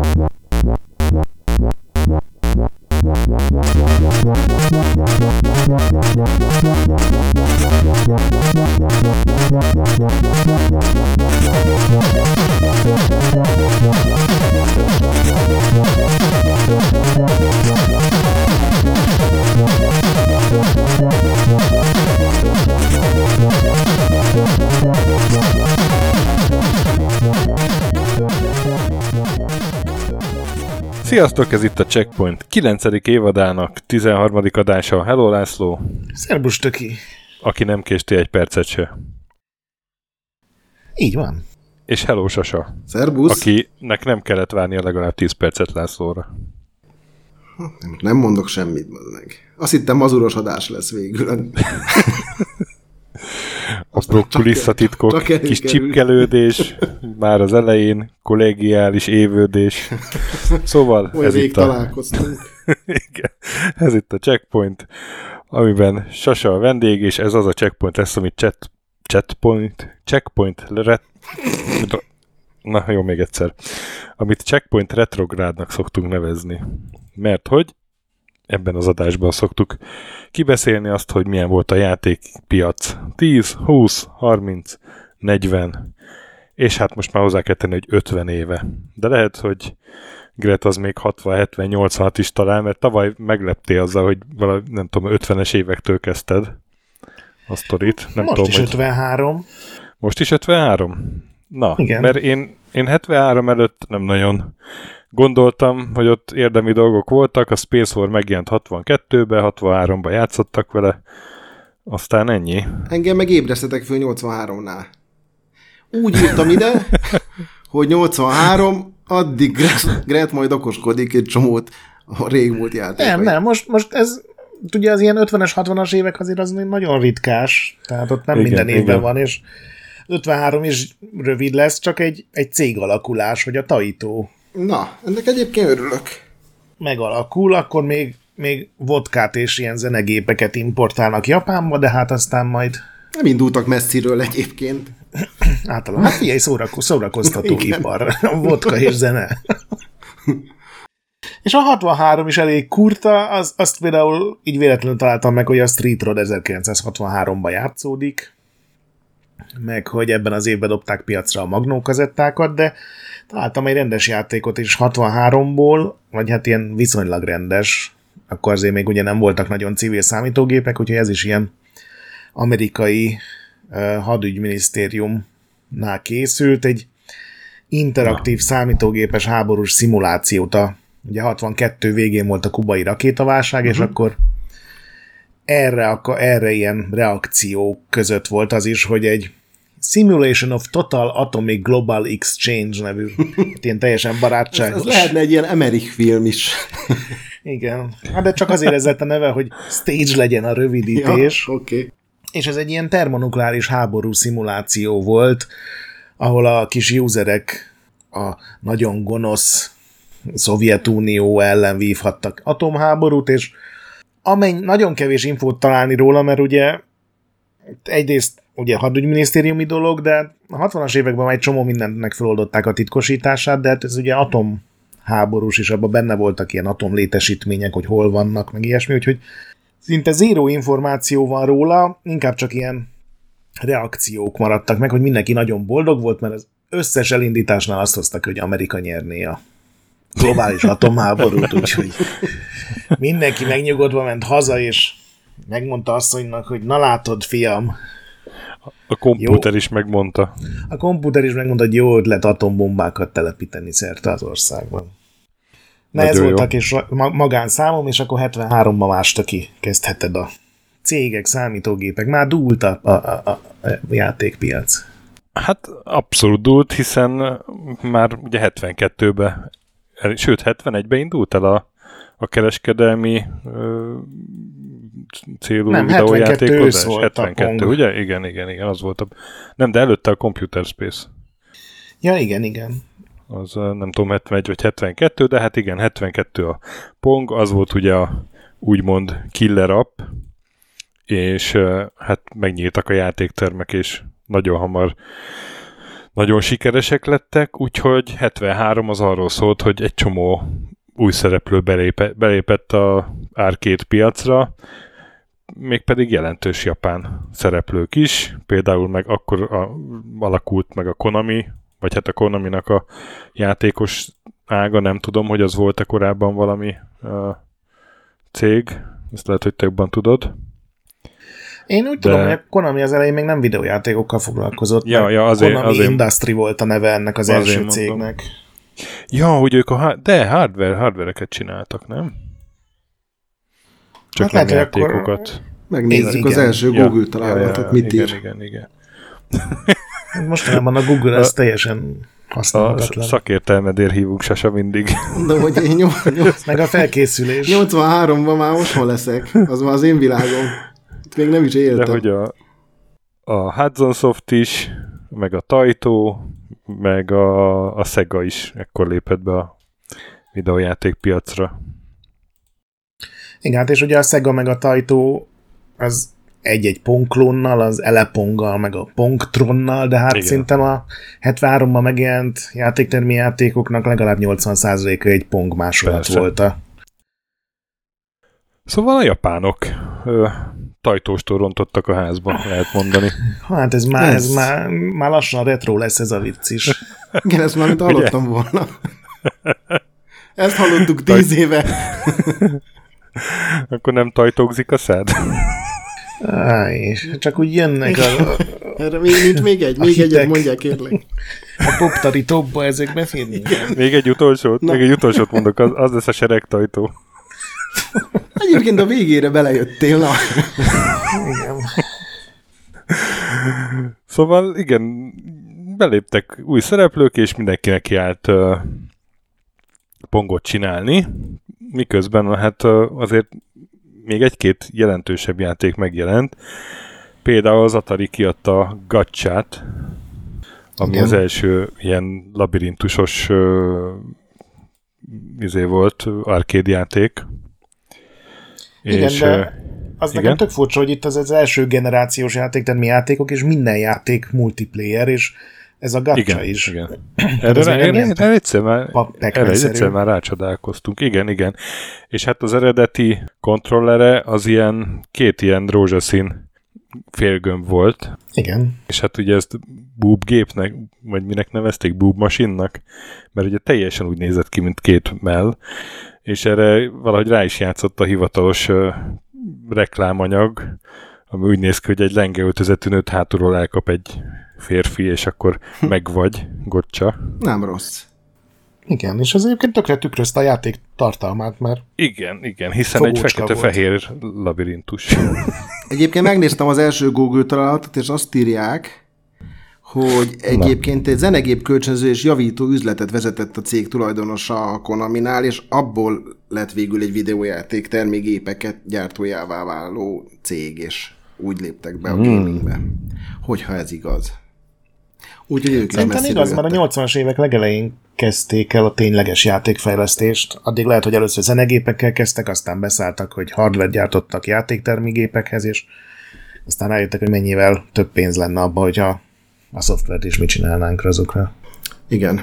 Sziasztok, ez itt a Checkpoint 9. évadának 13. adása. Hello László! Szerbusz Töki! Aki nem késti egy percet se. Így van. És hello Sasa! Szerbusz! Akinek nem kellett várnia legalább 10 percet Lászlóra. Nem mondok semmit meg. Azt hittem mazuros adás lesz végül. Apró kulisszatitkok, kis csipkelődés, már az elején, kollegiális évődés. Szóval ez itt találkoztunk. Igen, ez itt a Checkpoint, amiben Sasa a vendég, és ez az a Checkpoint lesz, amit na jó, még egyszer. Amit Checkpoint retrográdnak szoktunk nevezni. Mert hogy ebben az adásban szoktuk kibeszélni azt, hogy milyen volt a játékpiac 10, 20, 30, 40, és hát most már hozzá kell tenni, hogy 50 éve. De lehet, hogy Gret az még 60, 70, 86 is talál, mert tavaly megleptél azzal, hogy valahogy, nem tudom, 50-es évektől kezdted a sztorit. Nem most tudom, is 53. Most is 53? Na, igen. Mert én 73 előtt nem nagyon gondoltam, hogy ott érdemi dolgok voltak, a Space War megjelent 62-ben, 63-ban játszottak vele, aztán ennyi. Engem meg ébresztetek föl 83-nál. Úgy írtam ide, hogy 83, addig Gret majd okoskodik egy csomót a régmúlt játékai. Nem, most ez, ugye az ilyen 50-es, 60-as évek azért az nagyon ritkás, tehát ott nem minden évben van, és 53 is rövid lesz, csak egy cégalakulás, hogy a Taito na, ennek egyébként örülök. Megalakul, akkor még vodkát és ilyen zenegépeket importálnak Japánba, de hát aztán majd... Nem indultak messziről egyébként. Általában, hát figyelj, szórakoztató ipar, vodka és zene. És a 63 is elég kurta, azt például így véletlenül találtam meg, hogy a Street Road 1963-ban játszódik, meg hogy ebben az évben dobták piacra a Magnó kazettákat, de találtam egy rendes játékot is 63-ból, vagy hát ilyen viszonylag rendes, akkor azért még ugye nem voltak nagyon civil számítógépek, úgyhogy ez is ilyen amerikai hadügyminisztériumnál készült, egy interaktív számítógépes háborús szimulációt. Ugye 62 végén volt a kubai rakétaválság, és akkor erre ilyen reakciók között volt az is, hogy egy Simulation of Total Atomic Global Exchange nevű, ilyen teljesen barátságos. Ez lehetne egy ilyen Emmerich film is. Igen, hát de csak azért ez lett a neve, hogy Stage legyen a rövidítés. Ja, okay. És ez egy ilyen termonukleáris háború szimuláció volt, ahol a kis userek a nagyon gonosz Szovjetunió ellen vívhattak atomháborút, és nagyon kevés infót találni róla, mert ugye egyrészt ugye hadügyminisztériumi dolog, de a 60-as években már egy csomó mindennek feloldották a titkosítását, de hát ez ugye atomháborús, és abban benne voltak ilyen atomlétesítmények, hogy hol vannak, meg ilyesmi, úgyhogy szinte zéró információ van róla, inkább csak ilyen reakciók maradtak meg, hogy mindenki nagyon boldog volt, mert az összes elindításnál azt hoztak, hogy Amerika nyerné a globális atomháborút, úgyhogy mindenki megnyugodva ment haza, és megmondta asszonynak, hogy na látod, fiam. A komputer is megmondta. A komputer is megmondta, hogy jó ötlet atombombákat telepíteni szerte az országban. Na ez voltak, és magánszámom, és akkor 73-ban másta ki kezdheted a cégek, számítógépek. Már dúlt a játékpiac. Hát abszolút dúlt, hiszen már ugye 72-ben, sőt 71-ben indult el a kereskedelmi célú videójátékozás. 72, ugye? Igen, az volt nem, de előtte a Computer Space. Ja, igen. Az nem tudom, 71 vagy 72, de hát igen, 72 a Pong, az volt ugye a úgymond killer app, és hát megnyíltak a játéktermek, és nagyon hamar nagyon sikeresek lettek, úgyhogy 73 az arról szólt, hogy egy csomó új szereplő belépett a arcade piacra, mégpedig jelentős japán szereplők is, például meg akkor alakult meg a Konami, vagy hát a Konaminak a játékos ága, nem tudom, hogy az volt-e korábban valami cég, ezt lehet, hogy te jobban tudod. Én úgy tudom, hogy a Konami az elején még nem videójátékokkal foglalkozott. Azért, Konami Industry volt a neve ennek az első cégnek. Ja, hogy ők hardware-eket csináltak, nem? Csak hát nem játékokat. Megnézzük az első Google találatot, mit ír. Igen. Mostanában a Google ez teljesen használhatatlan. A szakértelmedért hívunk Sasa mindig. De hogy én meg a felkészülés. 83-ban már otthon leszek. Az már az én világom. Itt még nem is éltem. De hogy a Hudson Soft is, meg a Taito, meg a Sega is ekkor lépett be a videójáték piacra. Igen, hát és ugye a Sega meg a Taito az egy-egy Pong-klónnal, az Eleponggal, meg a Pongtronnal, de hát igen. Szerintem a 73-ban megjelent játéktermi játékoknak legalább 80%-a egy Pong másolat volt. Szóval a japánok Taitóstól rontottak a házba, lehet mondani. Hát ez már lassan retro lesz ez a vicc is. Igen, ezt már mint hallottam volna. Ezt hallottuk 10 éve. Akkor nem tajtógzik a szád? Csak úgy jönnek erre még egyet mondják, kérlek. A poptari topba ezek beférnek. Még egy utolsót mondok, az lesz a seregtajtó. Egyébként a végére belejöttél, na. Igen. Szóval igen, beléptek új szereplők, és mindenkinek kiállt Pongot csinálni, miközben hát azért még egy-két jelentősebb játék megjelent. Például az Atari kiadta a Gachát, ami igen. Az első ilyen labirintusos volt, arcade játék. Igen, és, de az igen? Nekem tök furcsa, hogy itt az első generációs játéktermi játékok, és minden játék multiplayer, és ez a Gacha is. Igen. Erre egyszer már rácsodálkoztunk. Igen. És hát az eredeti kontrollere az két ilyen rózsaszín félgömb volt. Igen. És hát ugye ezt boob gépnek, vagy minek nevezték, boob machine-nak, mert ugye teljesen úgy nézett ki, mint két mell, és erre valahogy rá is játszott a hivatalos reklámanyag, ami úgy néz ki, hogy egy lengeöltözetű nőt hátulról elkap egy férfi, és akkor megvagy, gocsa. Nem rossz. Igen, és az egyébként tökre tükrözte a játék tartalmát, mert... Igen, hiszen egy fekete-fehér labirintus. Egyébként megnéztem az első Google találatot, és azt írják, hogy egyébként egy zenegép kölcsönző és javító üzletet vezetett a cég tulajdonosa a Konaminál, és abból lett végül egy videójáték termékgépeket gyártójává váló cég, és úgy léptek be a gamingbe. Hogyha ez igaz. Úgyhogy ők szerintem igaz, mert a 80-as évek legelején kezdték el a tényleges játékfejlesztést. Addig lehet, hogy először zenegépekkel kezdtek, aztán beszálltak, hogy hardware gyártottak játéktermékgépekhez, és aztán rájöttek, hogy mennyivel több pénz lenne abba, hogyha a szoftvert is mit csinálnánk azokra. Igen.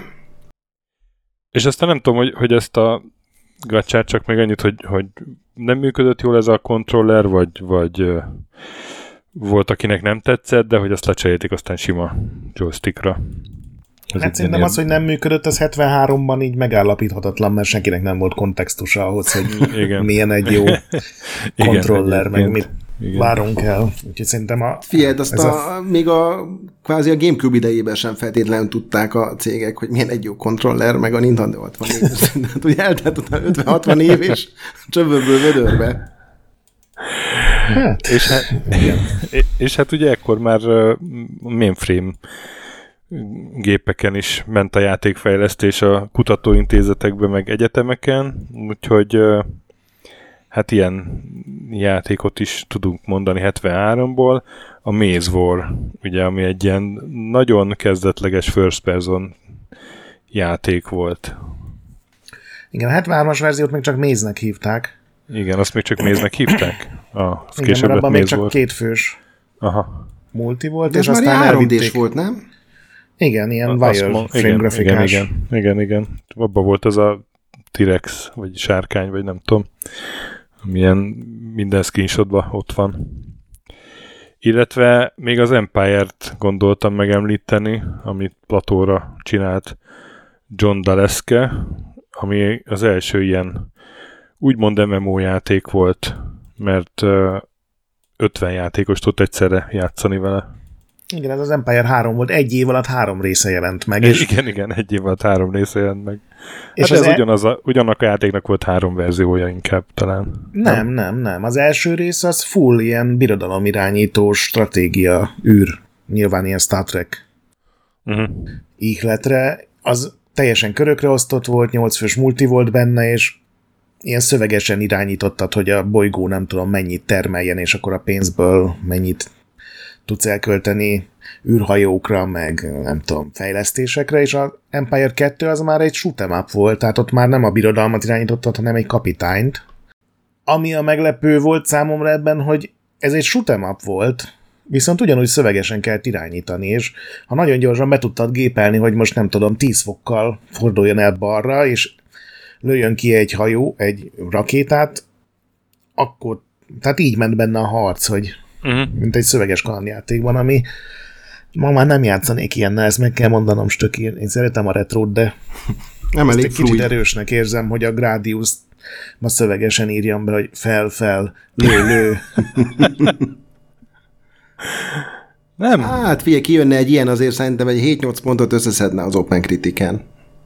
És aztán nem tudom, hogy ezt a Gachát csak még annyit, hogy nem működött jól ez a kontroller, vagy volt, akinek nem tetszett, de hogy azt lecserélték aztán sima joystickra. Hát szerintem az, hogy nem működött, az 73-ban így megállapíthatatlan, mert senkinek nem volt kontextusa ahhoz, hogy igen. Milyen egy jó kontroller, meg mit várunk el. Úgyhogy szerintem Figyeld, azt még kvázi a Gamecube idejében sem feltétlenül tudták a cégek, hogy milyen egy jó kontroller, meg a Nintendo 64. Hát ugye eltelt 50-60 év, és csövöbből vödörbe. Hát. És hát ugye ekkor már mainframe gépeken is ment a játékfejlesztés a kutatóintézetekben, meg egyetemeken, úgyhogy hát ilyen játékot is tudunk mondani 73-ból. A Maze War, ugye, ami egy ilyen nagyon kezdetleges first person játék volt. Igen, a 73-as verziót még csak Maze-nek hívták. Igen, azt még csak Maze-nek hívták? Igen, mert abban még csak kétfős multi volt, és aztán elvitték. Volt, nem? Igen, ilyen wireframe grafikás. Igen. Abban volt az a T-Rex, vagy sárkány, vagy nem tudom, milyen minden screenshotban ott van. Illetve még az Empire-t gondoltam megemlíteni, amit platóra csinált John Daleske, ami az első ilyen úgymond MMO játék volt, mert 50 játékos tudott egyszerre játszani vele. Igen, ez az Empire 3 volt, egy év alatt 3 része jelent meg. És... Igen, egy év alatt 3 része jelent meg. És hát ez ugyanak a játéknak volt 3 verziója inkább talán. Nem. Az első rész az full ilyen birodalomirányító stratégia űr. Nyilván ilyen Star Trek ihletre. Az teljesen körökre osztott volt, 8 fős multi volt benne, és ilyen szövegesen irányítottad, hogy a bolygó nem tudom mennyit termeljen, és akkor a pénzből mennyit tudsz elkölteni űrhajókra, meg nem tudom, fejlesztésekre, és az Empire 2 az már egy shoot'em up volt, tehát ott már nem a birodalmat irányítottad, hanem egy kapitányt. Ami a meglepő volt számomra ebben, hogy ez egy shoot'em up volt, viszont ugyanúgy szövegesen kellett irányítani, és ha nagyon gyorsan be tudtad gépelni, hogy most nem tudom, 10 fokkal forduljon el balra, és lőjön ki egy hajó, egy rakétát, akkor, tehát így ment benne a harc, hogy mint egy szöveges kalandjátékban, ami ma már nem játszanék ilyennel, ezt meg kell mondanom, stöki. Én szeretem a retrót, de nem elég egy kicsit erősnek érzem, hogy a Gradius ma szövegesen írjam be, hogy fel, lő. Nem. Hát figyelj, kijönne egy ilyen, azért szerintem egy 7-8 pontot összeszedne az Open Critic-en.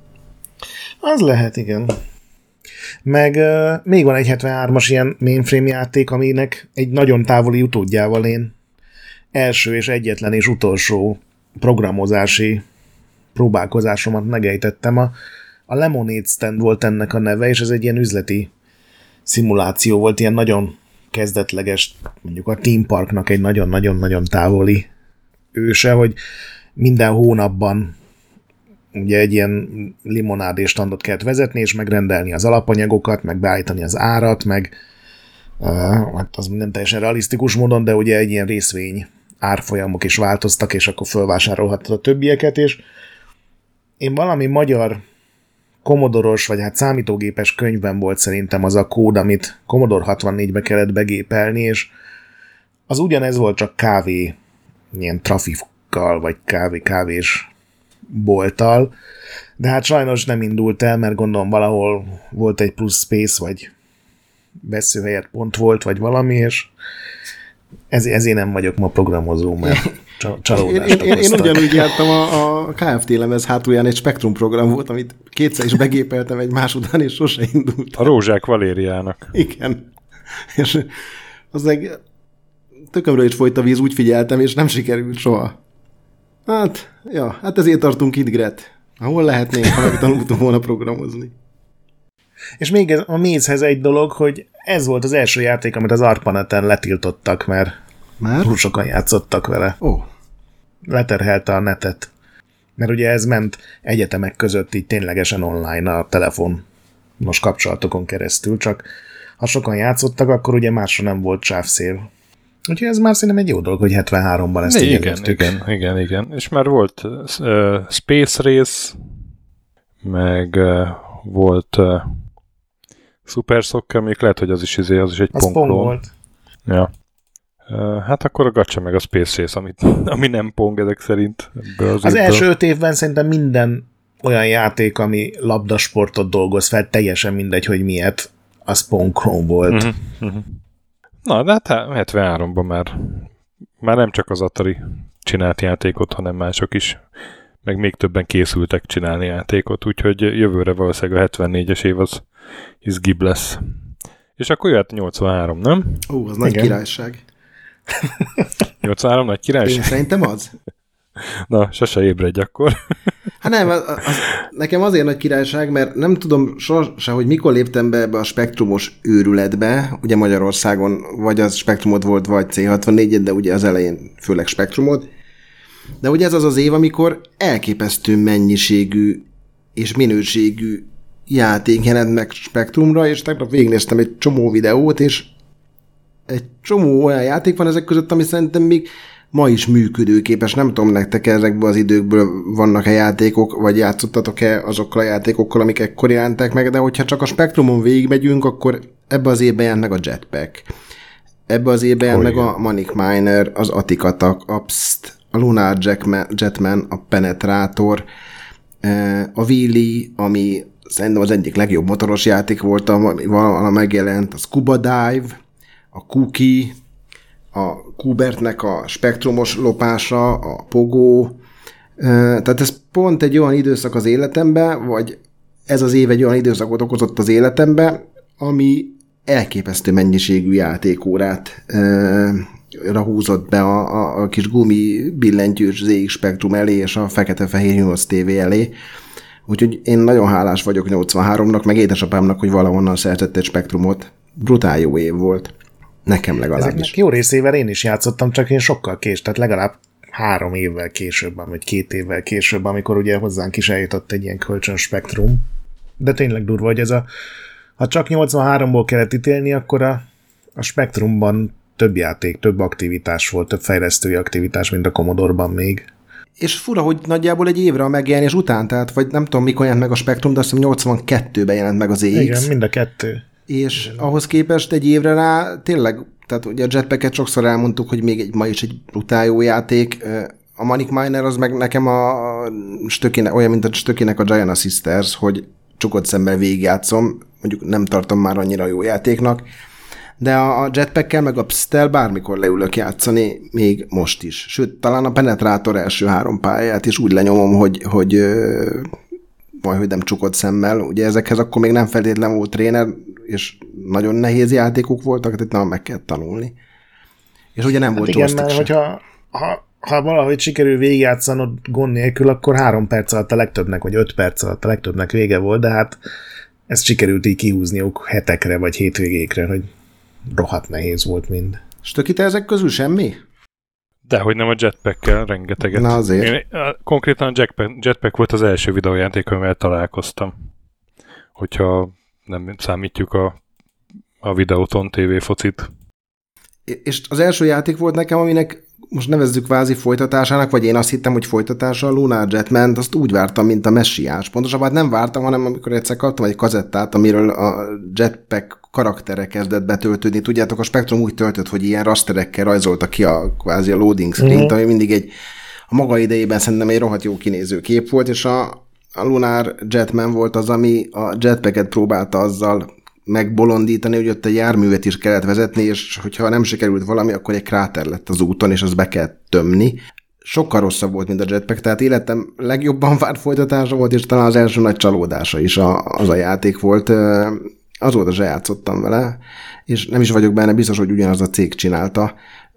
Az lehet, igen. Meg még van egy 73-as ilyen mainframe játék, aminek egy nagyon távoli utódjával én első és egyetlen és utolsó programozási próbálkozásomat megejtettem. A Lemonade Stand volt ennek a neve, és ez egy ilyen üzleti szimuláció volt, ilyen nagyon kezdetleges, mondjuk a Theme Parknak egy nagyon-nagyon-nagyon távoli őse, hogy minden hónapban ugye egy ilyen limonádé standot kellett vezetni, és megrendelni az alapanyagokat, meg beállítani az árat, meg hát az nem teljesen realisztikus módon, de ugye egy ilyen részvény árfolyamok is változtak, és akkor fölvásárolhattad a többieket, és én valami magyar Commodore-os, vagy hát számítógépes könyvben volt szerintem az a kód, amit Commodore 64-be kellett begépelni, és az ugyanez volt, csak kávé, ilyen trafikkal, vagy kávés bolttal, de hát sajnos nem indult el, mert gondolom valahol volt egy plusz space, vagy veszőhelyett pont volt, vagy valami, és ezért nem vagyok ma programozó, mert csalódást Én ugyanúgy jártam a Kft. Lemez hátulján egy Spectrum program volt, amit kétszer is begépeltem egymás után, és sose indult. A Rózsák Valériának. Igen. És az meg tökömről is folyt a víz, úgy figyeltem, és nem sikerült soha. Hát ezért tartunk itt, Gret. Hol lehetnénk, ha megtanultunk volna programozni? És még a Maze-hez egy dolog, hogy ez volt az első játék, amit az ARPANET-en letiltottak, mert túl sokan játszottak vele. Leterhelte a netet. Mert ugye ez ment egyetemek között így ténylegesen online a telefonos kapcsolatokon keresztül, csak ha sokan játszottak, akkor ugye másra nem volt sávszél. Úgyhogy ez már szerintem egy jó dolog, hogy 73-ban ezt így elértük. Igen. És már volt Space Race, meg volt Super Soccer, még lehet, hogy az is egy Pong volt. Ja. Hát akkor a Gacha meg a Space Race, ami nem Pong ezek szerint. Az első 5 évben szerintem minden olyan játék, ami labdasportot dolgoz fel, teljesen mindegy, hogy miért, az Pong Chrome volt. Na, de hát 73-ban már nem csak az Atari csinált játékot, hanem mások is, meg még többen készültek csinálni játékot, úgyhogy jövőre valószínűleg a 74-es év az izgibb lesz. És akkor jöhet 83, nem? Az nagy királyság. 83 nagy királyság? Én szerintem az. Na, sose ébredj akkor. Hát nem, nekem azért nagy királyság, mert nem tudom sose, hogy mikor léptem be ebbe a spektrumos őrületbe, ugye Magyarországon vagy az spektrumod volt, vagy C64, de ugye az elején főleg spektrumod. De ugye ez az az év, amikor elképesztő mennyiségű és minőségű játék jelent meg spektrumra, és tegnap végignéztem egy csomó videót, és egy csomó olyan játék van ezek között, ami szerintem még ma is működőképes. Nem tudom, nektek ezekből az időkből vannak-e játékok, vagy játszottatok-e azokkal a játékokkal, amik ekkor jelentek meg, de hogyha csak a Spektrumon végigmegyünk, akkor ebbe az évben jelent meg a Jetpack. Ebbe az évben jelent meg a Manic Miner, az Attic Attack, a Psst, a Lunar Jetman, a Penetrator, a Wheelie, ami szerintem az egyik legjobb motoros játék volt, valami megjelent, a Scuba Dive, a Cookie, a Kubertnek a spektrumos lopása, a Pogo. Tehát ez pont egy olyan időszak az életemben, vagy ez az év egy olyan időszakot okozott az életemben, ami elképesztő mennyiségű játékórát húzott be a kis gumi billentyűs ZX Spectrum elé, és a fekete-fehér Nyugosz TV elé. Úgyhogy én nagyon hálás vagyok 83-nak, meg édesapámnak, hogy valahonnan szerzett egy Spectrumot. Brutál jó év volt. Nekem legalábbis. Ezeknek jó részével én is játszottam, csak én sokkal tehát legalább 3 évvel később, vagy 2 évvel később, amikor ugye hozzánk is eljutott egy ilyen kölcsön Spektrum. De tényleg durva, hogy ha csak 83-ból kellett ítélni, akkor a Spektrumban több játék, több aktivitás volt, több fejlesztői aktivitás, mint a Commodore-ban még. És fura, hogy nagyjából egy évre a megjelenés után, tehát vagy nem tudom, mikor jelent meg a Spektrum, de azt hiszem 82-ben jelent meg az EX. Igen, mind a kettő. És ahhoz képest egy évre rá tényleg, tehát ugye a Jetpacket sokszor elmondtuk, hogy még ma is egy brutál jó játék. A Manic Miner az meg nekem olyan, mint a Stökinek a Giana Sisters, hogy csukott szemmel végigjátszom, mondjuk nem tartom már annyira jó játéknak, de a Jetpackkel meg a Pstel bármikor leülök játszani, még most is. Sőt, talán a Penetrator első 3 pályát is úgy lenyomom, hogy nem csukott szemmel. Ugye ezekhez akkor még nem feltétlen volt tréner, és nagyon nehéz játékok voltak, tehát nem meg kell tanulni. És ugye nem volt igen, mert hogyha ha valahogy sikerül végigjátszanod gond nélkül, akkor 3 perc alatt a legtöbbnek, vagy 5 perc alatt a legtöbbnek vége volt, de hát ezt sikerült így kihúzniuk hetekre, vagy hétvégékre, hogy rohadt nehéz volt mind. Stöki, te ezek közül semmi? Dehogy nem, a Jetpackkel rengeteget. Na azért. Konkrétan a Jetpack volt az első videójáték, amivel találkoztam. Hogyha nem számítjuk a Videoton TV focit. És az első játék volt nekem, aminek most nevezzük kvázi folytatásának, vagy én azt hittem, hogy folytatása a Lunar Jetman, azt úgy vártam, mint a Messiás. Pontosabban nem vártam, hanem amikor egyszer kaptam egy kazettát, amiről a Jetpack karaktere kezdett betöltődni. Tudjátok, a Spektrum úgy töltött, hogy ilyen rasterekkel rajzolta ki kvázi a loading screen-t, ami mindig a maga idejében szerintem egy rohadt jó kinéző kép volt, és a Lunar Jetman volt az, ami a Jetpacket próbálta azzal megbolondítani, hogy ott a járművet is kellett vezetni, és hogyha nem sikerült valami, akkor egy kráter lett az úton, és azt be kell tömni. Sokkal rosszabb volt, mint a Jetpack, tehát életem legjobban várt folytatása volt, és talán az első nagy csalódása is az a játék volt. Azóta se játszottam vele, és nem is vagyok benne biztos, hogy ugyanaz a cég csinálta,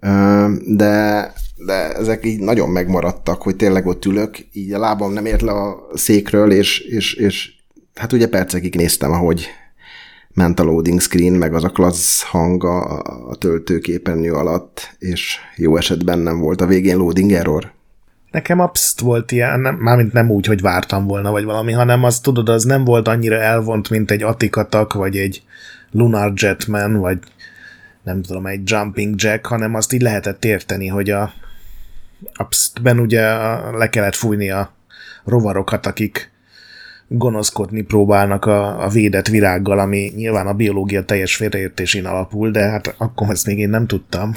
de ezek így nagyon megmaradtak, hogy tényleg ott ülök, így a lábam nem ért le a székről, és hát ugye percekig néztem, ahogy ment a loading screen, meg az a klassz hang a töltőképernyő alatt, és jó esetben nem volt a végén loading error. Nekem abszt volt ilyen, mármint nem úgy, hogy vártam volna, vagy valami, hanem az tudod, az nem volt annyira elvont, mint egy Attic Attack, vagy egy Lunar Jetman, vagy nem tudom, egy Jumping Jack, hanem azt így lehetett érteni, hogy a absztben ugye le kellett fújni a rovarokat, akik gonoszkodni próbálnak a védett virággal, ami nyilván a biológia teljes félreértésén alapul, de hát akkor ezt még én nem tudtam.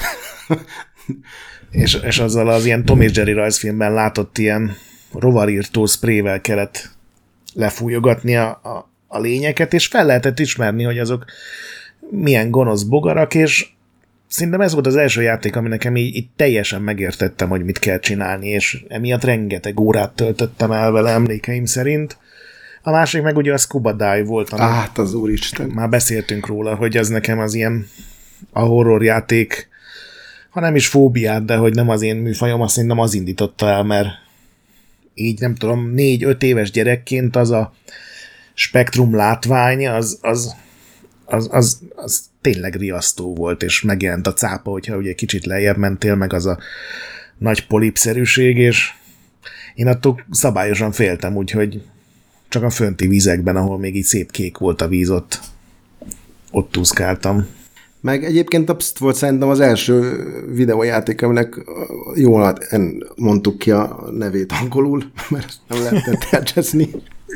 és azzal az ilyen Tom és Jerry rajzfilmben látott ilyen rovarírtó sprével kellett lefújogatni a lényeket, és fel lehetett ismerni, hogy azok milyen gonosz bogarak, és szerintem ez volt az első játék, ami nekem így teljesen megértettem, hogy mit kell csinálni, és emiatt rengeteg órát töltöttem el vele emlékeim szerint. A másik meg ugye a Scuba Dive volt. Hát az úristen. Már beszéltünk róla, hogy az nekem az ilyen a horror játék, ha nem is fóbiát, de hogy nem az én műfajom, azt szerintem az indította el, mert így nem tudom, 4-5 éves gyerekként az a Spektrum látvány, az tényleg riasztó volt, és megjelent a cápa, hogyha ugye kicsit lejjebb mentél, meg az a nagy polipszerűség, és én attól szabályosan féltem, úgyhogy csak a fönti vizekben, ahol még így szép kék volt a víz, ott úszkáltam. Meg egyébként a Pszt volt szerintem az első videójáték, aminek jól mondtuk ki a nevét angolul, mert ezt nem lehetett elcseszni.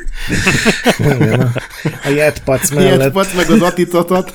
A Jetpac mellett. Jetpac meg az Aticatat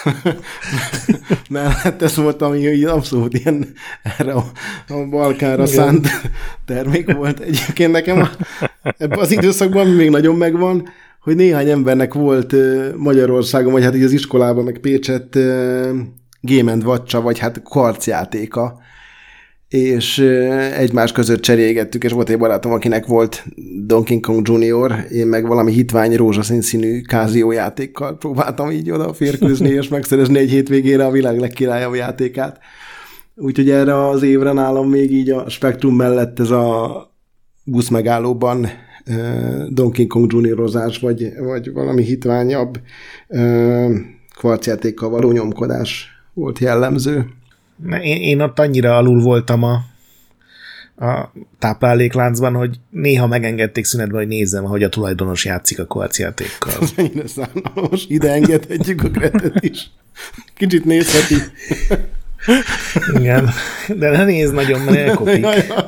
mellett ez volt, ami abszolút ilyen erre a Balkánra szánt termék volt. Egyébként nekem ebben az időszakban még nagyon megvan, hogy néhány embernek volt Magyarországon, vagy hát így az iskolában, meg Pécsett Game & Watch-a, vagy hát karcjátéka, és egymás között cserélgettük, és volt egy barátom, akinek volt Donkey Kong Junior, én meg valami hitvány rózsaszín színű Casio játékkal próbáltam így oda férkőzni, és megszerezni egy hétvégére a világ legkirályabb játékát. Úgyhogy erre az évre nálam még így a Spektrum mellett ez a buszmegállóban Donkey Kong Juniorozás, vagy valami hitványabb kvarcjátékkal való nyomkodás volt jellemző. Én ott annyira alul voltam a táplálékláncban, hogy néha megengedték szünetben, hogy nézzem, hogy a tulajdonos játszik a kvarcjátékkal. Az ennyire szánalmas. Ide engedhetjük a Gretet is. Kicsit nézheti. Igen, de ne nézd nagyon, mert elkopik.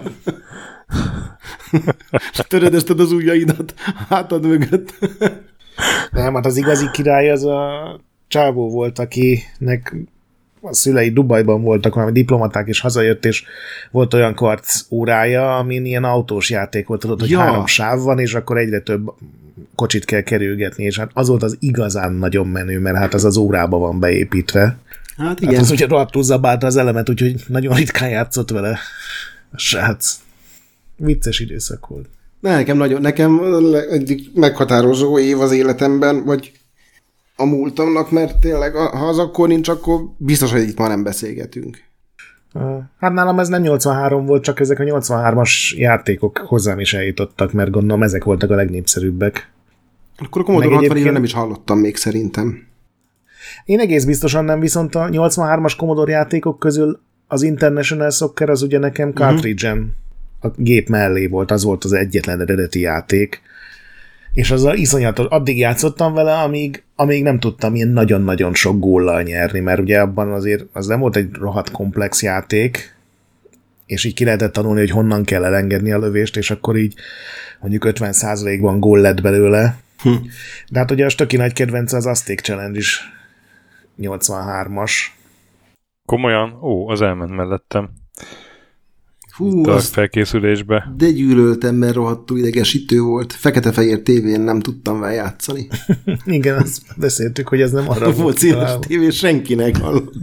Töredezted az ujjaidat hátad mögött. Nem, hát az igazi király az a csávó volt, akinek a szülei Dubajban voltak, valami diplomaták, és hazajött, és volt olyan kvarc órája, amin ilyen autós játék volt, tudod, hogy 3 sáv van, és akkor egyre több kocsit kell kerülgetni, és hát az volt az igazán nagyon menő, mert hát az órába van beépítve. Hát igen. Hát az ugye rohadtul zabálta az elemet, úgyhogy nagyon ritkán játszott vele a srác. Vicces időszak volt. Nekem egyik meghatározó év az életemben, vagy a múltamnak, mert tényleg, ha az akkor nincs, akkor biztos, hogy itt már nem beszélgetünk. Hát nálam ez nem 83 volt, csak ezek a 83-as játékok hozzám is eljutottak, mert gondolom ezek voltak a legnépszerűbbek. Akkor a Commodore 64-ről nem is hallottam még szerintem. Én egész biztosan nem, viszont a 83-as Commodore játékok közül az International Soccer az ugye nekem cartridge-en a gép mellé volt, az volt az egyetlen eredeti játék, és azzal iszonyatos, addig játszottam vele, amíg nem tudtam ilyen nagyon-nagyon sok góllal nyerni, mert ugye abban azért az nem volt egy rohadt komplex játék, és így ki lehetett tanulni, hogy honnan kell elengedni a lövést, és akkor így mondjuk 50%-ban gól lett belőle. De hát ugye a stöki nagy kedvence az Azték Challenge is 83-as. Komolyan? Ó, az elment mellettem. Hú, itt a felkészülésbe. De gyűlöltem, mert rohadtul idegesítő volt. Fekete-fehér tévén nem tudtam vele játszani. Igen, azt beszéltük, hogy ez nem arra volt színes tévé, senkinek hallott.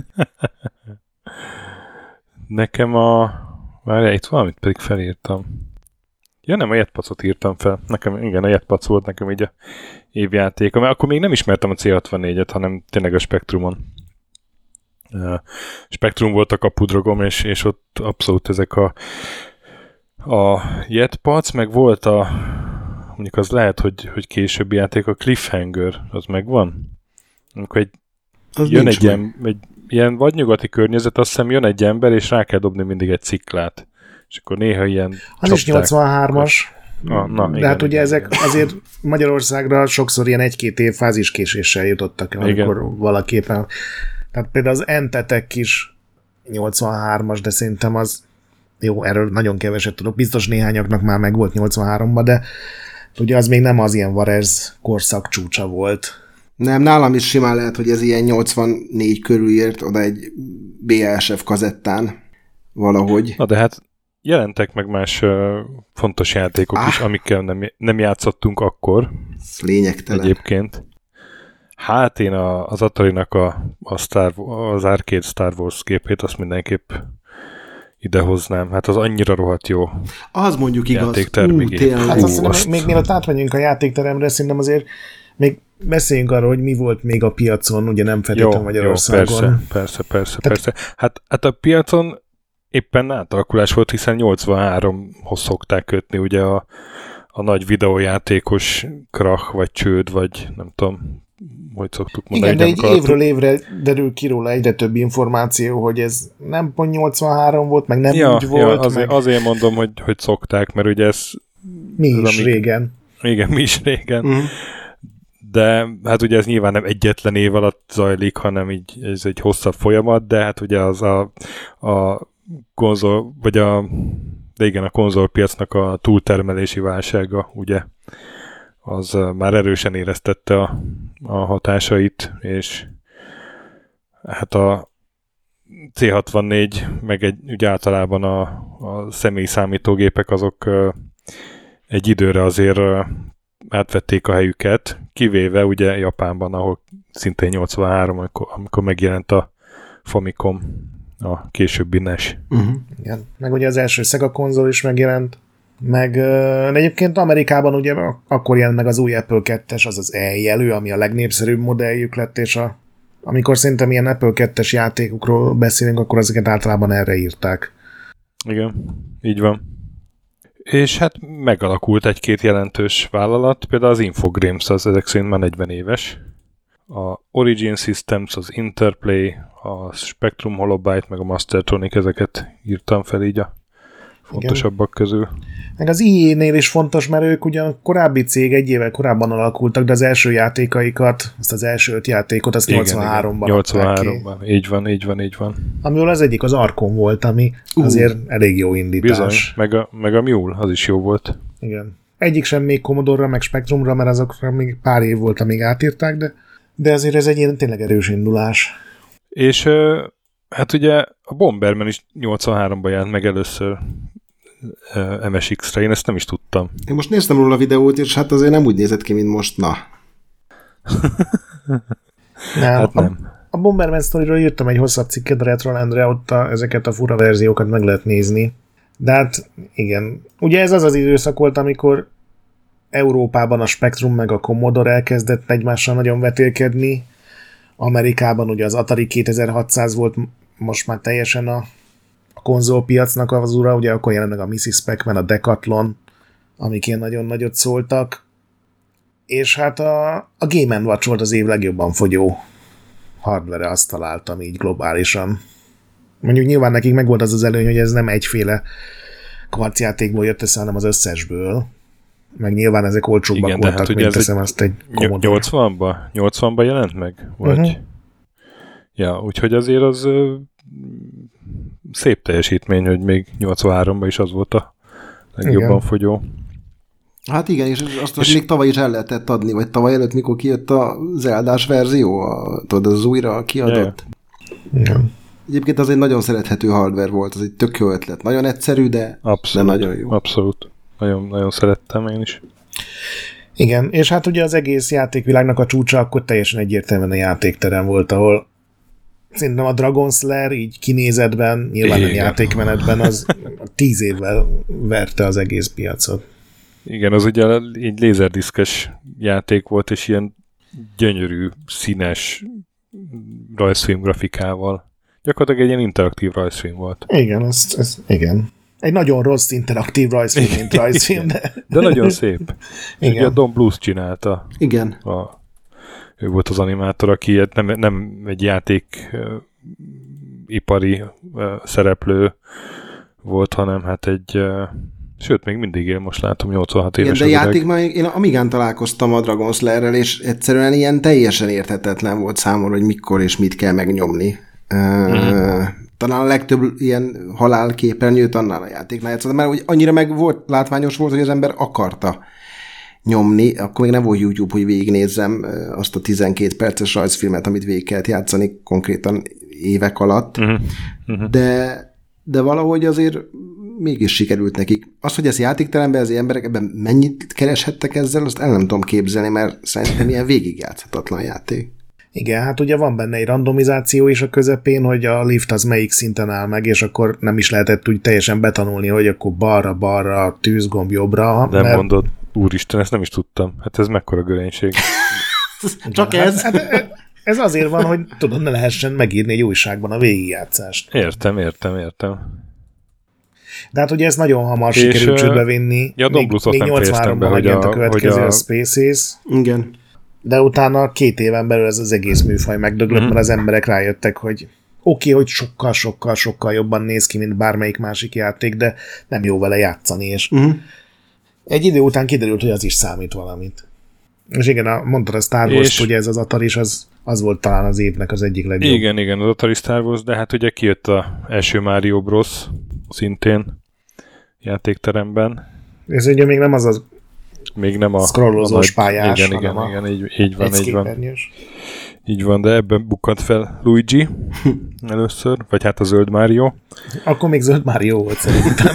Nekem várjál, itt valamit pedig felírtam. Ja, nem, a Jetpacot írtam fel. Nekem, igen, a Jetpac volt nekem így a évjáték. Mert akkor még nem ismertem a C64-et, hanem tényleg a Spektrumon. Spektrum volt a kapudrogom, és ott abszolút ezek a Jetpac, meg volt mondjuk az lehet, hogy későbbi játék, a Cliffhanger, az megvan? Amikor jön egy ilyen vadnyugati környezet, azt hiszem jön egy ember, és rá kell dobni mindig egy ciklát. És akkor néha ilyen az is 83-as. De hát ugye ezek azért Magyarországra sokszor ilyen 1-2 év fáziskéséssel jutottak, amikor valaképpen. Tehát például az Entetek is 83-as, de szerintem az, jó, erről nagyon keveset tudok, biztos néhányaknak már meg volt 83-ban, de ugye az még nem az ilyen Varez korszak csúcsa volt. Nem, nálam is simán lehet, hogy ez ilyen 84 körül ért oda egy BASF kazettán valahogy. Na de hát jelentek meg más fontos játékok is, amikkel nem játszottunk akkor. Ez lényegtelen. Egyébként. Hát én az Atari-nak az Arcade Star Wars képét azt mindenképp idehoznám. Hát az annyira rohadt jó. Az mondjuk igaz. Hát azt még mielőtt átmenjünk a játékteremre, szerintem azért még beszéljünk arról, hogy mi volt még a piacon, ugye nem feltétlenül Magyarországon. Jó, persze. Hát a piacon éppen átalakulás volt, hiszen 83-hoz szokták kötni ugye a nagy videójátékos krach, vagy csőd, vagy nem tudom, hogy szoktuk mondani. Igen, de egy évről évre derül ki róla egyre több információ, hogy ez nem pont 83 volt, meg nem úgy volt. Azért mondom, hogy szokták, mert ugye ez... régen. Igen, mi is régen. De hát ugye ez nyilván nem egyetlen év alatt zajlik, hanem így ez egy hosszabb folyamat, de hát ugye az a konzol, vagy de igen, a konzolpiacnak a túltermelési válsága, ugye, az már erősen éreztette a hatásait, és hát a C64, meg ugye általában a személyi számítógépek azok egy időre azért átvették a helyüket, kivéve ugye Japánban, ahol szintén 83, amikor megjelent a Famicom, a későbbi NES. Igen. Meg ugye az első Sega konzol is megjelent, meg egyébként Amerikában ugye akkor jelent meg az új Apple 2-es, az az E-jelű, ami a legnépszerűbb modelljük lett, és amikor szerintem ilyen Apple 2-es játékokról beszélünk, akkor ezeket általában erre írták. Igen, így van. És hát megalakult egy-két jelentős vállalat, például az Infogrames, az ezek szerint már 40 éves. A Origin Systems, az Interplay, a Spectrum Holobyte, meg a Mastertronic, ezeket írtam fel így a fontosabbak közül. Meg az EA-nél is fontos, mert ők ugyan korábbi cég, egy évvel korábban alakultak, de az első játékaikat, azt az első 5 játékot, azt 83-ban 83-ban, így van. Amivel az egyik az Arkham volt, ami azért elég jó indítás. Bizony, meg a Mule, az is jó volt. Igen. Egyik sem még Commodore-ra, meg Spectrumra, mert azokra még pár év volt, amíg átírták, de azért ez egy ilyen tényleg erős indulás. És hát ugye a Bomberman is 83-ban jelent meg először MSX-re, én ezt nem is tudtam. Én most néztem róla a videót, és hát azért nem úgy nézett ki, mint most, na. Hát nem. A Bomberman Story-ról írtam egy hosszabb cikket a Retrolandre, ott ezeket a fura verziókat meg lehet nézni. De hát igen. Ugye ez az időszak volt, amikor Európában a Spectrum meg a Commodore elkezdett egymással nagyon vetélkedni. Amerikában ugye az Atari 2600 volt most már teljesen a konzolpiacnak az ura, ugye akkor jelent meg a Mrs. Pac-Man, a Decathlon, amik ilyen nagyon nagyot szóltak. És hát a Game & Watch volt az év legjobban fogyó hardware, azt találtam így globálisan. Mondjuk nyilván nekik meg volt az az előny, hogy ez nem egyféle kvarcjátékból jött össze, hanem az összesből. Meg nyilván ezek olcsóbbak igen, voltak, hát mint teszem azt egy Commodore. 80-ban jelent meg? Vagy? Ja, úgyhogy azért az szép teljesítmény, hogy még 83-ban is az volt a legjobban fogyó. Hát igen, és azt és még tavaly is el lehetett adni, vagy tavaly előtt, mikor kijött a Zeldás verzió, tudod, az újra kiadott. Igen. Egyébként az egy nagyon szerethető hardware volt, az egy tök jó ötlet. Nagyon egyszerű, de nagyon jó. Abszolút. Nagyon, nagyon szerettem én is. Igen, és hát ugye az egész játékvilágnak a csúcsa akkor teljesen egyértelműen a játékterem volt, ahol szerintem a Dragon Slayer így kinézetben, nyilván a játékmenetben az 10 évvel verte az egész piacot. Igen, az ugye egy lézerdiszkes játék volt, és ilyen gyönyörű, színes rajzfilm grafikával. Gyakorlatilag egy ilyen interaktív rajzfilm volt. Igen, igen. Egy nagyon rossz interaktív rajzfilm, mint rajzfilm, de nagyon szép. Igen. Ugye a Don Bluth csinálta. Igen. Ő volt az animátor, aki nem egy játék ipari szereplő volt, hanem hát egy sőt, még mindig él, most látom, 86 éves. Igen, de játék, már én Amigán találkoztam a Dragon Slayer-rel, és egyszerűen ilyen teljesen érthetetlen volt számomra, hogy mikor és mit kell megnyomni. Talán a legtöbb ilyen halálképernyőt annál a játéknál játszottam, mert úgy annyira meg volt, látványos volt, hogy az ember akarta nyomni, akkor még nem volt YouTube, hogy végignézzem azt a 12 perces rajzfilmet, amit végig kellett játszani konkrétan évek alatt, de valahogy azért mégis sikerült nekik. Az, hogy ez játékteremben, az emberek ebben mennyit kereshettek ezzel, azt el nem tudom képzelni, mert szerintem ilyen végigjátszhatatlan játék. Igen, hát ugye van benne egy randomizáció is a közepén, hogy a lift az melyik szinten áll meg, és akkor nem is lehetett úgy teljesen betanulni, hogy akkor balra, tűzgomb jobbra. Nem mondod, úristen, ezt nem is tudtam. Hát ez mekkora görénység. Csak ez? Hát ez azért van, hogy tudod, ne lehessen megírni egy újságban a végigjátszást. Értem. De hát ugye ez nagyon hamar sikerült csődbe vinni. Ja, még 83-ban megjelent a következő a Spaces. Igen. De utána 2 éven belül ez az egész műfaj megdöglött, mert az emberek rájöttek, hogy oké, hogy sokkal jobban néz ki, mint bármelyik másik játék, de nem jó vele játszani, és egy idő után kiderült, hogy az is számít valamit. És igen, mondtad a Star Wars, ugye ez az Atari is, az volt talán az évnek az egyik legjobb. Igen, az Atari Star Wars, de hát ugye kijött a első Mario Bros. Szintén játékteremben. Ez ugye még nem az még nem a scrollozós pályás, igen, így van. Így van, de ebben bukkant fel Luigi először, vagy hát a zöld Mario. Akkor még zöld Mario volt szerintem.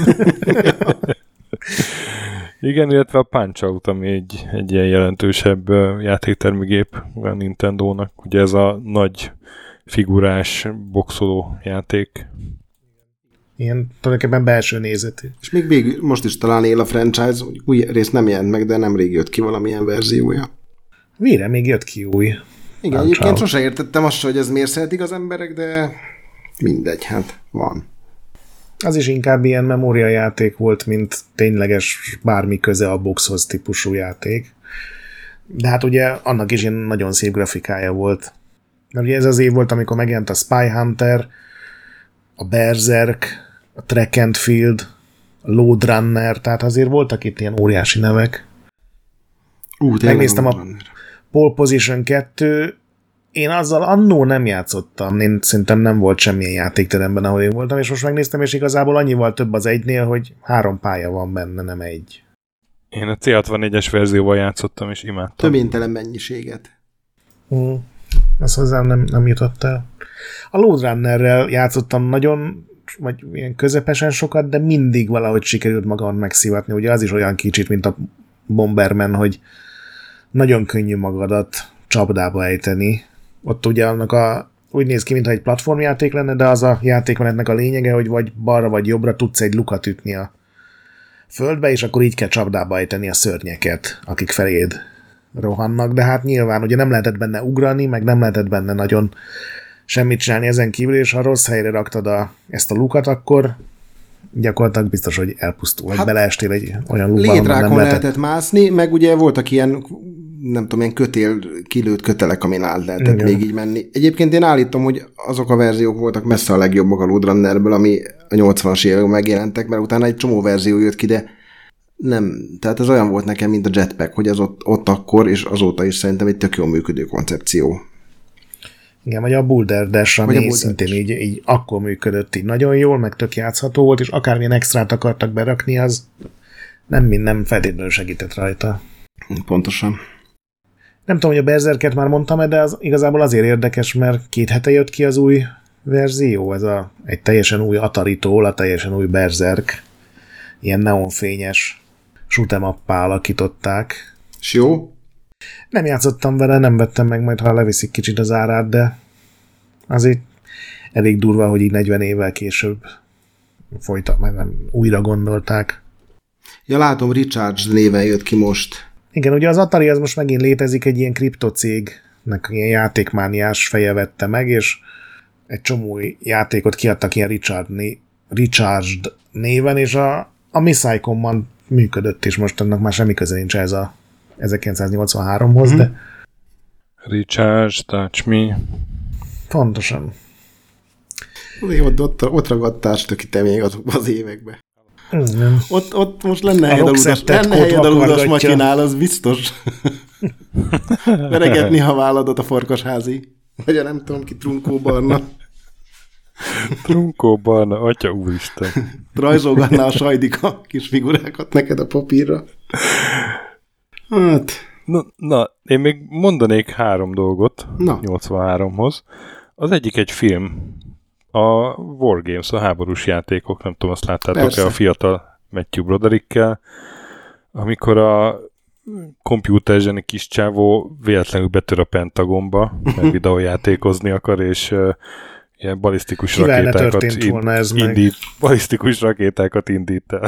Igen, illetve a Punch-Out, ami egy ilyen jelentősebb játéktermi gép a Nintendónak. Ugye ez a nagy figurás boxoló játék. Ilyen tulajdonképpen belső nézetű. És még most is talán él a franchise, új rész nem jelent meg, de nemrég jött ki valamilyen verziója. Végre még jött ki új. Igen, egyébként sose értettem azt, hogy ez miért szeretik az emberek, de mindegy, hát van. Az is inkább ilyen memóriajáték volt, mint tényleges bármi köze a boxhoz típusú játék. De hát ugye annak is ilyen nagyon szép grafikája volt. Mert ugye ez az év volt, amikor megjelent a Spy Hunter, a Berserk, a Track and Field, a Load Runner, tehát azért voltak itt ilyen óriási nevek. Megnéztem a Pole Position 2, én azzal annó nem játszottam, én szerintem nem volt semmilyen játékteremben, ahol én voltam, és most megnéztem, és igazából annyival több az egynél, hogy 3 pálya van benne, nem egy. Én a C64-es verzióval játszottam, és imádtam. Töménytelen mennyiséget. Ez hozzám nem jutott el. A Load Runnerrel játszottam nagyon, vagy ilyen közepesen sokat, de mindig valahogy sikerült magamon megszivatni. Ugye az is olyan kicsit, mint a Bomberman, hogy nagyon könnyű magadat csapdába ejteni. Ott ugye annak úgy néz ki, mintha egy platformjáték lenne, de az a játékmenetnek a lényege, hogy vagy balra vagy jobbra tudsz egy lukat ütni a földbe, és akkor így kell csapdába ejteni a szörnyeket, akik feléd rohannak, de hát nyilván ugye nem lehetett benne ugrani, meg nem lehetett benne nagyon semmit csinálni ezen kívül, és ha rossz helyre raktad ezt a lukat, akkor gyakorlatilag biztos, hogy elpusztul, vagy beleestél egy olyan lukba, létrákon lehetett mászni, meg ugye voltak ilyen, nem tudom, ilyen kilőtt kötelek, amin át lehetett még így menni. Egyébként én állítom, hogy azok a verziók voltak messze a legjobbak a Load Runnerből, ami a 80-as években megjelentek, mert utána egy csomó verzió jött ki, de nem, tehát ez olyan volt nekem, mint a Jetpack, hogy az ott akkor, és azóta is szerintem egy tök jól működő koncepció. Igen, vagy a Boulder Dash, ami szintén így akkor működött így nagyon jól, meg tök játszható volt, és akármilyen extrát akartak berakni, az nem feltétlenül segített rajta. Pontosan. Nem tudom, hogy a Berserket már mondtam, de az igazából azért érdekes, mert 2 hete jött ki az új verzió, ez egy teljesen új Atari-tól, a teljesen új Berserk, ilyen neonfényes shoot'em up-pá alakították. És jó? Nem játszottam vele, nem vettem meg, majd ha leviszik kicsit az árát, de azért elég durva, hogy így 40 évvel később újra gondolták. Ja, látom, Recharge néven jött ki most. Igen, ugye az Atari az most megint létezik, egy ilyen kriptocégnek ilyen játékmániás feje vette meg, és egy csomó játékot kiadtak ilyen Recharged néven, és a Missycom-ban működött, és most annak már semmi köze nincs ez a 1983-hoz, de... Recharge, Touch Me. Pontosan. Ott ragadtál te még az évekbe. Ott most lenne helyed a ludas makinál, az biztos. Veregetni a válladat a farkasházi. Vagy a nem tudom ki, Trunkó Barna. Trunkó Barna, atya úristen. Rajzolgatná a Sajdika kis figurákat neked a papírra. Hát... Na, én még mondanék 3 dolgot 83-hoz. Az egyik egy film. A Wargames, a háborús játékok, nem tudom, azt láttátok-e a fiatal Matthew Broderickkel, amikor a komputerzseni kis csávó véletlenül betör a Pentagonba, mert videójátékozni akar, és ilyen balisztikus rakétákat indít el.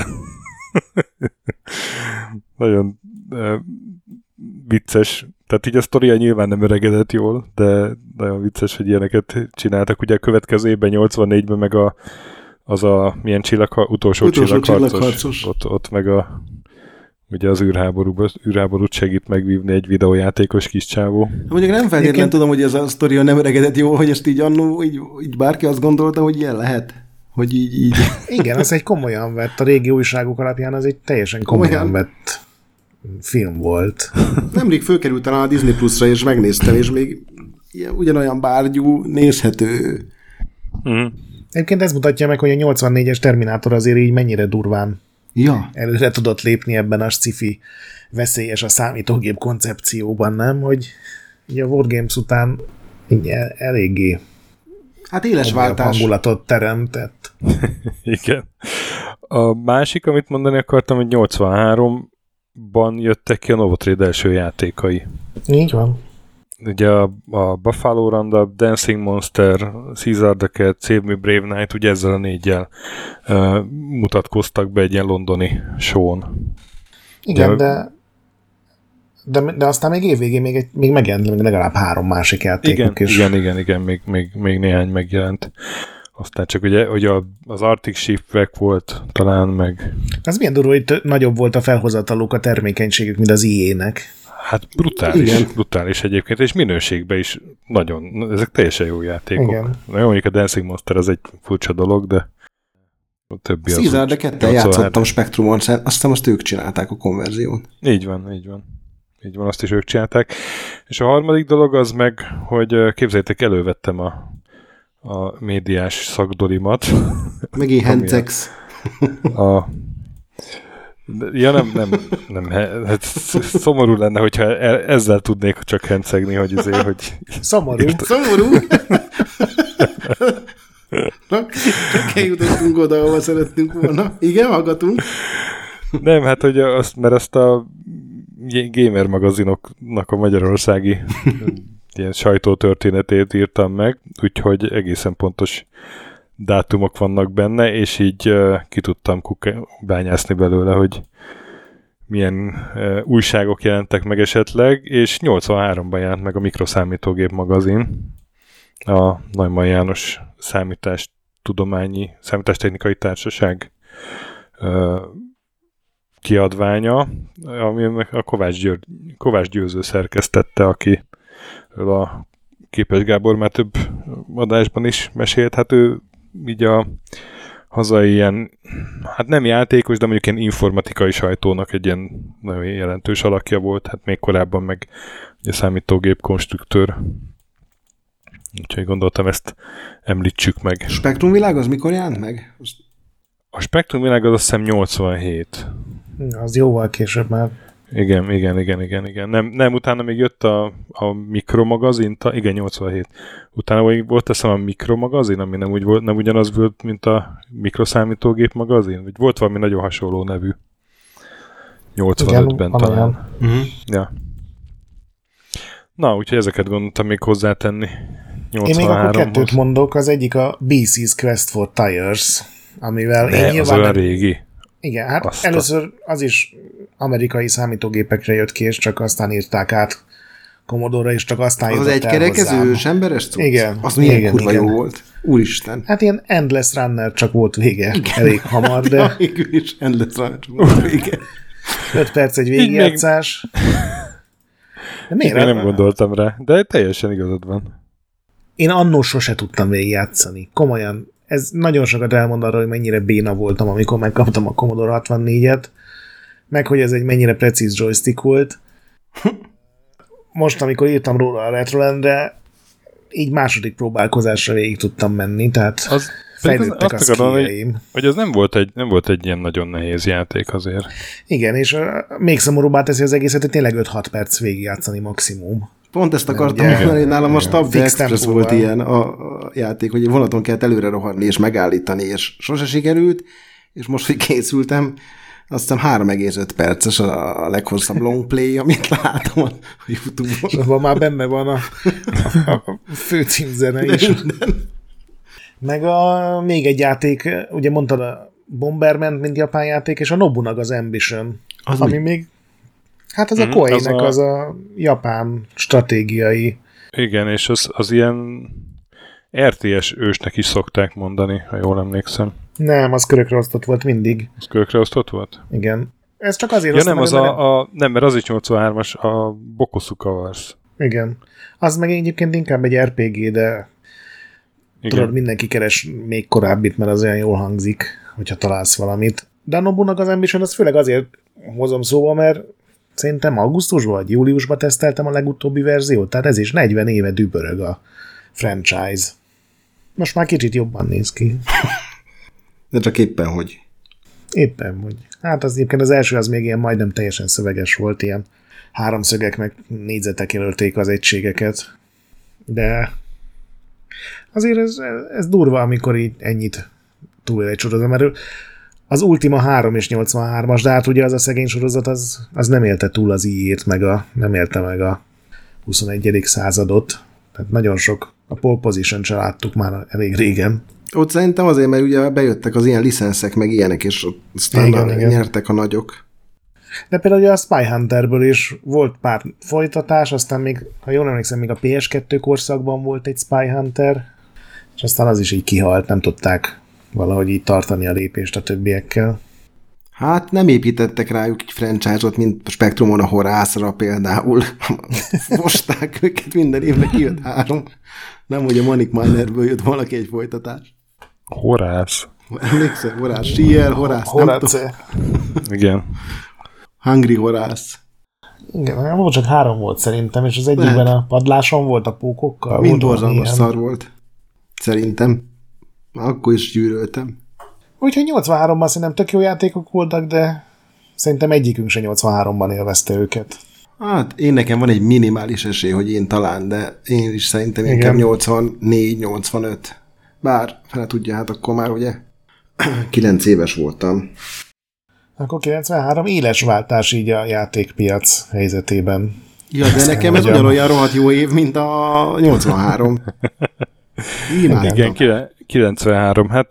Nagyon vicces. Tehát így a sztoria nyilván nem öregedett jól, de nagyon vicces, hogy ilyeneket csináltak. Ugye a következő évben, 84-ben meg milyen utolsó csillagharcos. Ott meg ugye az űrháborút segít megvívni egy videójátékos kis csávó. Mondjuk nem feltétlenül tudom, hogy ez a sztoria nem öregedett jól, hogy ezt így annó, így bárki azt gondolta, hogy ilyen lehet. Hogy így. Igen, ez egy komolyan vett. A régi újságok alapján az egy teljesen komolyan vett film volt. Nemrég fölkerült talán a Disney Plus-ra, és megnéztem, és még ugyanolyan bárgyú, nézhető. Egyébként ez mutatja meg, hogy a 84-es Terminátor azért így mennyire durván előre tudott lépni ebben a sci-fi veszélyes a számítógép koncepcióban, nem? Hogy ugye a Wargames után eléggé hát éles váltás hangulatot teremtett. Igen. A másik, amit mondani akartam, hogy 83-ban jöttek ki a Novotrade első játékai. Így van. Ugye a Buffalo Roundup, Dancing Monster, Caesar the Cat, Save Me Brave Knight, ugye ezzel a 4-jel mutatkoztak be egy ilyen londoni show-n. Igen, de aztán még évvégén még megjelent legalább 3 másik játékok is. Igen, még néhány megjelent. Aztán csak ugye az Arctic Shipwreck volt talán meg. Az milyen durva, hogy nagyobb volt a felhozataluk, a termékenységük, mint az IE-nek. Hát brutális egyébként, és minőségben is nagyon, ezek teljesen jó játékok. Igen. Na jó, mondjuk a Dancing Monster az egy furcsa dolog, de a többi az... Caesar, de kettel játszottam Spectrumon, aztán azt ők csinálták a konverziót. Így van, azt is ők csinálták. És a harmadik dolog az meg, hogy képzeljétek, elővettem a médiás szakdolimat. Megint hencex. Ja, nem, hát szomorú lenne, hogyha ezzel tudnék csak hencegni, hogy hogy... Szomorú. Na, csak eljutottunk oda, ahova szerettünk volna. Igen, hallgatunk. Nem, hát hogy mert azt a gamer magazinoknak a magyarországi ilyen sajtótörténetét írtam meg, úgyhogy egészen pontos dátumok vannak benne, és így ki tudtam bányászni belőle, hogy milyen újságok jelentek meg esetleg, és 83-ban jelent meg a Mikroszámítógép magazin, a Neumann János Számítástechnikai Társaság kiadványa, ami a Kovács Győző szerkesztette, aki a Képes Gábor már több adásban is mesélt, hát ő így a hazai ilyen, hát nem játékos, de mondjuk ilyen informatikai sajtónak egy ilyen nagyon jelentős alakja volt, hát még korábban meg ugye számítógép konstruktőr. Úgyhogy gondoltam, ezt említsük meg. A Spektrum Világ az mikor jelent meg? A Spektrum Világ az azt hiszem 87. Az jóval később már. Igen. Nem, utána még jött a Mikromagazin, igen, 87. Utána volt azt hiszem a Mikromagazin, ami nem ugyanaz volt, mint a Mikroszámítógép magazin? Vagy volt valami nagyon hasonló nevű. 85-ben talán. Ja. Na, úgyhogy ezeket gondoltam még hozzátenni. 83-hoz. Én még akkor 2 mondok, az egyik a BC's Quest for Tires, amivel én nyilván... az olyan régi. Igen, hát először az is amerikai számítógépekre jött ki, és csak aztán írták át Commodore-ra, és csak aztán jutott el hozzám. Az egykerekezős emberes cucc? Igen. Az milyen kurva jó volt. Úristen. Hát ilyen Endless Runner csak volt vége. Igen. Elég hamar, de... Végül is Endless Runner csak volt vége. 5 perc egy végigjátszás. De miért? Én nem gondoltam rá, de teljesen igazad van. Én annól sose tudtam végigjátszani. Komolyan. Ez nagyon sokat elmond arra, hogy mennyire béna voltam, amikor megkaptam a Commodore 64-et, meg hogy ez egy mennyire precíz joystick volt. Most, amikor írtam róla a Retrolendre, így második próbálkozásra végig tudtam menni, tehát fejlődtek a skilljeim. Hogy ez nem volt egy ilyen nagyon nehéz játék azért. Igen, és még szomorúbbá teszi az egészet, hogy tényleg 5-6 perc végigjátszani maximum. Pont ezt akartam mondani, hogy nálam a Stab Express volt ilyen a játék, hogy vonaton kellett előre rohanni és megállítani, és sose sikerült, és most, hogy készültem, azt hiszem 3,5 perces a leghosszabb longplay, amit látom a YouTube-on. Abban már benne van a főcímzene is. Meg még egy játék, ugye mondtad a Bomberman, mint japán játék, és a Nobunaga az Ambition, az ami még hát az a Koei-nek az a japán stratégiai. Igen, és az ilyen RTS ősnek is szokták mondani, ha jól emlékszem. Nem, az körökre osztott volt mindig. Az körökre osztott volt? Igen. Ez csak azért ja, nem, nem, mert az is 83-as, a Bokosuka Wars. Igen. Az meg egyébként inkább egy RPG, de igen. Tudod, mindenki keres még korábbit, mert az olyan jól hangzik, hogyha találsz valamit. De a Nobunaga az Ambition az főleg azért hozom szóba, mert szerintem augusztusban vagy júliusban teszteltem a legutóbbi verziót, tehát ez is 40 éve dübörög a franchise. Most már kicsit jobban néz ki. De csak éppen hogy. Éppen hogy. Hát az egyébként az első az még ilyen majdnem teljesen szöveges volt, ilyen háromszögek meg négyzetek jelölték az egységeket. De azért ez durva, amikor így ennyit túlél egy sorozat, mert az Ultima 3 és 83-as, de hát ugye az a szegény sorozat, az nem élte túl az i-ét, nem élte meg a 21. századot. Tehát nagyon sok, a pole position se láttuk már elég régen. Ott szerintem azért, mert ugye bejöttek az ilyen licenszek, meg ilyenek, és aztán igen. Nyertek a nagyok. De például ugye a Spy Hunterből is volt pár folytatás, aztán még, ha jól emlékszem, még a PS2 korszakban volt egy Spy Hunter, és aztán az is így kihalt, nem tudták valahogy így tartani a lépést a többiekkel. Hát nem építettek rájuk egy franchise-ot, mint a Spectrumon a Horászra például. Mosták őket, minden évben kijött 3. Nem, hogy a Manic Minerből jött valaki egy folytatás. Horász. Emlékszel? Horász. Sier, Horász. Igen. Hungry Horász. Igen, volt csak 3 volt szerintem, és az egyikben a padláson volt a pókokkal. Mind borzalmas szar volt. Szerintem. Akkor is gyűröltem. Úgyhogy 83-ban szerintem tök jó játékok voltak, de szerintem egyikünk se 83-ban élvezte őket. Hát én nekem van egy minimális esély, hogy én talán, de én is szerintem inkább 84-85. Bár, fele tudja, hát akkor már ugye 9 éves voltam. Akkor 93 éles váltás így a játékpiac helyzetében. Ja, de nekem ez ugyanolyan rohadt jó év, mint a 83. Igen, 93. Hát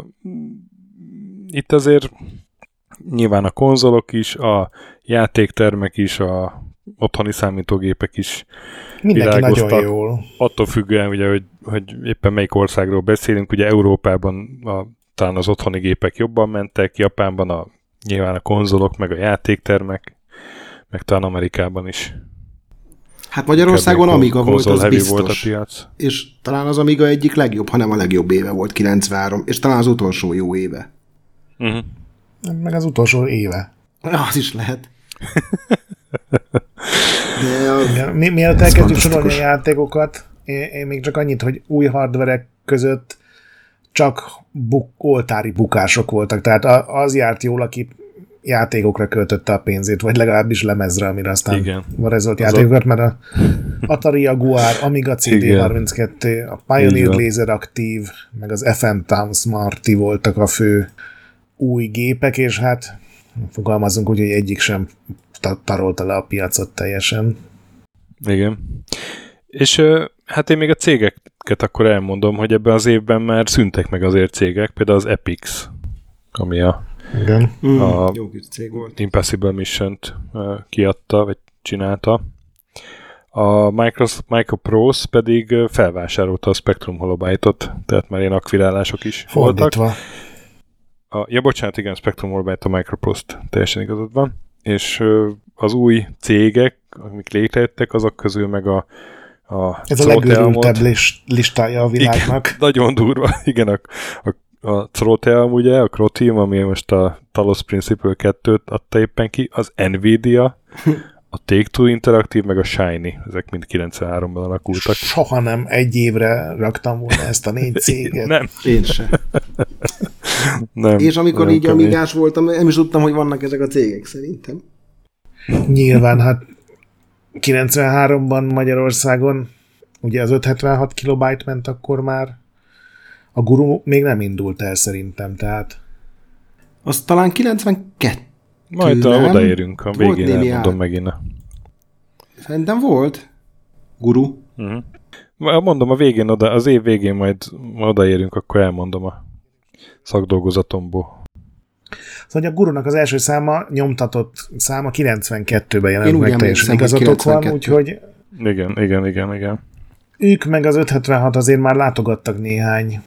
itt azért nyilván a konzolok is, a játéktermek is, a otthoni számítógépek is mindenki nagyon jól. Attól függően, ugye, hogy éppen melyik országról beszélünk, ugye Európában talán az otthoni gépek jobban mentek, Japánban nyilván a konzolok, meg a játéktermek, meg talán Amerikában is. Hát Magyarországon Amiga volt, az biztos. Volt a piac. És talán az Amiga egyik legjobb, hanem a legjobb éve volt 93, és talán az utolsó jó éve. Uh-huh. Meg az utolsó éve. Az is lehet. Mielőtt elkezdjük sorolni a játékokat, én még csak annyit, hogy új hardverek között csak oltári bukások voltak, tehát az járt jól, aki játékokra költötte a pénzét, vagy legalábbis lemezre, amire aztán varezolt játékokat, mert a Atari Jaguar, Amiga CD32, a Pioneer Laser Active, meg az FM Town Smarty voltak a fő új gépek, és hát fogalmazunk úgy, hogy egyik sem tarolta le a piacot teljesen. Igen. És hát én még a cégeket akkor elmondom, hogy ebben az évben már szűntek meg azért cégek, például az Epix, ami a jó kis cég volt. Impossible Mission-t kiadta, vagy csinálta. A Microprose pedig felvásárolta a Spectrum Holobyte-ot, tehát már ilyen akvirálások is voltak. Bocsánat, igen, Spectrum Holobyte a Microprose-t, teljesen igazad van. És az új cégek, amik létrejöttek, azok közül meg ez a legőrültebb listája a világnak. Igen, nagyon durva. Igen, a Troteum, ugye, a Crotium, ami most a Talos Principle 2-t adta éppen ki, az Nvidia, a Take-Two Interactive, meg a Shiny. Ezek mind 93-ban alakultak. Soha nem egy évre raktam volna ezt a 4 céget. Nem. Én sem. Nem. És amikor így amigás voltam, nem is tudtam, hogy vannak ezek a cégek szerintem. Nyilván, hát 93-ban Magyarországon ugye az 576 kilobyte ment akkor már. A Guru még nem indult el szerintem, tehát... Az talán 92. Majd odaérünk, a végén elmondom megint. Szerintem volt. Guru. Uh-huh. Mondom, a végén az év végén majd odaérünk, akkor elmondom a szakdolgozatomból. Szóval a Gurunak az első száma, nyomtatott száma 92-ben jelent meg, teljesen igazatok van, úgyhogy... Igen. Ők meg az 576 azért már látogattak néhány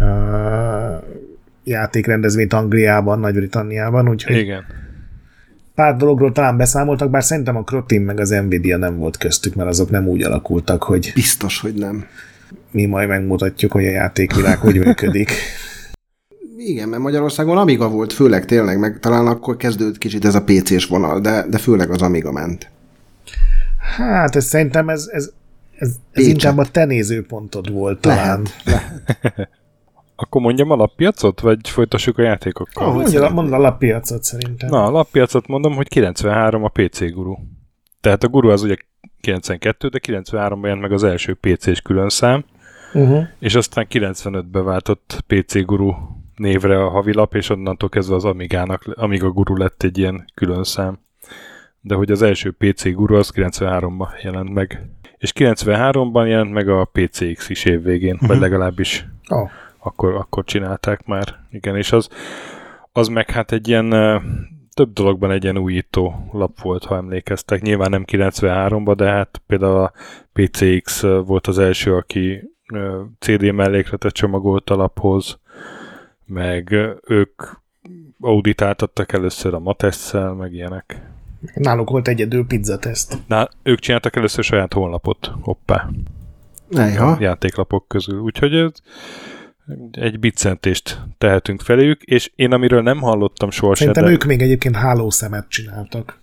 játékrendezvényt Angliában, Nagy-Britanniában, úgyhogy igen. Pár dologról talán beszámoltak, bár szerintem a Croteam meg az Nvidia nem volt köztük, mert azok nem úgy alakultak, hogy... Biztos, hogy nem. Mi majd megmutatjuk, hogy a játékvilág hogy működik. Igen, mert Magyarországon Amiga volt főleg tényleg, meg talán akkor kezdődött kicsit ez a PC-s vonal, de főleg az Amiga ment. Hát ez szerintem ez inkább a te nézőpontod volt talán. Lehet. Akkor mondjam alappiacot, vagy folytassuk a játékokkal? Mondd a alappiacot szerintem. Na, a alappiacot mondom, hogy 93 a PC Guru. Tehát a Guru az ugye 92, de 93-ban jelent meg az első PC-s különszám, és aztán 95-ben váltott PC Guru névre a havilap, és onnantól kezdve az Amiga Guru lett egy ilyen különszám. De hogy az első PC Guru az 93-ban jelent meg. És 93-ban jelent meg a PCX is évvégén, vagy legalábbis akkor csinálták már. Igen, és az meg hát egy ilyen több dologban egy ilyen újító lap volt, ha emlékeztek. Nyilván nem 93-ban, de hát például a PCX volt az első, aki CD mellékletet csomagolt a laphoz, meg ők auditáltattak először a Matesszel, meg ilyenek. Náluk volt egyedül pizzateszt. Ők csináltak először saját honlapot, hoppá. A játéklapok közül. Úgyhogy ez egy biccentést tehetünk feléjük, és én amiről nem hallottam sohasem. Szerintem ők még egyébként hálószemet csináltak.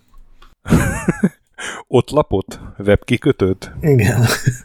Ott lapot? Webkikötőt? Igen.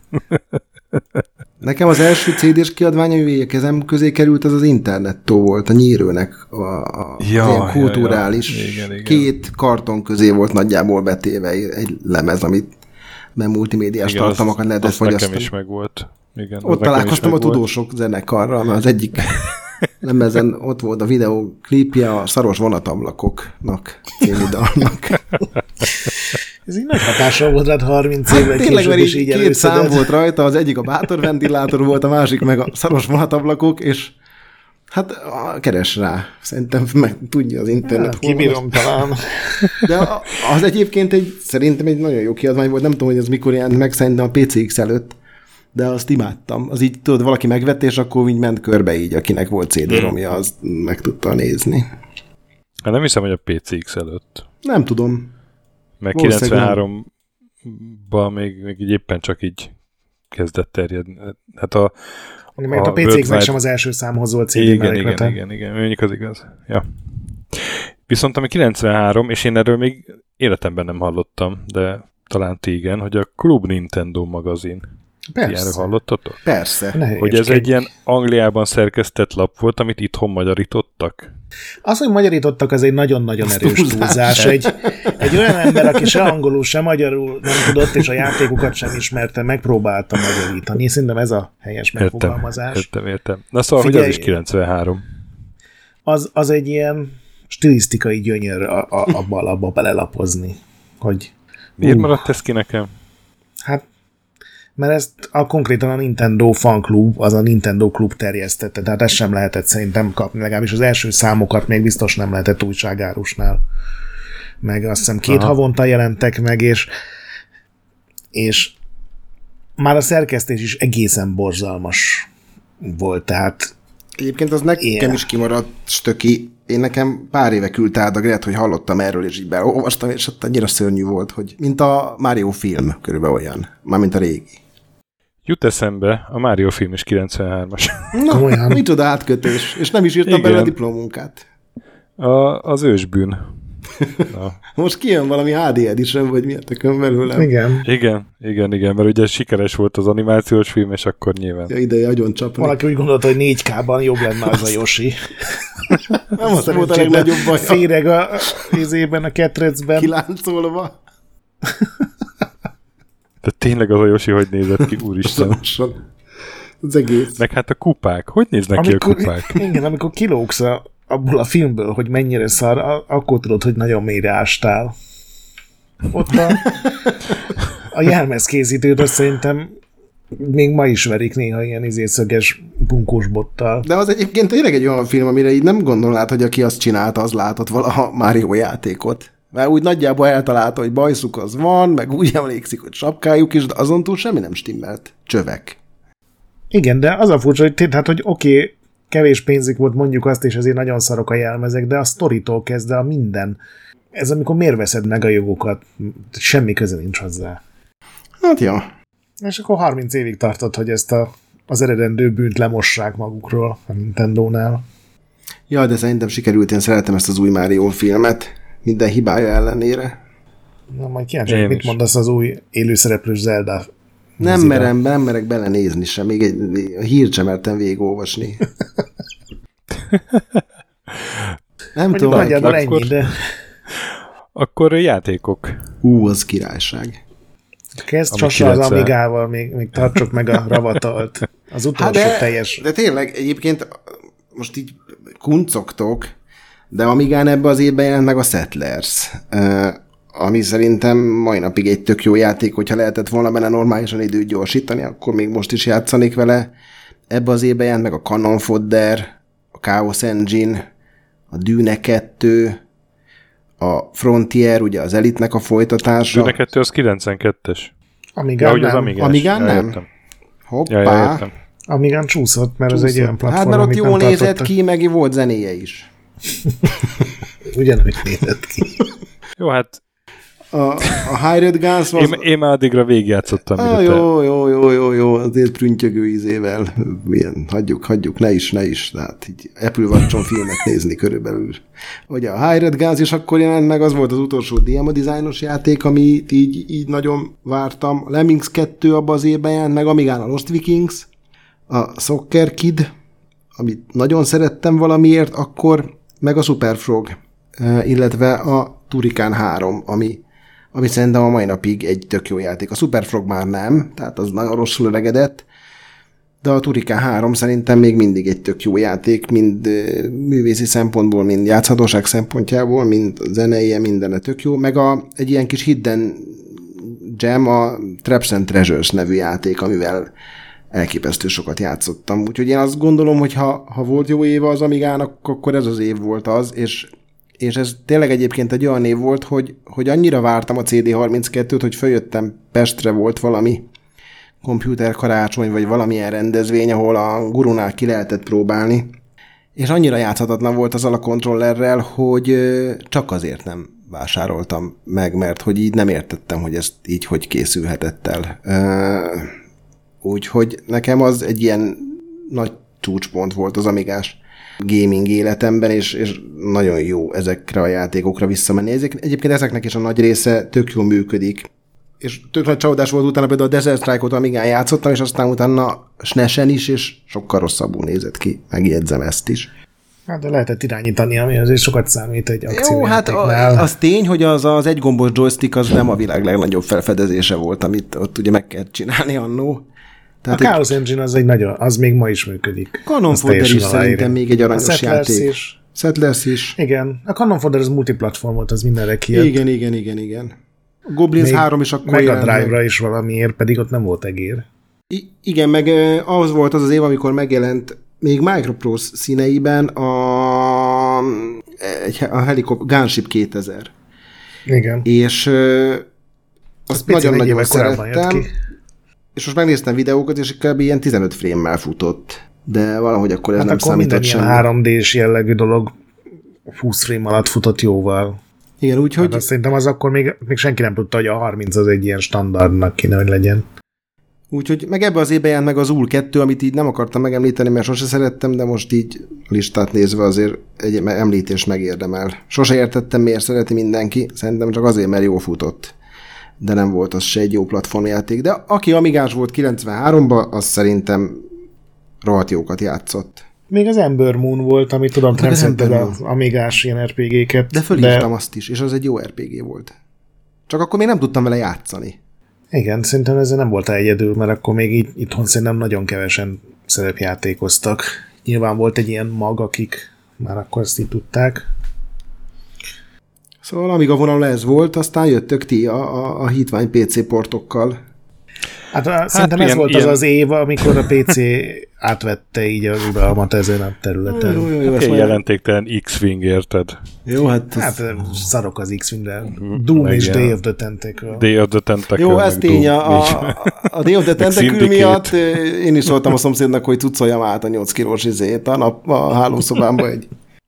Nekem az első CD-s kiadvány, ami a kezem közé került, az Internettó volt, a Nyírőnek ilyen kulturális. Igen. 2 karton közé volt nagyjából betéve egy lemez, amit multimédiás tartalmakat lehetett fogyasztani. Nekem is meg volt. Igen, ott találkoztam a Tudósok zenekarral, mert az egyik lemezen ott volt a videóklipje a Szaros vonatablakoknak című dalnak. Ez így nagy hatással volt rád 30 évvel később is így előszedett. 2 szám volt rajta, az egyik a bátorventilátor volt, a másik meg a szaros vonatablakok, és hát keres rá. Szerintem meg tudja az internet. Kibírom talán. De az egyébként szerintem egy nagyon jó kiadvány volt, nem tudom, hogy ez mikor jelent meg, szerintem a PCX előtt, de azt imádtam. Az így, tudod, valaki megvette, és akkor így ment körbe így, akinek volt CD-romja, az meg tudta nézni. Hát nem hiszem, hogy a PCX előtt. Nem tudom. Meg 93-ban még így éppen csak így kezdett terjedni. Hát mert a PCX-nek sem az első számhoz volt CD melléklete. Igen, mondjuk az igaz. Ja. Viszont ami 93, és én erről még életemben nem hallottam, de talán ti igen, hogy a Club Nintendo magazin. Persze. Ilyenről hallottatok? Persze. Hogy ez egy ilyen Angliában szerkesztett lap volt, amit itthon magyarítottak? Az, hogy magyarítottak, az egy nagyon-nagyon erős túlzás. Egy olyan ember, aki se angolul, se magyarul nem tudott, és a játékokat sem ismerte, megpróbálta magyarítani. Szerintem ez a helyes megfogalmazás. Értem. Na szóval, figyelj, hogy az is 93. Az egy ilyen stilisztikai gyönyör abba belelapozni. Hogy miért maradt ez ki nekem? Hát mert ezt konkrétan a Nintendo Fan Club, az a Nintendo Club terjesztette, tehát ezt sem lehetett szerintem kapni, legalábbis az első számokat még biztos nem lehetett újságárusnál. Meg azt hiszem 2 havonta jelentek meg, és már a szerkesztés is egészen borzalmas volt, tehát egyébként az nekem is kimaradt stöki. Én nekem pár éve küldte át a Gret, hogy hallottam erről, és így beolvastam, és ott annyira szörnyű volt, hogy mint a Mario film, körülbelül olyan, mármint a régi. Jut eszembe, a Mario film is 93-as. Na, micsoda átkötés, és nem is írtam belőle a diplomunkát. Az ősbűn. Most kijön valami HD edition, vagy miért tökön belőle. Igen, mert ugye sikeres volt az animációs film, és akkor nyilván. Ja, ideje agyon csapni. Valaki úgy gondolta, hogy 4K-ban jobb lenne az a Yoshi. Nem azt volt a legnagyobb baj. Féreg a izében, a ketrecben. Kiláncolva. De tényleg az a Yoshi, hogy nézett ki, úristen. Az egész. Meg hát a kupák. Hogy néznek ki a kupák? Igen, amikor kilógsz abból a filmből, hogy mennyire szar, akkor tudod, hogy nagyon mélyre ástál. Ott a jelmezkészítőt szerintem még ma is verik néha ilyen szöges bunkós bottal. De az egyébként tényleg egy olyan film, amire így nem gondolnád, hogy aki azt csinálta, az látott valaha Mario játékot. Mert úgy nagyjából eltalálta, hogy bajszuk az van, meg úgy emlékszik, hogy sapkájuk is, de azon túl semmi nem stimmelt. Csövek. Igen, de az a furcsa, hogy oké, kevés pénzük volt, mondjuk azt, és ezért nagyon szarok a jelmezek, de a sztoritól kezdve a minden. Ez amikor miért veszed meg a jogokat? Semmi köze nincs hozzá. Hát ja. És akkor 30 évig tartott, hogy ezt az eredendő bűnt lemossák magukról a Nintendónál. Ja, de szerintem sikerült, én szeretem ezt az új Mario filmet, minden hibája ellenére. Na, majd kíváncsi, mit mondasz az új élőszereplős Zelda? Nem merek belenézni sem, még egy hírt sem mertem végigolvasni. Nem mondjuk tudom. nagyjából ennyi, de... Akkor játékok. Az királyság. Kezd Sasa az Amigával, még tartsuk meg a ravatalt. Az utolsó teljes... De tényleg, egyébként most így kuncogtok, de Amigán ebbe az évben jelent meg a Settlers, ami szerintem mai napig egy tök jó játék, hogyha lehetett volna benne normálisan időt gyorsítani, akkor még most is játszanék vele. Ebbe az évben jelent meg a Cannon Fodder, a Chaos Engine, a Dune 2, a Frontier, ugye az Elite-nek a folytatása. Dune 2 az 92-es. Amigán nem. Amigán nem? Hoppá! Amigán csúszott, mert az egy olyan platform, hát mert ott jól nézett ki, meg volt zenéje is. Ugyanúgy nézett ki. Jó, hát a Hired Guns was... Én már addigra végigjátszottam. Jó, azért prüntjögő ízével. Milyen, hagyjuk, ne is. Tehát így Apple Watch-on filmet nézni körülbelül. Ugye a Hired Guns is akkor jelent meg, az volt az utolsó Diema dizájnos játék, amit így nagyon vártam. A Lemmings 2 abban az évben jelent meg, Amigán a Lost Vikings, a Soccer Kid, amit nagyon szerettem valamiért, akkor meg a Super Frog, illetve a Turrican 3, ami szerintem a mai napig egy tök jó játék. A Super Frog már nem, tehát az nagyon rosszul öregedett, de a Turrican 3 szerintem még mindig egy tök jó játék, mind művészi szempontból, mind játszhatóság szempontjából, mind zeneje, mindene tök jó, meg egy ilyen kis hidden gem, a Traps and Treasures nevű játék, amivel elképesztő sokat játszottam. Úgyhogy én azt gondolom, hogy ha volt jó éve az Amigának, akkor ez az év volt az, és ez tényleg egyébként egy olyan év volt, hogy annyira vártam a CD32-t, hogy följöttem Pestre, volt valami komputerkarácsony, vagy valamilyen rendezvény, ahol a gurunál ki lehetett próbálni, és annyira játszhatatlan volt az kontrollerrel, hogy csak azért nem vásároltam meg, mert hogy így nem értettem, hogy ezt így hogy készülhetett el. Úgyhogy nekem az egy ilyen nagy csúcspont volt az Amigás gaming életemben, és nagyon jó ezekre a játékokra visszamenni. Egyébként ezeknek is a nagy része tök jól működik. És tök nagy csalódás volt utána például a Desert Strike-ot Amigán játszottam, és aztán utána SNES-en is, és sokkal rosszabbul nézett ki. Megjegyzem ezt is. Hát de lehetett irányítani, ami azért sokat számít egy akciójátéknál. Jó, hát az tény, hogy az egygombos joystick az nem a világ legnagyobb felfedezése volt, amit ott ugye meg kell csinálni annó. Tehát a Chaos Engine az az még ma is működik. Cannon Fodder is szerintem még egy aranyos játék. Settlers is. Igen, a Cannon Fodder az multiplatform volt, az mindenre kijött. Igen. A Goblins még 3 is akkor Mega Drive-ra is valamiért, pedig ott nem volt egér. Igen, meg az volt az év, amikor megjelent még Microprose színeiben a Gunship 2000. Igen. És azt nagyon-nagyon szerettem. És most megnéztem videókat, és kb. Ilyen 15 frame-mel futott. De valahogy akkor ez hát nem akkor számított semmi. Hát akkor minden ilyen 3D-s jellegű dolog 20 frame alatt futott jóval. Igen, úgyhogy... Hát szerintem az akkor még senki nem tudta, hogy a 30 az egy ilyen standardnak kéne, hogy legyen. Úgyhogy meg ebbe az évben jelent meg az UL 2, amit így nem akartam megemlíteni, mert sose szerettem, de most így a listát nézve azért egy említést megérdemel. Sose értettem, miért szereti mindenki, szerintem csak azért, mert jól futott. De nem volt az se egy jó platformjáték. De aki Amigás volt 93-ban, az szerintem rohadt jókat játszott. Még az Ember Moon volt, amit tudom, transzentted az Amigás ilyen RPG-ket. De fölírtam azt is, és az egy jó RPG volt. Csak akkor még nem tudtam vele játszani. Igen, szerintem ezzel nem voltál egyedül, mert akkor még itthon szerintem nagyon kevesen szerepjátékoztak. Nyilván volt egy ilyen mag, akik már akkor ezt így tudták. Szóval Amiga vonalon ez volt, aztán jöttök ti a hitvány PC portokkal. Hát szerintem ez volt az év, amikor a PC átvette így az uralmat ezen a területen. Jó, jelentéktelen X-Wing, érted? Jó, hát szarok az X-Wing-re. Doom és Day of the Tentacle. Day of the Tentacle. Jó, ez tény. A Day of the Tentacle miatt én is szóltam a szomszédnak, hogy cuccoljam át a 8 kilós izét a hálószobámba egy.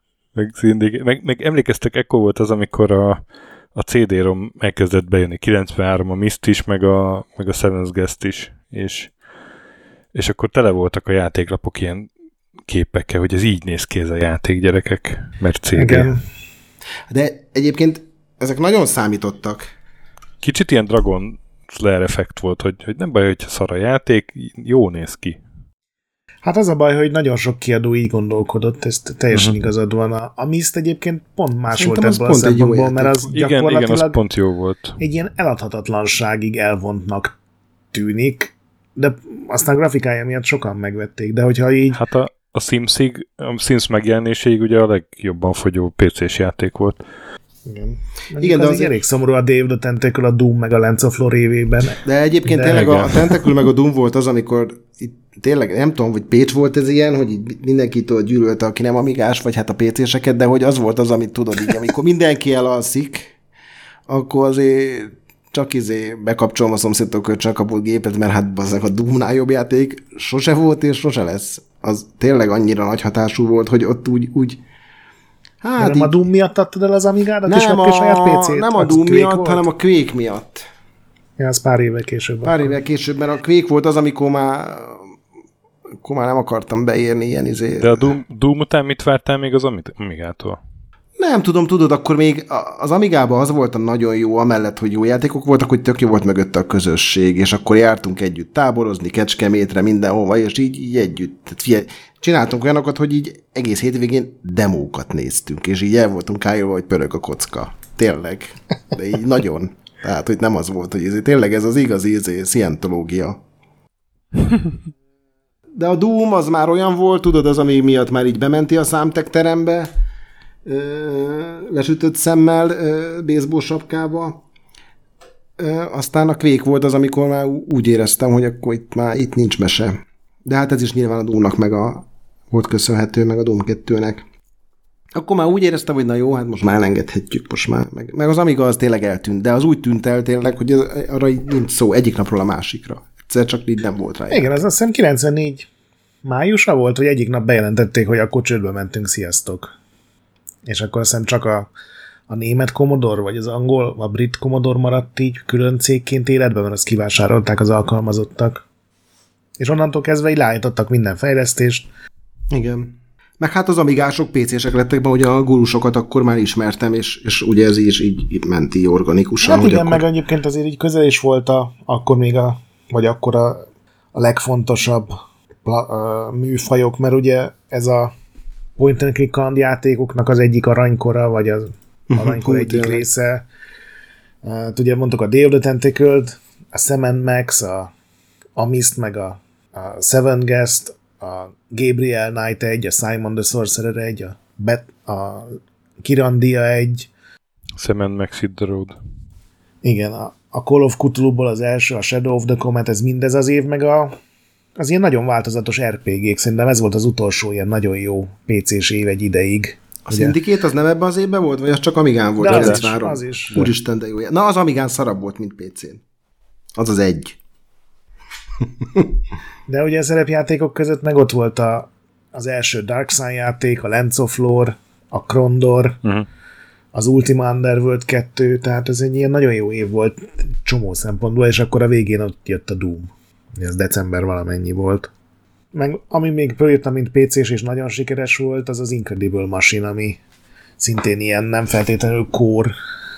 Meg emlékeztek, ekkor volt az, amikor a CD-rom elkezdett bejönni, 93 a Myst is, meg a Seven's Guest is, és akkor tele voltak a játéklapok ilyen képekkel, hogy ez így néz ki ez a játék, gyerekek, mert CD. Igen. De egyébként ezek nagyon számítottak. Kicsit ilyen Dragon Slayer effekt volt, hogy nem baj, hogyha szar a játék, jó néz ki. Hát az a baj, hogy nagyon sok kiadó így gondolkodott, ez teljesen igazad van. A Myst egyébként pont más Szerintem volt az ebből a pont egy jó szempontból, mert az Igen, gyakorlatilag az pont jó volt. egy ilyen eladhatatlanságig elvontnak tűnik, de aztán grafikája miatt sokan megvették, de hogyha így... Hát a Sims megjelenéséig ugye a legjobban fogyó PC-s játék volt. Igen, de az elég szomorú a Dave the Tentacle, a Doom meg a Lance of Lore évében. De egyébként tényleg a Tentacle meg a Doom volt az, amikor itt tényleg nem tudom, hogy Pécs volt ez ilyen, hogy így mindenkitől gyűlölte, aki nem amigás, vagy hát a PC-seket, de hogy az volt az, amit tudod így, amikor mindenki elalszik, akkor azért csak bekapcsolom a szomszédtól kölcsön kapott gépet, mert hát bazzak a Doomnál jobb játék sose volt és sose lesz. Az tényleg annyira nagy hatású volt, hogy ott úgy hát nem a Doom miatt adtad el az Amigádat, és a saját PC-t? Nem a Doom miatt, hanem a Quake miatt. Ja, az pár évvel később. Pár évvel később, mert a Quake volt az, amikor már nem akartam beérni ilyen De a Doom után mit vártál még az Amigától? Nem tudom, tudod, akkor még az Amigában az volt a nagyon jó, amellett, hogy jó játékok voltak, hogy tök jó volt mögötte a közösség, és akkor jártunk együtt táborozni, Kecskemétre, mindenhova, és így együtt. Tehát figyelj, csináltunk olyanokat, hogy így egész hétvégén demókat néztünk, és így el voltunk kájolva, hogy pörög a kocka. Tényleg. De így nagyon. Tehát, hogy nem az volt, hogy tényleg ez az igazi scientológia. De a Doom az már olyan volt, tudod, az, ami miatt már így bementi a számtek terembe, lesütött szemmel, baseball sapkába. Aztán a Quake volt az, amikor már úgy éreztem, hogy akkor itt nincs mese. De hát ez is nyilván a Doomnak volt köszönhető, meg a Doom 2-nek. Akkor már úgy éreztem, hogy na jó, hát most már elengedhetjük, most már. Meg az Amiga az tényleg eltűnt, de az úgy tűnt el tényleg, hogy arra így nincs szó egyik napról a másikra. Egyszer csak így nem volt rá. Igen, az azt hiszem 94 májusa volt, hogy egyik nap bejelentették, hogy akkor csődbe mentünk, sziasztok. És akkor azt hiszem csak a német Commodore, vagy az angol, a brit Commodore maradt így külön cégként életben, mert azt kivásárolták az alkalmazottak. És onnantól kezdve így leállítottak minden fejlesztést. Igen. Meg hát az amigások PC-sek lettek be, hogy a gurusokat akkor már ismertem, és ugye ez így ment így organikusan. Hát igen, akkor... meg egyébként azért így közel is volt akkor a legfontosabb műfajok, mert ugye ez a point and click kaland játékoknak az egyik aranykora, vagy az aranykor egyik része. Ugye mondtuk a Day of the Tentacle-t, a Sam & Max, a Myst, meg a Seven Guest, a Gabriel Knight 1, a Simon the Sorcerer 1, a Kirandia 1. Sam & Max Hit the Road. Igen, a Call of Cthulhu-ból az első, a Shadow of the Comet, ez mindez az év, meg az ilyen nagyon változatos RPG-k, szerintem ez volt az utolsó ilyen nagyon jó PC-s év egy ideig. A Syndicate az nem ebben az évben volt, vagy az csak Amigán volt? De az is. Úristen, de jó. Na, az Amigán szarabb volt, mint PC-n. Az egy. De ugye a szerepjátékok között meg ott volt az első Dark Sun játék, a Lance of Lore, a Krondor, az Ultima Underworld 2, tehát ez egy ilyen nagyon jó év volt csomó szempontból, és akkor a végén ott jött a Doom. Ez december valamennyi volt. Meg ami még fölírtam, mint PC-s és nagyon sikeres volt, az Incredible Machine, ami szintén ilyen nem feltétlenül core.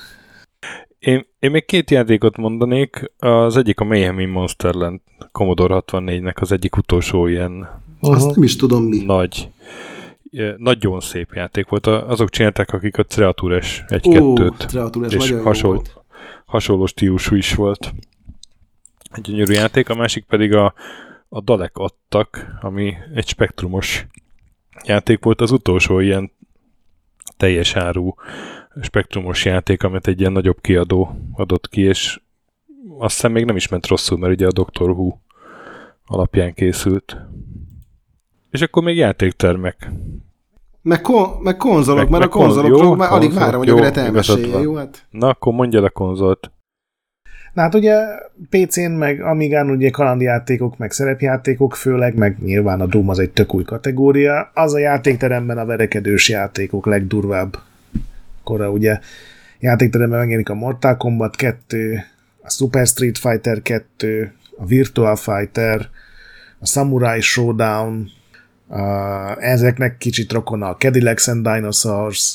Én még két játékot mondanék. Az egyik a Mayhem in Monsterland Commodore 64-nek az egyik utolsó ilyen azt nem is tudom mi. Nagyon szép játék volt. Azok csinálták, akik a Creatures 1-2-t. És hasonló stílusú is volt. Egy gyönyörű játék, a másik pedig a Dalek adtak, ami egy spektrumos játék volt, az utolsó ilyen teljes áru spektrumos játék, amit egy ilyen nagyobb kiadó adott ki, és azt hiszem még nem is ment rosszul, mert ugye a Doctor Who alapján készült. És akkor még játéktermek. Meg konzolok, mert a konzolokról már alig várom, hogy őket elmesélje, jó? Hát. Na, akkor mondjad a konzolt. Na hát ugye PC-n, meg Amigán ugye kalandjátékok, meg szerepjátékok főleg, meg nyilván a Doom az egy tök új kategória. Az a játékteremben a verekedős játékok legdurvább kora, ugye játékteremben megjelenik a Mortal Kombat 2, a Super Street Fighter 2, a Virtua Fighter, a Samurai Showdown, Ezeknek kicsit rokona a Cadillacs and Dinosaurs,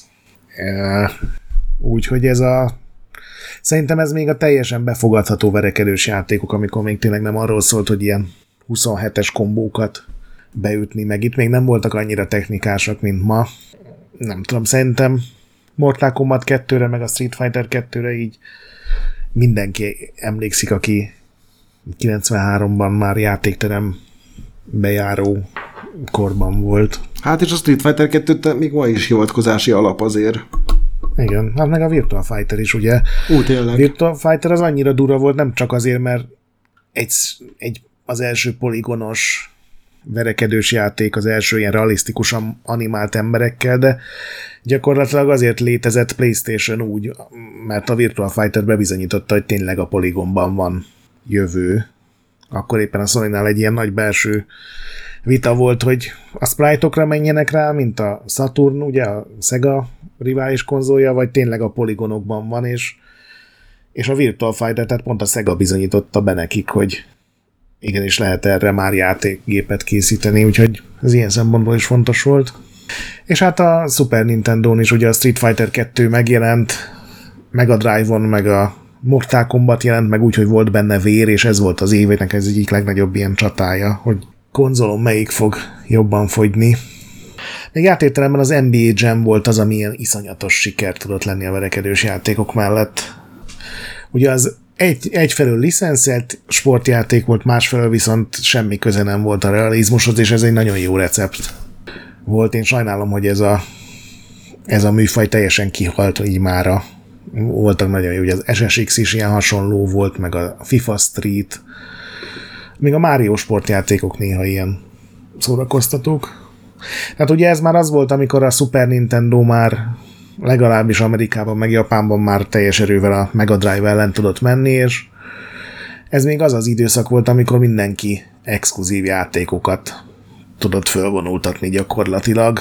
úgyhogy szerintem ez még a teljesen befogadható verekedős játékok, amikor még tényleg nem arról szólt, hogy ilyen 27-es kombókat beütni, meg itt még nem voltak annyira technikásak, mint ma. Nem tudom, szerintem Mortal Kombat 2-re, meg a Street Fighter 2-re így mindenki emlékszik, aki 93-ban már játékterem bejáró korban volt. Hát és a Street Fighter 2 még ma is hivatkozási alap azért. Igen, hát meg a Virtua Fighter is, ugye? Tényleg. Virtua Fighter az annyira durva volt, nem csak azért, mert az első poligonos verekedős játék, az első ilyen realisztikusan animált emberekkel, de gyakorlatilag azért létezett PlayStation úgy, mert a Virtua Fighter bebizonyította, hogy tényleg a poligonban van jövő. Akkor éppen a Sony-nál egy ilyen nagy belső vita volt, hogy a sprite-okra menjenek rá, mint a Saturn, ugye a Sega rivális konzolja, vagy tényleg a poligonokban van, és a Virtua Fighter, tehát pont a Sega bizonyította be nekik, hogy igenis lehet erre már játékgépet készíteni, úgyhogy ez ilyen szempontból is fontos volt. És hát a Super Nintendón is ugye a Street Fighter 2 megjelent, Mega Drive-on, meg a Mortal Kombat jelent meg úgy, hogy volt benne vér, és ez volt az évének ez egyik legnagyobb ilyen csatája, hogy konzolon melyik fog jobban fogyni. Még játékteremben az NBA Jam volt az, ami ilyen iszonyatos siker tudott lenni a verekedős játékok mellett. Ugye az egyfelől licenszelt sportjáték volt, másfelől viszont semmi köze nem volt a realizmushoz, és ez egy nagyon jó recept volt. Én sajnálom, hogy ez a műfaj teljesen kihalt így mára. Voltak nagyon jó, ugye az SSX is ilyen hasonló volt, meg a FIFA Street, még a Mario sportjátékok néha ilyen szórakoztatók. Tehát ugye ez már az volt, amikor a Super Nintendo már legalábbis Amerikában, meg Japánban már teljes erővel a Mega Drive ellen tudott menni, és ez még az az időszak volt, amikor mindenki exkluzív játékokat tudott fölvonultatni gyakorlatilag.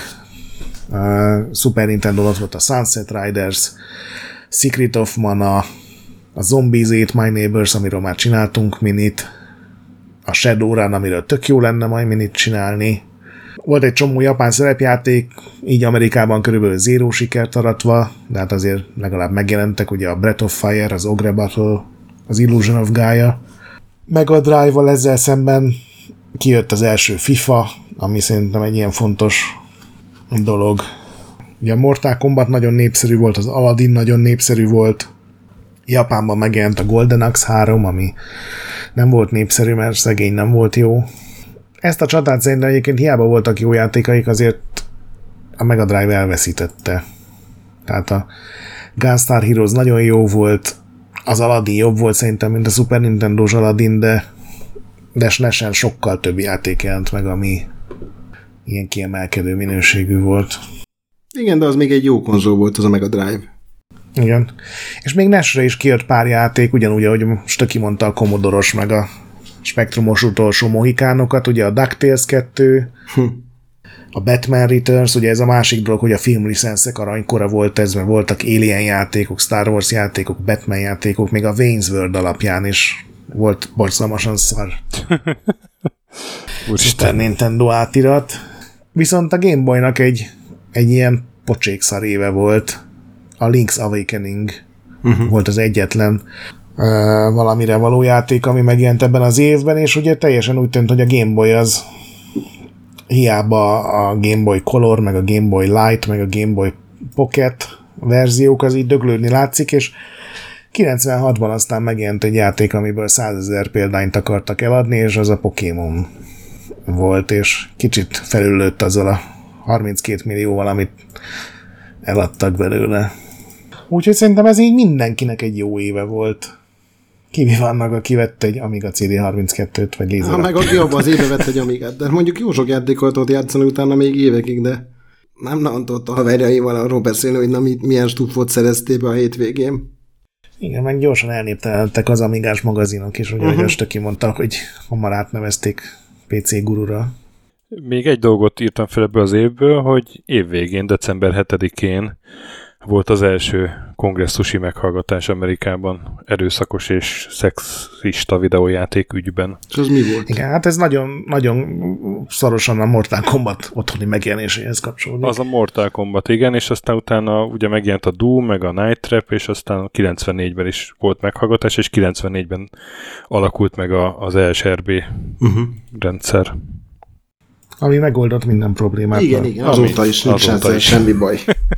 Super Nintendo ott volt a Sunset Riders, Secret of Mana, a Zombies Ate My Neighbors, amiről már csináltunk minit, a Shadowrun, amiről tök jó lenne majd minit csinálni. Volt egy csomó japán szerepjáték, így Amerikában körülbelül 0 sikert aratva, de hát azért legalább megjelentek, ugye a Breath of Fire, az Ogre Battle, az Illusion of Gaia. Mega Drive-val ezzel szemben kijött az első FIFA, ami szerintem egy ilyen fontos dolog. Ugye a Mortal Kombat nagyon népszerű volt, az Aladdin nagyon népszerű volt, Japánban megjelent a Golden Axe 3, ami nem volt népszerű, mert szegény nem volt jó. Ezt a csatát szerintem egyébként hiába voltak jó játékaik, azért a Mega Drive elveszítette. Tehát a Gunstar Heroes nagyon jó volt, az Aladdin jobb volt szerintem, mint a Super Nintendo-s Aladdin, de SNES-en sokkal több játék jelent meg, ami ilyen kiemelkedő minőségű volt. Igen, de az még egy jó konzol volt, az a Mega Drive. Igen. És még NES-re is kijött pár játék, ugyanúgy, ahogy Stöki mondta, a Commodore-os, meg a Spectrumos utolsó mohikánokat, ugye a DuckTales 2, a Batman Returns, ugye ez a másik dolog, hogy a filmlicenszek aranykora volt ez, mert voltak Alien játékok, Star Wars játékok, Batman játékok, még a Wayne's World alapján is volt borzalmasan szar. Super Nintendo átirat. Viszont a Game Boy-nak egy ilyen pocsékszar éve volt. A Link's Awakening volt az egyetlen valamire való játék, ami megjelent ebben az évben, és ugye teljesen úgy tűnt, hogy a Game Boy az hiába a Game Boy Color, meg a Game Boy Light, meg a Game Boy Pocket verziók az így döglődni látszik, és 96-ban aztán megjelent egy játék, amiből 100 000 példányt akartak eladni, és az a Pokémon volt, és kicsit felüllőtt azzal a 32 millióval, amit eladtak belőle. Úgyhogy szerintem ez így mindenkinek egy jó éve volt. Kivi vannak, aki vett egy Amiga CD32-t, vagy Laser. Meg aki abban az éve vett egy Amigát, de mondjuk jó sok játékot ott játszani utána még évekig, de nem tudott a haverjaival arról beszélni, hogy na milyen stufot szereztél be a hétvégén. Igen, meg gyorsan elnéptelenedtek az Amigás magazinok is, ugye, hogy Stöki mondta, hogy hamar átnevezték PC gurura. Még egy dolgot írtam fel ebből az évből, hogy évvégén, december 7-én volt az első kongresszusi meghallgatás Amerikában erőszakos és szexista videójáték ügyben. És az mi volt? Igen, hát ez nagyon, nagyon szorosan a Mortal Kombat otthoni megjelenéséhez kapcsolódik. Az a Mortal Kombat, igen, és aztán utána ugye megjelent a Doom, meg a Night Trap, és aztán 94-ben is volt meghallgatás, és 94-ben alakult meg az ESRB rendszer. Ami megoldott minden problémát. Igen, azóta is nincs ezzel semmi baj.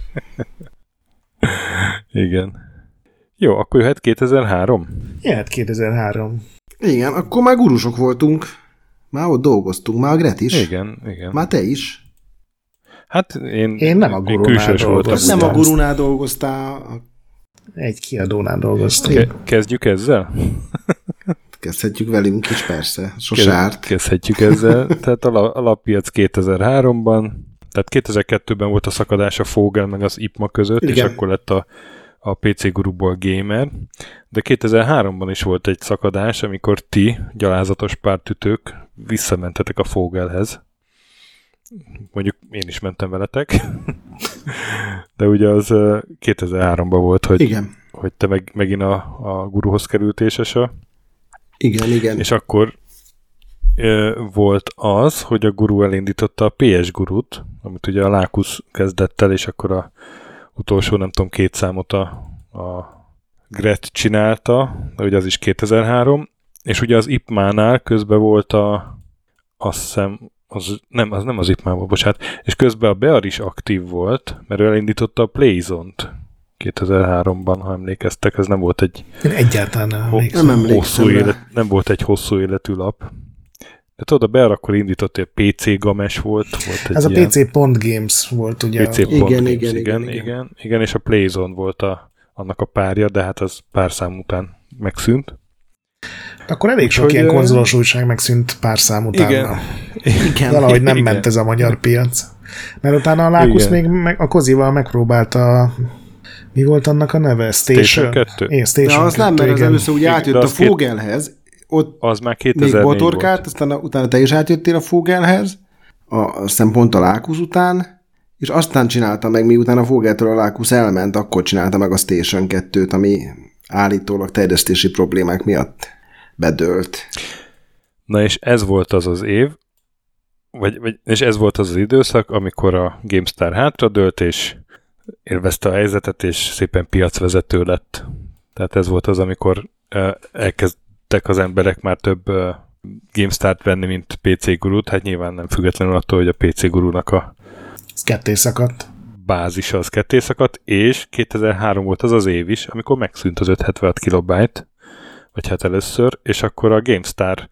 Igen. Jó, akkor jöhet 2003? Jöhet 2003. Igen, akkor már gurusok voltunk. Már ott dolgoztunk, már a Gret is. Igen. Már te is. Hát én nem a gurunál dolgoztam. Nem a gurunál dolgoztál. Egy kiadónál dolgoztam. Kezdjük ezzel? Kezdhetjük velünk is, persze. Sose árt. Kezdhetjük ezzel. Tehát a lappiac 2003-ban, tehát 2002-ben volt a szakadás a Fogel meg az IPMA között, igen. És akkor lett a PC Guruból gamer. De 2003-ban is volt egy szakadás, amikor ti, gyalázatos pártütők, visszamentetek a Fogelhez. Mondjuk én is mentem veletek. De ugye az 2003-ban volt, hogy, igen. Hogy te megint a Guruhoz kerültél, Sasa. Igen. És akkor volt az, hogy a Guru elindította a PS Gurut, amit ugye a Lákusz kezdett el, és akkor a utolsó, nem tudom, 2 számot a Gret csinálta, de ugye az is 2003, és ugye az IPMA-nál közben volt azt hiszem, az nem az IPMA volt, bocsánat, és közben a Bear is aktív volt, mert ő elindította a Playzone-t 2003-ban, ha emlékeztek, ez nem volt egy én egyáltalán nem volt egy hosszú életű lap. De tudod, a Bear akkor indított, hogy a PC Games volt egy ez ilyen, a PC.games volt, ugye? Igen, és a Playzone volt annak a párja, de hát az pár szám után megszűnt. Akkor elég sok ilyen konzolos újság megszűnt pár szám után. Igen. Valahogy nem ment ez a magyar piac. Mert utána a Lákusz még a Kozival megpróbálta. Mi volt annak a neve? Station 2? De az nem, mert az először úgy átjött a Fogelhez, ott az már 2004 még botorkált, aztán utána te is átjöttél a Fogelhez, aztán pont a Lákusz után, és aztán csinálta meg, miután a Fogeltől a Lákusz elment, akkor csinálta meg a Station 2-t, ami állítólag terjesztési problémák miatt bedőlt. Na és ez volt az év, és ez volt az időszak, amikor a GameStar hátradőlt, és élvezte a helyzetet, és szépen piacvezető lett. Tehát ez volt az, amikor elkezdtek az emberek már több GameStart venni, mint PC Gurut. Hát nyilván nem függetlenül attól, hogy a PC Gurunak a ketté szakadt. Bázisa az ketté szakadt, és 2003 volt az év is, amikor megszűnt az 576 kilobyte, vagy hát először, és akkor a GameStar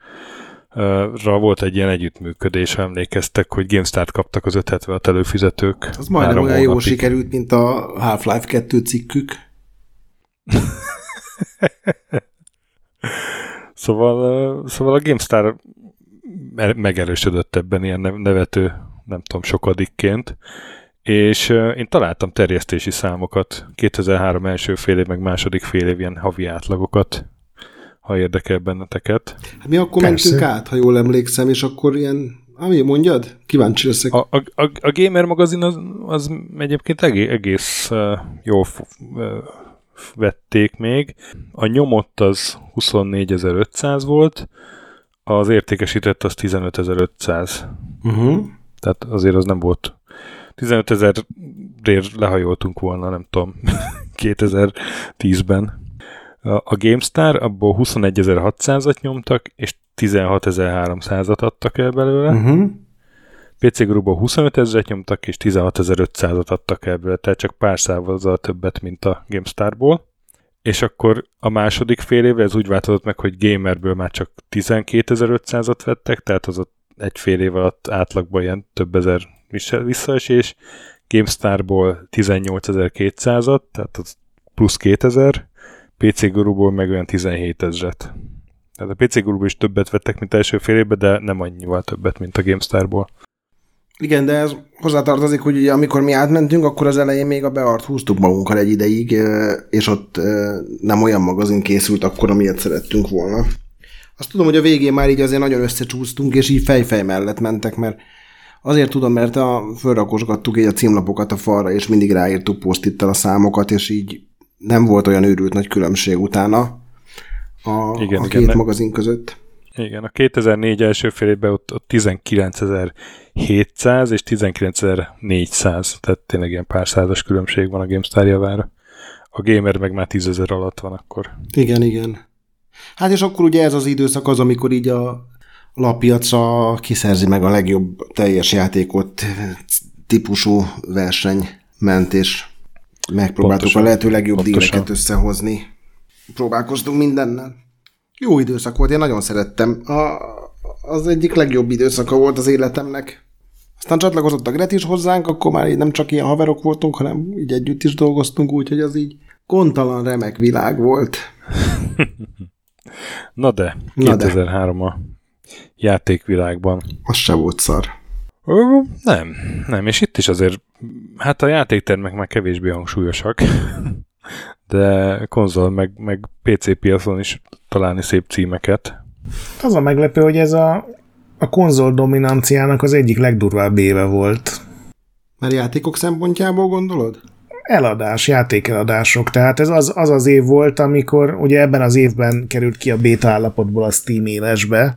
volt egy ilyen együttműködés, ha emlékeztek, hogy GameStar-t kaptak az 576 előfizetők. Az majdnem olyan jól sikerült, mint a Half-Life 2 cikkük. Szóval a GameStar megerősödött ebben ilyen nevető, nem tudom, sokadikként, és én találtam terjesztési számokat, 2003 első fél év, meg második fél év ilyen havi átlagokat, ha érdekel benneteket. Hát mi akkor mentünk át, ha jól emlékszem, és akkor ilyen, ami mondjad? Kíváncsi leszek. A Gamer magazin az egyébként egész jól vették még. A nyomott az 24.500 volt, az értékesített az 15.500. Tehát azért az nem volt. 15.000-ért lehajoltunk volna, nem tudom, 2010-ben. A GameStar abból 21.600-at nyomtak, és 16.300-at adtak el belőle. PC Groupból 25.000-et nyomtak, és 16.500-at adtak el belőle, tehát csak pár százalékkal többet, mint a GameStarból. És akkor a második fél évre ez úgy változott meg, hogy Gamerből már csak 12.500-at vettek, tehát az egy fél év alatt átlagban ilyen több ezer visszaesés. GameStarból 18.200-at, tehát az plusz 2000, PC Guruból meg olyan 17.000-et. Tehát a PC Guruból is többet vettek, mint első fél évben, de nem annyival többet, mint a GameStarból. Igen, de ez hozzátartozik, hogy ugye, amikor mi átmentünk, akkor az elején még a Beart húztuk magunkkal egy ideig, és ott nem olyan magazin készült akkor, amilyet szerettünk volna. Azt tudom, hogy a végén már így azért nagyon összecsúsztunk, és így fej mellett mentek, mert Azért tudom, mert fölrakosgattuk így a címlapokat a falra, és mindig ráírtuk posztittel a számokat, és így nem volt olyan őrült nagy különbség utána a két magazin között. Igen, a 2004 első fél évben ott 19.700 és 19.400, tehát tényleg ilyen pár százas különbség van a GameStar javára. A Gamer meg már 10.000 alatt van akkor. Igen. Hát és akkor ugye ez az időszak az, amikor így a lappiacra kiszerzi meg a legjobb teljes játékot típusú verseny ment, és megpróbáltuk a lehető legjobb díleket összehozni. Próbálkoztunk mindennel. Jó időszak volt, én nagyon szerettem. Az egyik legjobb időszaka volt az életemnek. Aztán csatlakozott a Gret is hozzánk, akkor már így nem csak ilyen haverok voltunk, hanem így együtt is dolgoztunk, úgyhogy az így gondtalan remek világ volt. Na de, 2003 a játékvilágban. Az se volt szar. Nem, és itt is azért, hát a játéktermek már kevésbé hangsúlyosak, de konzol meg PC piacon is találni szép címeket. Az a meglepő, hogy ez a konzol dominanciának az egyik legdurvább éve volt. Mert játékok szempontjából gondolod? Játékeladások. Tehát ez az év volt, amikor ugye ebben az évben került ki a beta állapotból a Steam élesbe,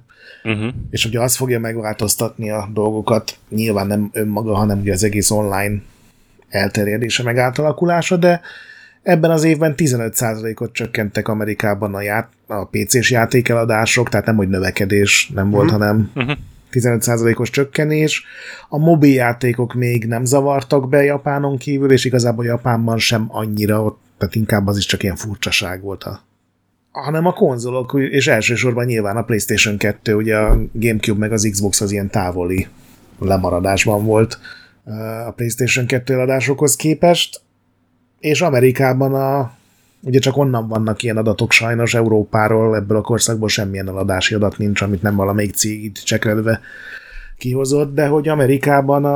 és ugye az fogja megváltoztatni a dolgokat, nyilván nem önmaga, hanem ugye az egész online elterjedése, meg átalakulása, de ebben az évben 15%-ot csökkentek Amerikában a PC-s játékeladások, tehát nem, hogy növekedés nem volt, hanem 15%-os csökkenés. A mobil játékok még nem zavartak be Japánon kívül, és igazából Japánban sem annyira, tehát inkább az is csak ilyen furcsaság volt hanem a konzolok, és elsősorban nyilván a PlayStation 2, ugye a Gamecube meg az Xbox az ilyen távoli lemaradásban volt a PlayStation 2 eladásokhoz képest, és Amerikában ugye csak onnan vannak ilyen adatok sajnos, Európáról, ebből a korszakból semmilyen eladási adat nincs, amit nem valamelyik cég itt csekelve kihozott, de hogy Amerikában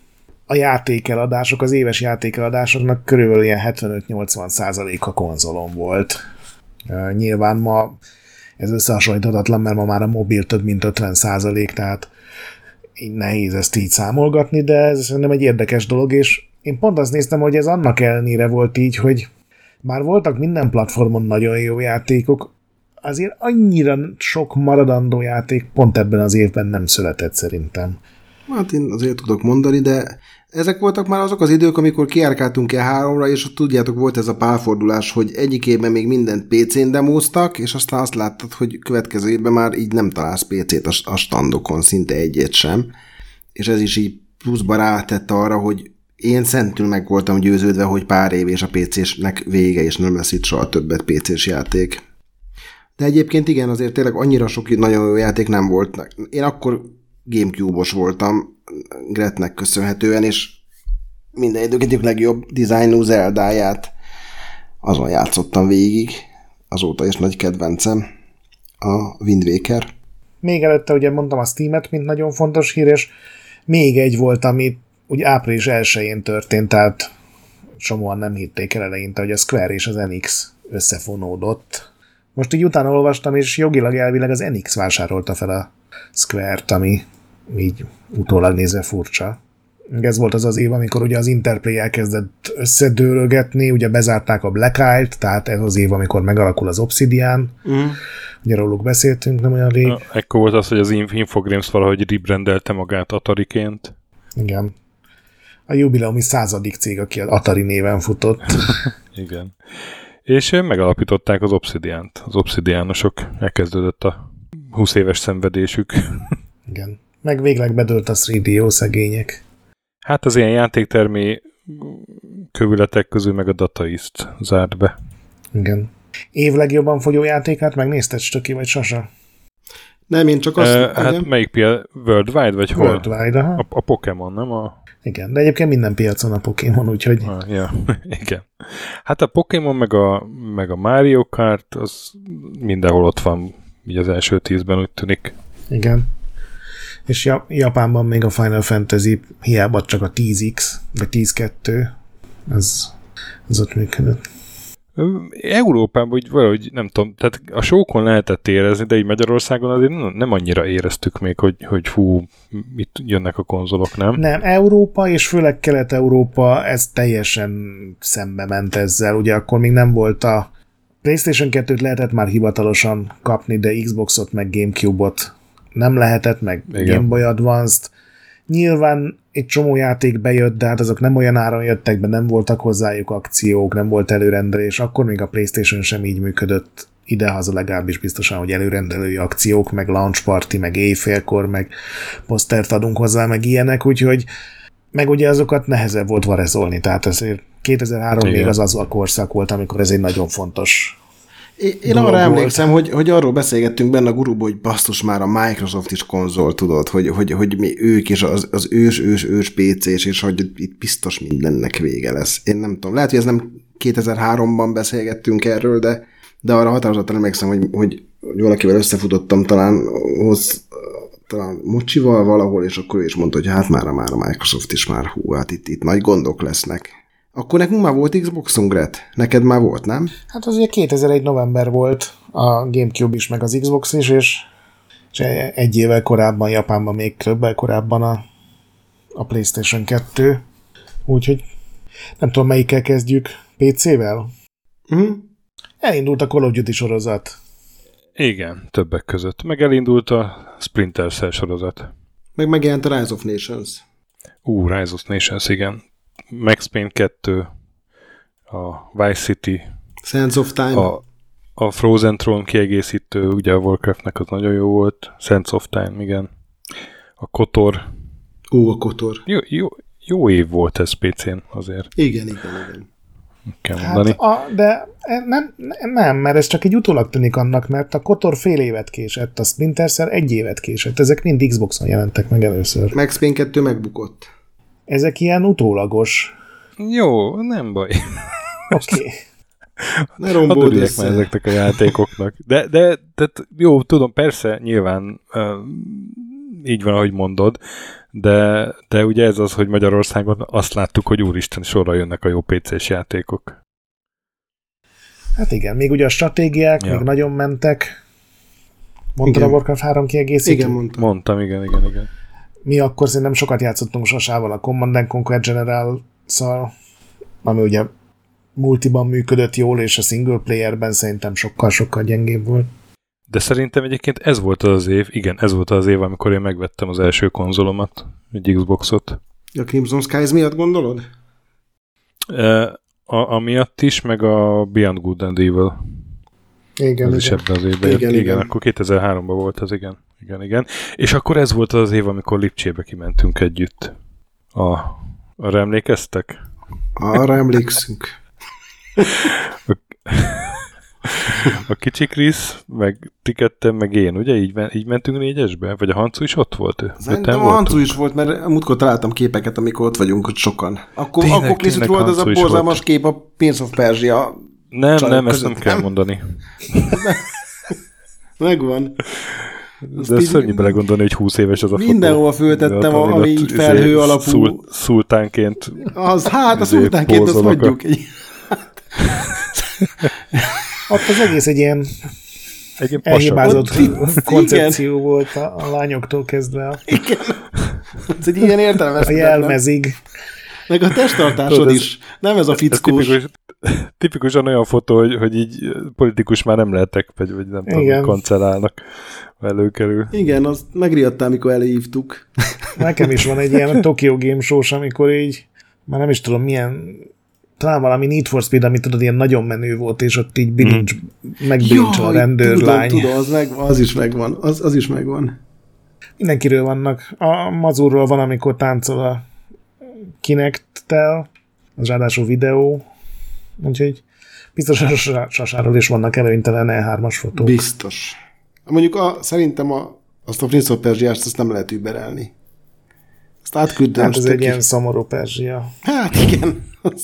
a játékeladások, az éves játékeladásoknak körülbelül ilyen 75-80% a konzolon volt. Nyilván ma ez összehasonlíthatatlan, mert ma már a mobil több mint 50%, tehát így nehéz ezt így számolgatni, de ez szerintem egy érdekes dolog, és én pont azt néztem, hogy ez annak ellenére volt így, hogy már voltak minden platformon nagyon jó játékok, azért annyira sok maradandó játék pont ebben az évben nem született szerintem. Hát én azért tudok mondani, de ezek voltak már azok az idők, amikor kiárkáltunk E3-ra, és tudjátok, volt ez a pálfordulás, hogy egyik évben még mindent PC-n demóztak, és aztán azt láttad, hogy következő évben már így nem találsz PC-t a standokon, szinte egyet sem. És ez is így pluszba rátett arra, hogy én szentül meg voltam győződve, hogy pár év és a PC-snek vége, és nem lesz itt soha többet PC-s játék. De egyébként igen, azért tényleg annyira sok nagyon jó játék nem volt. Én akkor Gamecube-os voltam, Gretnek köszönhetően, és minden idők egyik legjobb dizájnú Zeldáját azon játszottam végig. Azóta is nagy kedvencem a Wind Waker. Még előtte ugye mondtam a Steam-et, mint nagyon fontos hír, és még egy volt, amit úgy április 1-én történt, tehát csomóan nem hitték el eleinte, hogy a Square és az NX összefonódott. Most így utána olvastam, és jogilag elvileg az NX vásárolta fel a Square-t, ami így utólag nézve furcsa. Ez volt az év, amikor ugye az Interplay elkezdett összedőlögetni, ugye bezárták a Black Isle-t, tehát ez az év, amikor megalakul az Obsidian. Ugye róluk beszéltünk nem olyan rég. Ekkor volt az, hogy az Infogrames valahogy rebrandelte magát Atari-ként. Igen. A jubileumi 100. cég, aki az Atari néven futott. Igen. És megalapították az Obsidiant. Az Obsidianosok, elkezdődött a 20 éves szenvedésük. Igen. Meg végleg bedőlt a 3DO szegények. Hát az ilyen játéktermi kövületek közül meg a Data East zárt be. Igen. Év legjobban fogyó játékát megnézted, Stöki vagy Sasa? Nem, én csak azt... hát melyik piac? Worldwide vagy hol? Worldwide, aha. A Pokémon, nem? Igen, de egyébként minden piacon a Pokémon, úgyhogy... Ja, igen. Hát a Pokémon meg a Mario Kart, az mindenhol ott van, így az első 10-ben úgy tűnik. Igen. És Japánban még a Final Fantasy hiába csak a 10X, vagy 10-2, az ott működött. Európában úgy valahogy, nem tudom, tehát a showkon lehetett érezni, de így Magyarországon azért nem annyira éreztük még, hogy hú, itt jönnek a konzolok, nem? Nem, Európa, és főleg Kelet-Európa, ez teljesen szembe ment ezzel. Ugye akkor még nem volt a PlayStation 2-t lehetett már hivatalosan kapni, de Xboxot meg Gamecube-ot nem lehetett, meg Game Boy Advance-t. Nyilván egy csomó játék bejött, de hát azok nem olyan áron jöttek be, nem voltak hozzájuk akciók, nem volt előrendelés, akkor még a PlayStation sem így működött idehaza, legalábbis biztosan, hogy előrendelői akciók, meg launch party, meg éjfélkor, meg posztert adunk hozzá, meg ilyenek, úgyhogy meg ugye azokat nehezebb volt varezolni, tehát ezért 2003 még az a korszak volt, amikor ez egy nagyon fontos Én arra emlékszem, hogy arról beszélgettünk benne a guruban, hogy basszus már a Microsoft is konzol, tudod, hogy mi ők is az ős PC-s, és hogy itt biztos mindennek vége lesz. Én nem tudom, lehet, hogy ez nem 2003-ban beszélgettünk erről, de arra határozottan emlékszem, hogy valakivel összefutottam talán Mocsival valahol, és akkor ő is mondta, hogy hát már a Microsoft is már hát itt nagy gondok lesznek. Akkor nekünk már volt Xboxunk, Gret? Neked már volt, nem? Hát az ugye 2001 november volt a Gamecube is, meg az Xbox is, és egy évvel korábban, Japánban még többel korábban a PlayStation 2. Úgyhogy nem tudom, melyikkel kezdjük. PC-vel? Elindult a Call of Duty sorozat. Igen, többek között. Meg elindult a Splinter Cell sorozat. Meg megjelent a Rise of Nations. Rise of Nations, igen. Max Payne 2, a Vice City, Sands of Time, a Frozen Throne kiegészítő, ugye a Warcraftnek az nagyon jó volt, Sands of Time, igen. A KOTOR. A KOTOR. Jó év volt ez PC-n azért. Igen. Kell mondani. Hát de nem, mert ez csak egy utólag tűnik annak, mert a KOTOR fél évet késett, a Splinter Cell 1 évet késett. Ezek mind Xboxon jelentek meg először. Max Payne 2 megbukott. Ezek ilyen utólagos. Jó, nem baj. Oké. Ne rombold össze. Már ezeknek a játékoknak. De jó, tudom, persze, nyilván így van, ahogy mondod, de ugye ez az, hogy Magyarországon azt láttuk, hogy úristen, sorra jönnek a jó PC-s játékok. Hát igen, még ugye a stratégiák még nagyon mentek. Mondtad a Warcraft 3 kiegészítő? Igen, mondtam, igen. Mi akkor szerintem sokat játszottunk Sasával a Command & Conquer General-szal, ami ugye multiban működött jól, és a single playerben szerintem sokkal-sokkal gyengébb volt. De szerintem egyébként ez volt az év, amikor én megvettem az első konzolomat, egy Xboxot. A Crimson Skies miatt gondolod? Amiatt is, meg a Beyond Good and Evil. Igen, is ebben az évben. Igen, akkor 2003-ban volt az, igen. És akkor ez volt az év, amikor Lipcsébe kimentünk együtt. Arra emlékeztek? Arra emlékszünk. A kicsi Krisz, meg ti ketten, meg én, ugye? Így mentünk 4-esbe? Vagy a Hancu is ott volt? Szerintem a Hancu is volt, mert múltkor találtam képeket, amikor ott vagyunk, hogy sokan. Akkor Krisz volt az a borzalmas kép, a Prince of Persia. Nem, ezt nem kell mondani. Megvan. De szörnyű belegondolni, hogy 20 éves az a fotó. Mindenhol föltettem, ami így felhő alapú. Szultánként. A szultánként azt mondjuk. Ott az egész egy ilyen elhibázott koncepció volt a lányoktól kezdve. Igen. Ez egy ilyen értelmezhetetlen. A jelmezig. Meg a testtartásod is. Nem ez a fickós. Tipikusan olyan fotó, hogy így politikus már nem lehetek, vagy nem tudom, kancellálnak, előkerül. Igen, azt megriadtál, amikor előhívtuk. Nekem is van egy ilyen Tokyo Game Show-s, amikor így, már nem is tudom milyen, talán valami Need for Speed, ami tudod, ilyen nagyon menő volt, és ott így megbilincsel a rendőrlány. Tudom, az is megvan. Az is megvan. Mindenkiről vannak. A Mazurról van, amikor táncol a Kinect-tel, az ráadásul videó, úgyhogy biztos a Sasáról is vannak előnytelen E3-as fotók. Biztos. Mondjuk szerintem azt a Prince of Persia-t azt nem lehet überelni. Azt átküldtem. Hát ez egy ilyen szomorú Perzsia. Hát igen.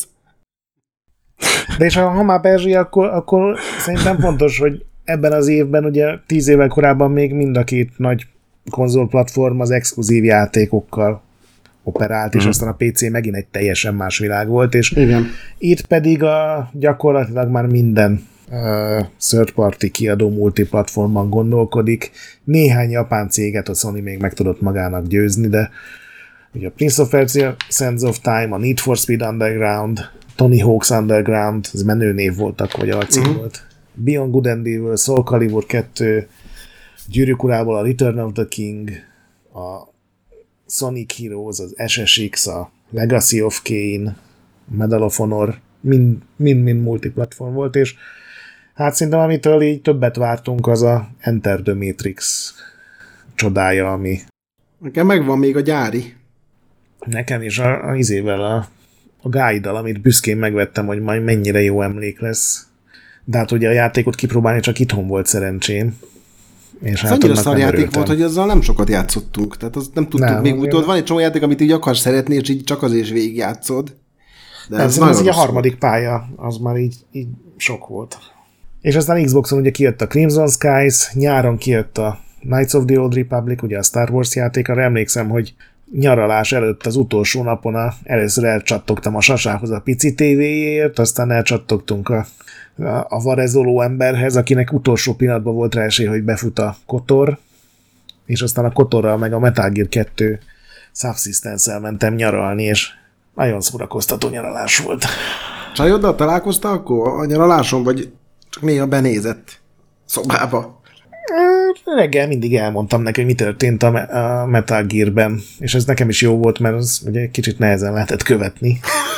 De és ha már Perzsia, akkor szerintem fontos, hogy ebben az évben, ugye 10 évvel korábban még mind a két nagy konzolplatform az exkluzív játékokkal operált, és aztán a PC megint egy teljesen más világ volt, és igen. itt pedig gyakorlatilag már minden third party kiadó multiplatformban gondolkodik. Néhány japán céget a Sony még meg tudott magának győzni, de ugye a Prince of Persia, Sands of Time, a Need for Speed Underground, Tony Hawk's Underground, ez menő név voltak, vagy alcím volt. Beyond Good and Evil, Soul Calibur 2, Gyűrűk Urából a Return of the King, a Sonic Heroes, az SSX, a Legacy of Kain, Medal of Honor, mind multiplatform volt, és hát szerintem amitől így többet vártunk, az a Enter the Matrix csodája, ami... Nekem megvan még a gyári. Nekem is a izével, a guide-dal, amit büszkén megvettem, hogy majd mennyire jó emlék lesz. De hát ugye a játékot kipróbálni csak itthon volt szerencsém. És hát annyira szar játék volt, hogy azzal nem sokat játszottunk. Tehát azt nem tudtuk még úgy. Van egy csomó játék, amit így akarsz szeretni, és így csak azért is végigjátszod. De ez így a harmadik pálya, az már így sok volt. És aztán Xboxon ugye kijött a Crimson Skies, nyáron kijött a Knights of the Old Republic, ugye a Star Wars játék, arra emlékszem, hogy nyaralás előtt az utolsó napon először elcsattogtam a Sasához a pici tévéjéért, aztán elcsattogtunk a varezoló emberhez, akinek utolsó pillanatban volt rá esély, hogy befut a Kotor, és aztán a Kotorral meg a Metal Gear 2 Subsistence-el mentem nyaralni, és nagyon szórakoztató nyaralás volt. Csajoddal találkoztál akkor a nyaraláson, vagy csak néha benézett szobába? Reggel mindig elmondtam neki, hogy mi történt a Metal Gear-ben, és ez nekem is jó volt, mert az ugye kicsit nehezen lehetett követni.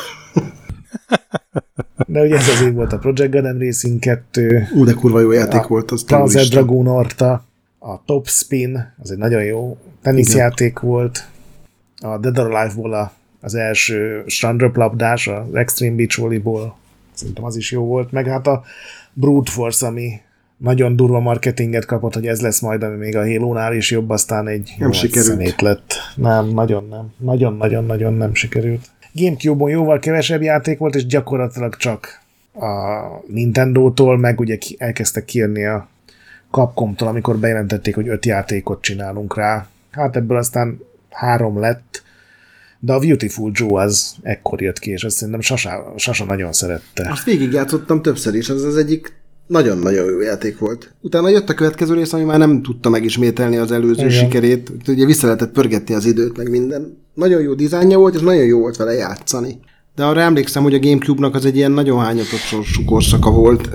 De ugye ez az év volt a Project Gundam Racing 2. De kurva jó játék volt az. Panzer Dragoon Orta, a Top Spin, az egy nagyon jó teniszjáték volt. A Dead or Alive-ból az első strandröplabdás, az Extreme Beach Volleyball, szerintem az is jó volt, meg hát a Brute Force, ami nagyon durva marketinget kapott, hogy ez lesz majd, ami még a Halo-nál is jobb, aztán egy nem sikerült. Lett. Nem, nagyon nem. Nagyon-nagyon nem sikerült. Gamecube-on jóval kevesebb játék volt, és gyakorlatilag csak a Nintendo-tól, meg ugye elkezdtek kijönni a Capcom-tól, amikor bejelentették, hogy 5 játékot csinálunk rá. Hát ebből aztán 3 lett, de a Beautiful Joe az ekkor jött ki, és azt szerintem Sasa nagyon szerette. Azt végigjátszottam többször is, az egyik nagyon-nagyon jó játék volt. Utána jött a következő rész, ami már nem tudta megismételni az előző sikerét. Ugye vissza lehetett pörgetni az időt, meg minden. Nagyon jó dizájnja volt, és nagyon jó volt vele játszani. De arra emlékszem, hogy a Gamecube-nak az egy ilyen nagyon hányatott sorsú korszaka volt.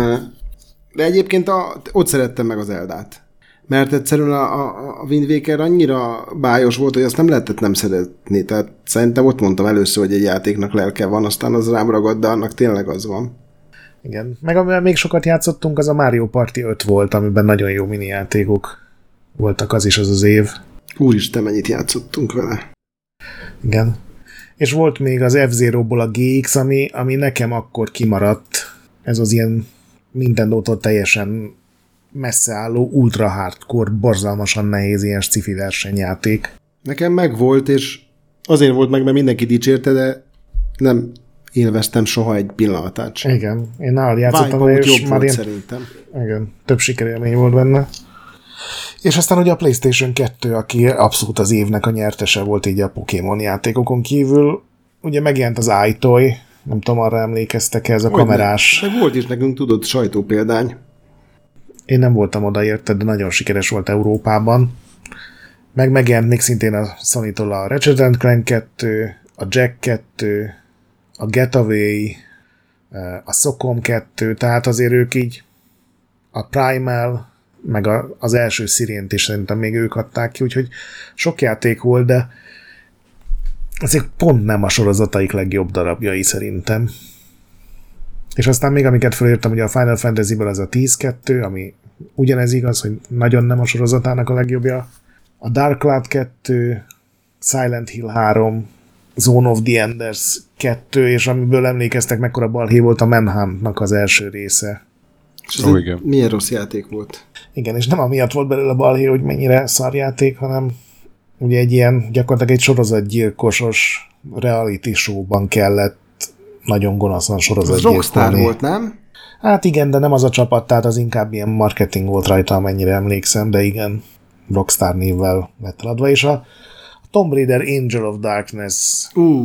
De egyébként ott szerettem meg az Eldát. Mert egyszerűen a Wind Waker annyira bájos volt, hogy azt nem lehetett nem szeretni. Tehát szerintem ott mondtam először, hogy egy játéknak lelke van, aztán az rám ragad, de annak tényleg az van. Igen. Meg amivel még sokat játszottunk, az a Mario Party 5 volt, amiben nagyon jó mini játékok voltak, az is az év. Úristen, mennyit játszottunk vele. Igen. És volt még az F-Zero-ból a GX, ami nekem akkor kimaradt. Ez az ilyen Nintendo-tól teljesen messze álló, ultra hardcore, borzalmasan nehéz ilyen sci-fi versenyjáték. Nekem megvolt, és azért volt meg, mert mindenki dicsérte, de nem élveztem soha egy pillanatát sem. Igen, én nálad játszottam, és már ilyen, szerintem. Igen, több sikerélmény volt benne. És aztán ugye a PlayStation 2, aki abszolút az évnek a nyertese volt így a Pokémon játékokon kívül. Ugye megjelent az iToy, nem tudom, arra emlékeztek-e, ez a kamerás. De volt is nekünk, tudod, sajtópéldány. Én nem voltam oda érted, de nagyon sikeres volt Európában. Megjelent még szintén a Sony-tól a Ratchet & Clank 2, a Jack 2, a Getaway, a Socom 2, tehát azért ők így a Primal, meg az első Sirient is szerintem még ők adták ki, úgyhogy sok játék volt, de azért pont nem a sorozataik legjobb darabjai szerintem. És aztán még amiket felírtam, ugye a Final Fantasy-ből az a 10-2, ami ugyanez igaz, hogy nagyon nem a sorozatának a legjobbja. A Dark Cloud 2, Silent Hill 3, Zone of the Enders 2, és amiből emlékeztek, mekkora balhé volt a Manhuntnak az első része. Igen. Milyen rossz játék volt. Igen, és nem amiatt volt belőle balhé, hogy mennyire szarjáték, hanem ugye egy ilyen, gyakorlatilag egy sorozatgyilkosos reality showban kellett nagyon gonoszan sorozatgyilkolni. Az Rockstar volt, nem? Hát igen, de nem az a csapat, tehát az inkább ilyen marketing volt rajta, amennyire emlékszem, de igen, Rockstar névvel lett eladva, és a Tomb Raider Angel of Darkness,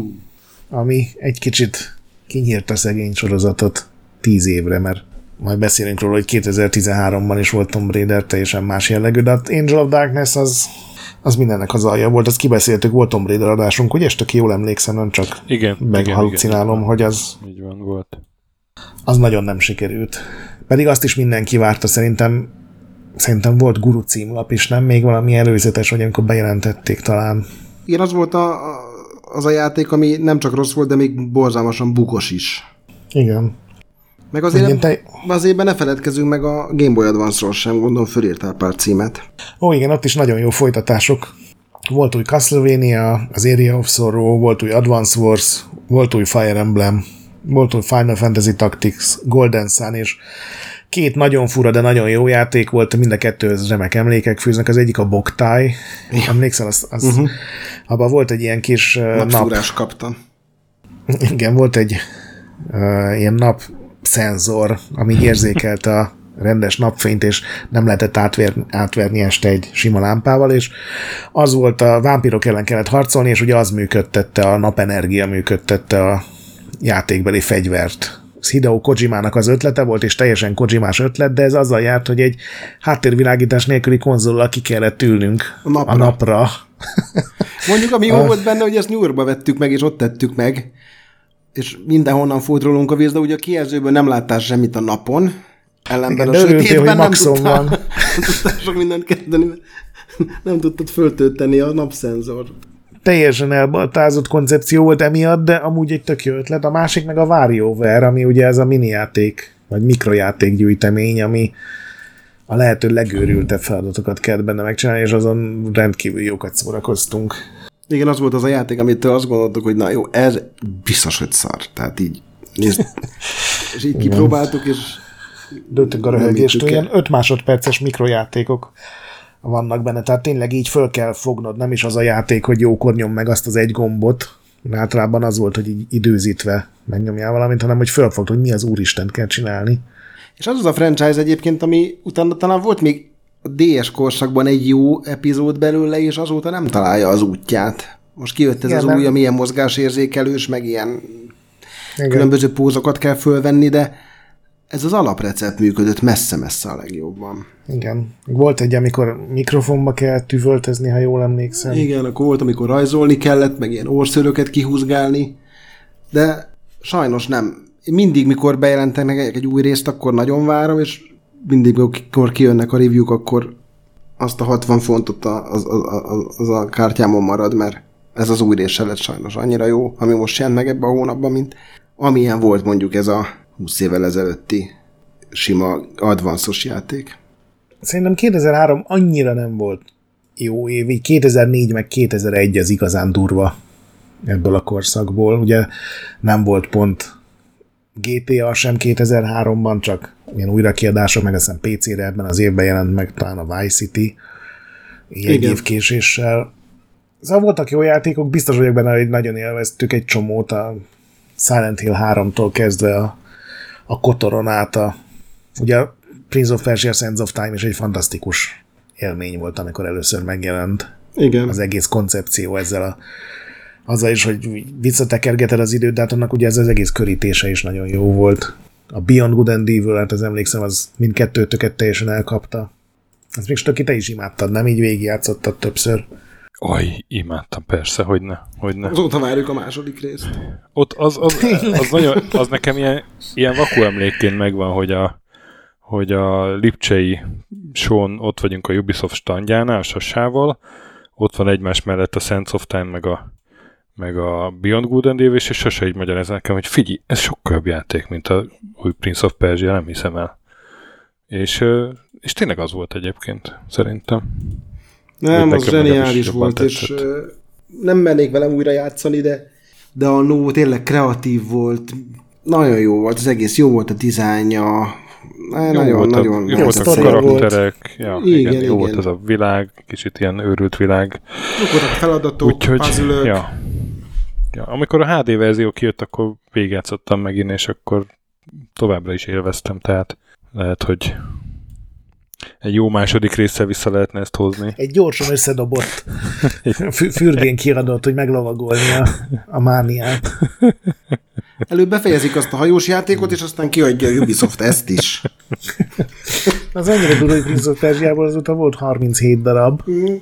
ami egy kicsit kinyírta szegény sorozatot 10 évre, mert majd beszélünk róla, hogy 2013-ban is volt Tomb Raider, teljesen más jellegű, de Angel of Darkness az mindennek az alja volt, azt kibeszéltük, volt Tomb Raider adásunk, hogy este jól emlékszem, nem csak meghalucinálom, hogy az... Így van, volt. Az nagyon nem sikerült. Pedig azt is mindenki várta, szerintem volt Guru címlap is, nem? Még valami előzetes, vagy amikor bejelentették talán. Igen, az volt az a játék, ami nem csak rossz volt, de még borzalmasan bukos is. Igen. Meg azért ne feledkezzünk meg a Game Boy Advance-ról sem, gondolom fölírtál pár címet. Ó, igen, ott is nagyon jó folytatások. Volt új Castlevania, az Area of Sorrow, volt új Advance Wars, volt új Fire Emblem, volt új Final Fantasy Tactics, Golden Sun, és 2 nagyon fura, de nagyon jó játék volt, mind a kettőhöz remek emlékek fűznek, az egyik a Boktai, emlékszel, abban volt egy ilyen kis napszúrás kaptam. Igen, volt egy ilyen napszenzor, ami érzékelte a rendes napfényt, és nem lehetett átverni este egy sima lámpával, és az volt, a vámpírok ellen kellett harcolni, és ugye az működtette, a napenergia működtette a játékbeli fegyvert. Ez Hideo Kojimának az ötlete volt, és teljesen Kojimás ötlet, de ez azzal járt, hogy egy háttérvilágítás nélküli konzollal ki kellett ülnünk a napra. Mondjuk, ami jó volt benne, hogy ezt New Yorkba vettük meg, és ott tettük meg, és mindenhonnan folyt rólunk a víz, de ugye a kijelzőből nem láttál semmit a napon, ellenben igen, a sötétben nem tudtál sok mindent kezdeni, nem tudtad föltölteni a napszenzor. Teljesen elbaltázott koncepció volt emiatt, de amúgy egy tök jó ötlet. A másik meg a WarioWare, ami ugye ez a minijáték, vagy mikrojáték gyűjtemény, ami a lehető legőrültebb feladatokat kellett benne megcsinálni, és azon rendkívül jókat szórakoztunk. Igen, az volt az a játék, amitől azt gondoltuk, hogy na jó, ez biztos, hogy szar. Tehát így nézd, és így kipróbáltuk, és döntünk a röhögéstől. Ilyen 5 másodperces mikrojátékok vannak benne, tehát tényleg így föl kell fognod, nem is az a játék, hogy jókor nyom meg azt az egy gombot, általában az volt, hogy így időzítve megnyomjál valamit, hanem hogy fölfogd, hogy mi az úristent kell csinálni. És az a franchise egyébként, ami utána talán volt még a DS korszakban egy jó epizód belőle, és azóta nem találja az útját. Most kijött ez az új, ami ilyen mozgásérzékelős, meg ilyen különböző pózokat kell fölvenni, de ez az alaprecept működött messze-messze a legjobban. Igen. Volt egy, amikor mikrofonba kell tüvöltezni, ha jól emlékszem. Igen, akkor volt, amikor rajzolni kellett, meg ilyen orszőröket kihúzgálni, de sajnos nem. Mindig, mikor bejelentenek egy új részt, akkor nagyon várom, és mindig, amikor kijönnek a review-k, akkor azt a 60 fontot az a kártyámon marad, mert ez az új rész se lett sajnos annyira jó, ami most jelent meg ebben a hónapban, mint amilyen volt mondjuk ez a 20 évvel ezelőtti sima advance-os játék. Szerintem 2003 annyira nem volt jó év, így 2004 meg 2001 az igazán durva ebből a korszakból. Ugye nem volt pont GTA sem 2003-ban, csak ilyen újrakiadások, meg aztán PC-re ebben az évben jelent meg talán a Vice City egy év késéssel. Szóval voltak jó játékok, biztos vagyok benne, hogy nagyon élveztük egy csomót, a Silent Hill 3-tól kezdve a Kotoron át ugye a Prince of Persia Sands of Time is egy fantasztikus élmény volt, amikor először megjelent. Igen. Az egész koncepció ezzel azzal is, hogy visszatekergeted az időt, de hát annak ugye ez az egész körítése is nagyon jó volt. A Beyond Good and Evil, hát az emlékszem, az mindkettőtöket teljesen elkapta. Azt még Stöki, te is imádtad, nem? Így végigjátszottad többször. Imádtam, persze, hogyne. Azóta várjuk a második részt. Ott az nekem ilyen vakú emlékként megvan, hogy a lipcsei shown ott vagyunk a Ubisoft standjánál, a Sasával, ott van egymás mellett a Sands of Time, meg a Beyond Good and Evil, és Sasa így magyaráz nekem, hogy figyelj, ez sokkal jobb játék, mint a új Prince of Persia, nem hiszem el. És tényleg az volt egyébként, szerintem. Nem, az zseniális volt, és nem mennék velem újra játszani, de a No tényleg kreatív volt, nagyon jó volt, az egész jó volt a dizájnja, jó voltak a karakterek, igen, jó volt ez a világ, kicsit ilyen őrült világ. Jók voltak feladatok, puzzle-ök. Ja, amikor a HD verzió kijött, akkor végigjátszottam megint, és akkor továbbra is élveztem, tehát lehet, hogy Egy jó második résszel vissza lehetne ezt hozni. Egy gyorsan összedobott fürgén kiadott, hogy meglovagolni a mániát. Előbb befejezik azt a hajós játékot, és aztán kiadja a Ubisoft ezt is. Az annyira durva, hogy Prince of Persia-ból azóta volt 37 darab.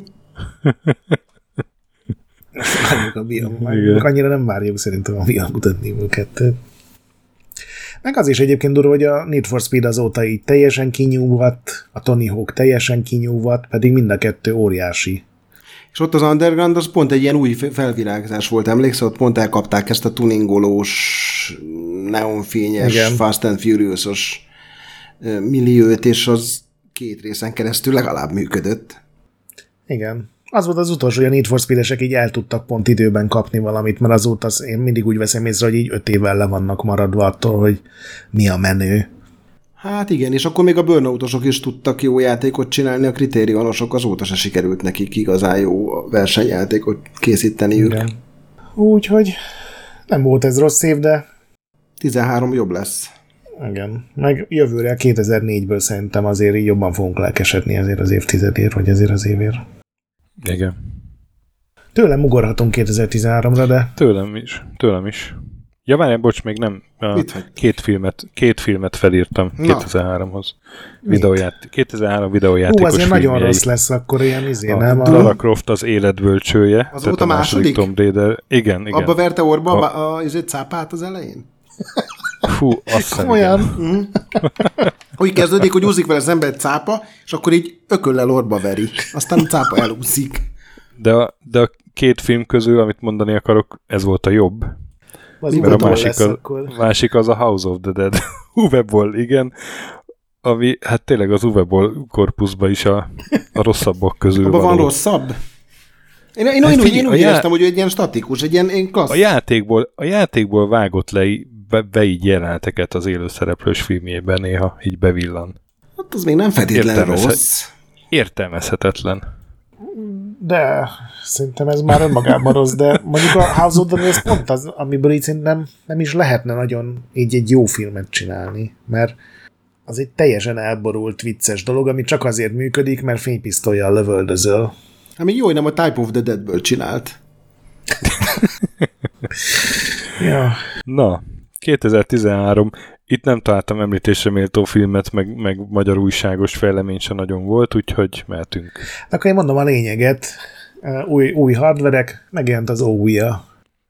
Várjuk a Beyond. Annyira nem várjuk szerintem a Beyond mutatni kettőt. Meg az is egyébként durva, hogy a Need for Speed azóta így teljesen kinyúvat, a Tony Hawk teljesen kinyúvat, pedig mind a kettő óriási. És ott az Underground az pont egy ilyen új felvirágzás volt, emlékszel? Ott pont elkapták ezt a tuningolós, neonfényes, igen, Fast and Furious-os milliót, és az 2 részen keresztül legalább működött. Igen. Az volt az utolsó, hogy a Need for Speed-esek így el tudtak pont időben kapni valamit, mert azóta én mindig úgy veszem észre, hogy így 5 évvel le vannak maradva attól, hogy mi a menő. Hát igen, és akkor még a burnoutosok is tudtak jó játékot csinálni, a kritérionosok azóta se sikerült nekik igazán jó versenyjátékot készíteniük. Igen. Úgyhogy nem volt ez rossz év, de 13 jobb lesz. Igen. Meg jövőre 2004-ből szerintem azért így jobban fogunk lelkesedni ezért az évtizedért, vagy ezért az évért. Igen. Tőlem ugorhatunk 2013-ra, de... Tőlem is. Ja, várjál, bocs, még nem. Két filmet felírtam 2003-hoz. 2003 videójátékos azért nagyon rossz lesz akkor ilyen nem? Lara Croft az életbölcsője. Az volt a második? Tomb Raider. Igen. Abba verte orba a cápát az elején? Fú, azt olyan. Úgy kezdődik, hogy úszik vele szembe egy cápa, és akkor így ököllel orba veri. Aztán a cápa elúszik. De a 2 film közül, amit mondani akarok, ez volt a jobb. Mert a másik az a House of the Dead. Uwe Boll, igen. Ami, hát tényleg az Uwe Boll korpuszban is a rosszabbak közül abban van rosszabb? Én úgy éreztem, hogy egy ilyen statikus, egy ilyen klassz. A játékból vágott le be így jeleneteket az élőszereplős filmjében néha így bevillan. Hát az még nem feltétlenül rossz. Értelmezhetetlen. De szerintem ez már önmagában rossz, de mondjuk a House of the Dead pont az, amiből így szerintem nem is lehetne nagyon így egy jó filmet csinálni, mert az egy teljesen elborult, vicces dolog, ami csak azért működik, mert fénypisztollyal lövöldözöl. Ami jó, hogy nem a Type of the Deadből csinált. Ja. Na, 2013. Itt nem találtam említésre méltó filmet, meg magyar újságos fejlemény se nagyon volt, úgyhogy mehetünk. Akkor én mondom a lényeget. Új hardverek, megjelent az OUI-a.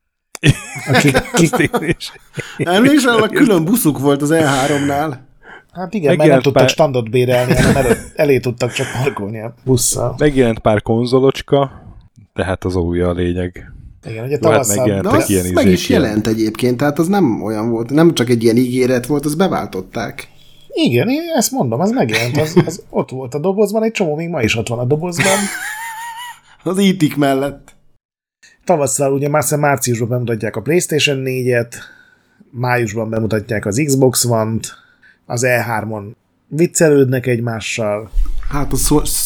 Emlékszel, a külön buszuk volt az E3-nál. Hát igen, mert nem tudtak standot bérelni, hanem elé tudtak csak parkolni a busszal. Megjelent pár konzolocska, tehát az OUI a lényeg. Igen, ugye tavasszal. De az meg is jelent egyébként, tehát az nem olyan volt, nem csak egy ilyen ígéret volt, az beváltották. Igen, én ezt mondom, az megjelent, az ott volt a dobozban, egy csomó még ma is ott van a dobozban. Az ítik mellett. Tavasszal ugye márciusban bemutatják a PlayStation 4-et, májusban bemutatják az Xbox One-t, az E3-on viccelődnek egymással. Hát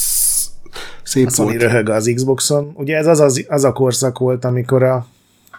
szép a Sony röhög az Xboxon. Ugye ez az a korszak volt, amikor a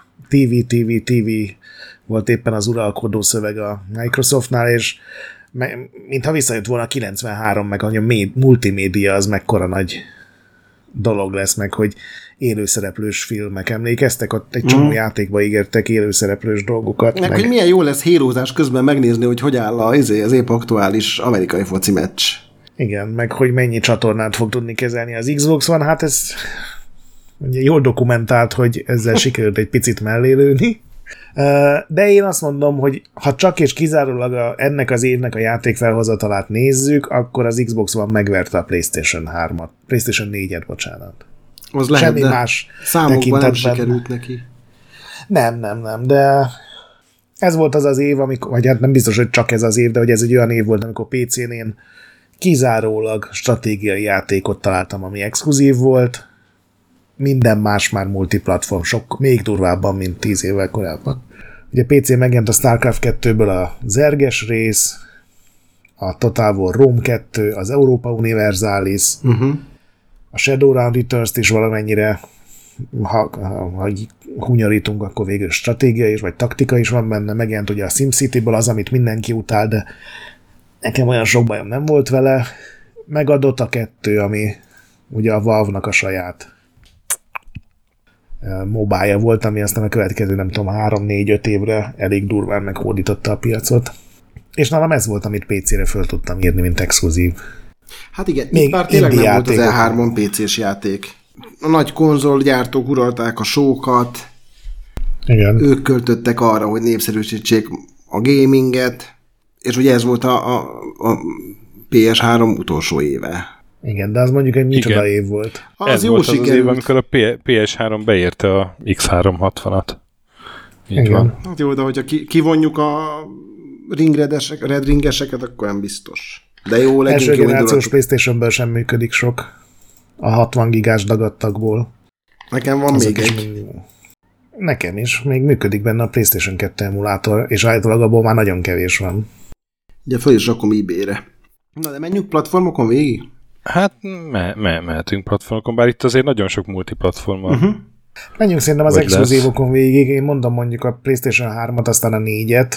TV volt éppen az uralkodó szöveg a Microsoftnál, és mintha visszajött volna a 93, meg a multimédia az mekkora nagy dolog lesz, meg hogy élőszereplős filmek. Emlékeztek? Ott egy csomó játékba ígértek élőszereplős dolgokat. Meg hogy milyen jó lesz hérózás közben megnézni, hogy áll az épp aktuális amerikai foci meccs. Igen, meg hogy mennyi csatornát fog tudni kezelni az Xbox One, hát ez ugye jól dokumentált, hogy ezzel sikerült egy picit mellélőni. De én azt mondom, hogy ha csak és kizárólag ennek az évnek a játékfelhozatalát nézzük, akkor az Xbox One megverte a PlayStation 3-at. PlayStation 4-et, bocsánat. Az lehet, semmi más számokban nem sikerült neki. Nem, de ez volt az év, amikor, vagy hát nem biztos, hogy csak ez az év, de hogy ez egy olyan év volt, amikor PC-n én kizárólag stratégiai játékot találtam, ami exkluzív volt. Minden más már multiplatform, még durvábban, mint 10 évvel korábban. Ugye PC megjelent a StarCraft 2-ből a Zerges rész, a Total War Rome 2, az Europa Universalis, a Shadowrun Returns-t is valamennyire, ha hunyorítunk, akkor végül stratégia is, vagy taktika is van benne. Megjelent ugye a SimCity-ből az, amit mindenki utál, de nekem olyan sok bajom nem volt vele. meg a Dota 2, ami ugye a Valve-nak a saját mobile volt, ami aztán a következő, nem tudom, 3-4-5 évre elég durván meghódította a piacot. És nálam ez volt, amit PC-re föl tudtam írni, mint exkluzív. Hát igen, még bár tényleg nem volt az E3-on PC-s játék. A nagy konzolgyártók uralták a sókat, igen. Ők költöttek arra, hogy népszerűsítsék a gaminget, és ugye ez volt a PS3 utolsó éve. Igen, de az mondjuk egy micsoda év volt. Ez jó volt sikerült. Az év, amikor a PS3 beérte a X360-at. Így van. Hát jó, de hogyha kivonjuk a Red Ringeseket, akkor nem biztos. De jó, első generációs PlayStation-ből sem működik sok. A 60 gigás dagadtakból. Nekem van azok még egy. Nekem is. Még működik benne a PlayStation 2 emulátor, és általában abból már nagyon kevés van. Ugye föl is rakom eBay-re. Na, de menjünk platformokon végig? Hát mehetünk platformokon, bár itt azért nagyon sok multiplatform van. Menjünk szerintem az exkluzívokon végig. Én mondom mondjuk a PlayStation 3-at, aztán a 4-et.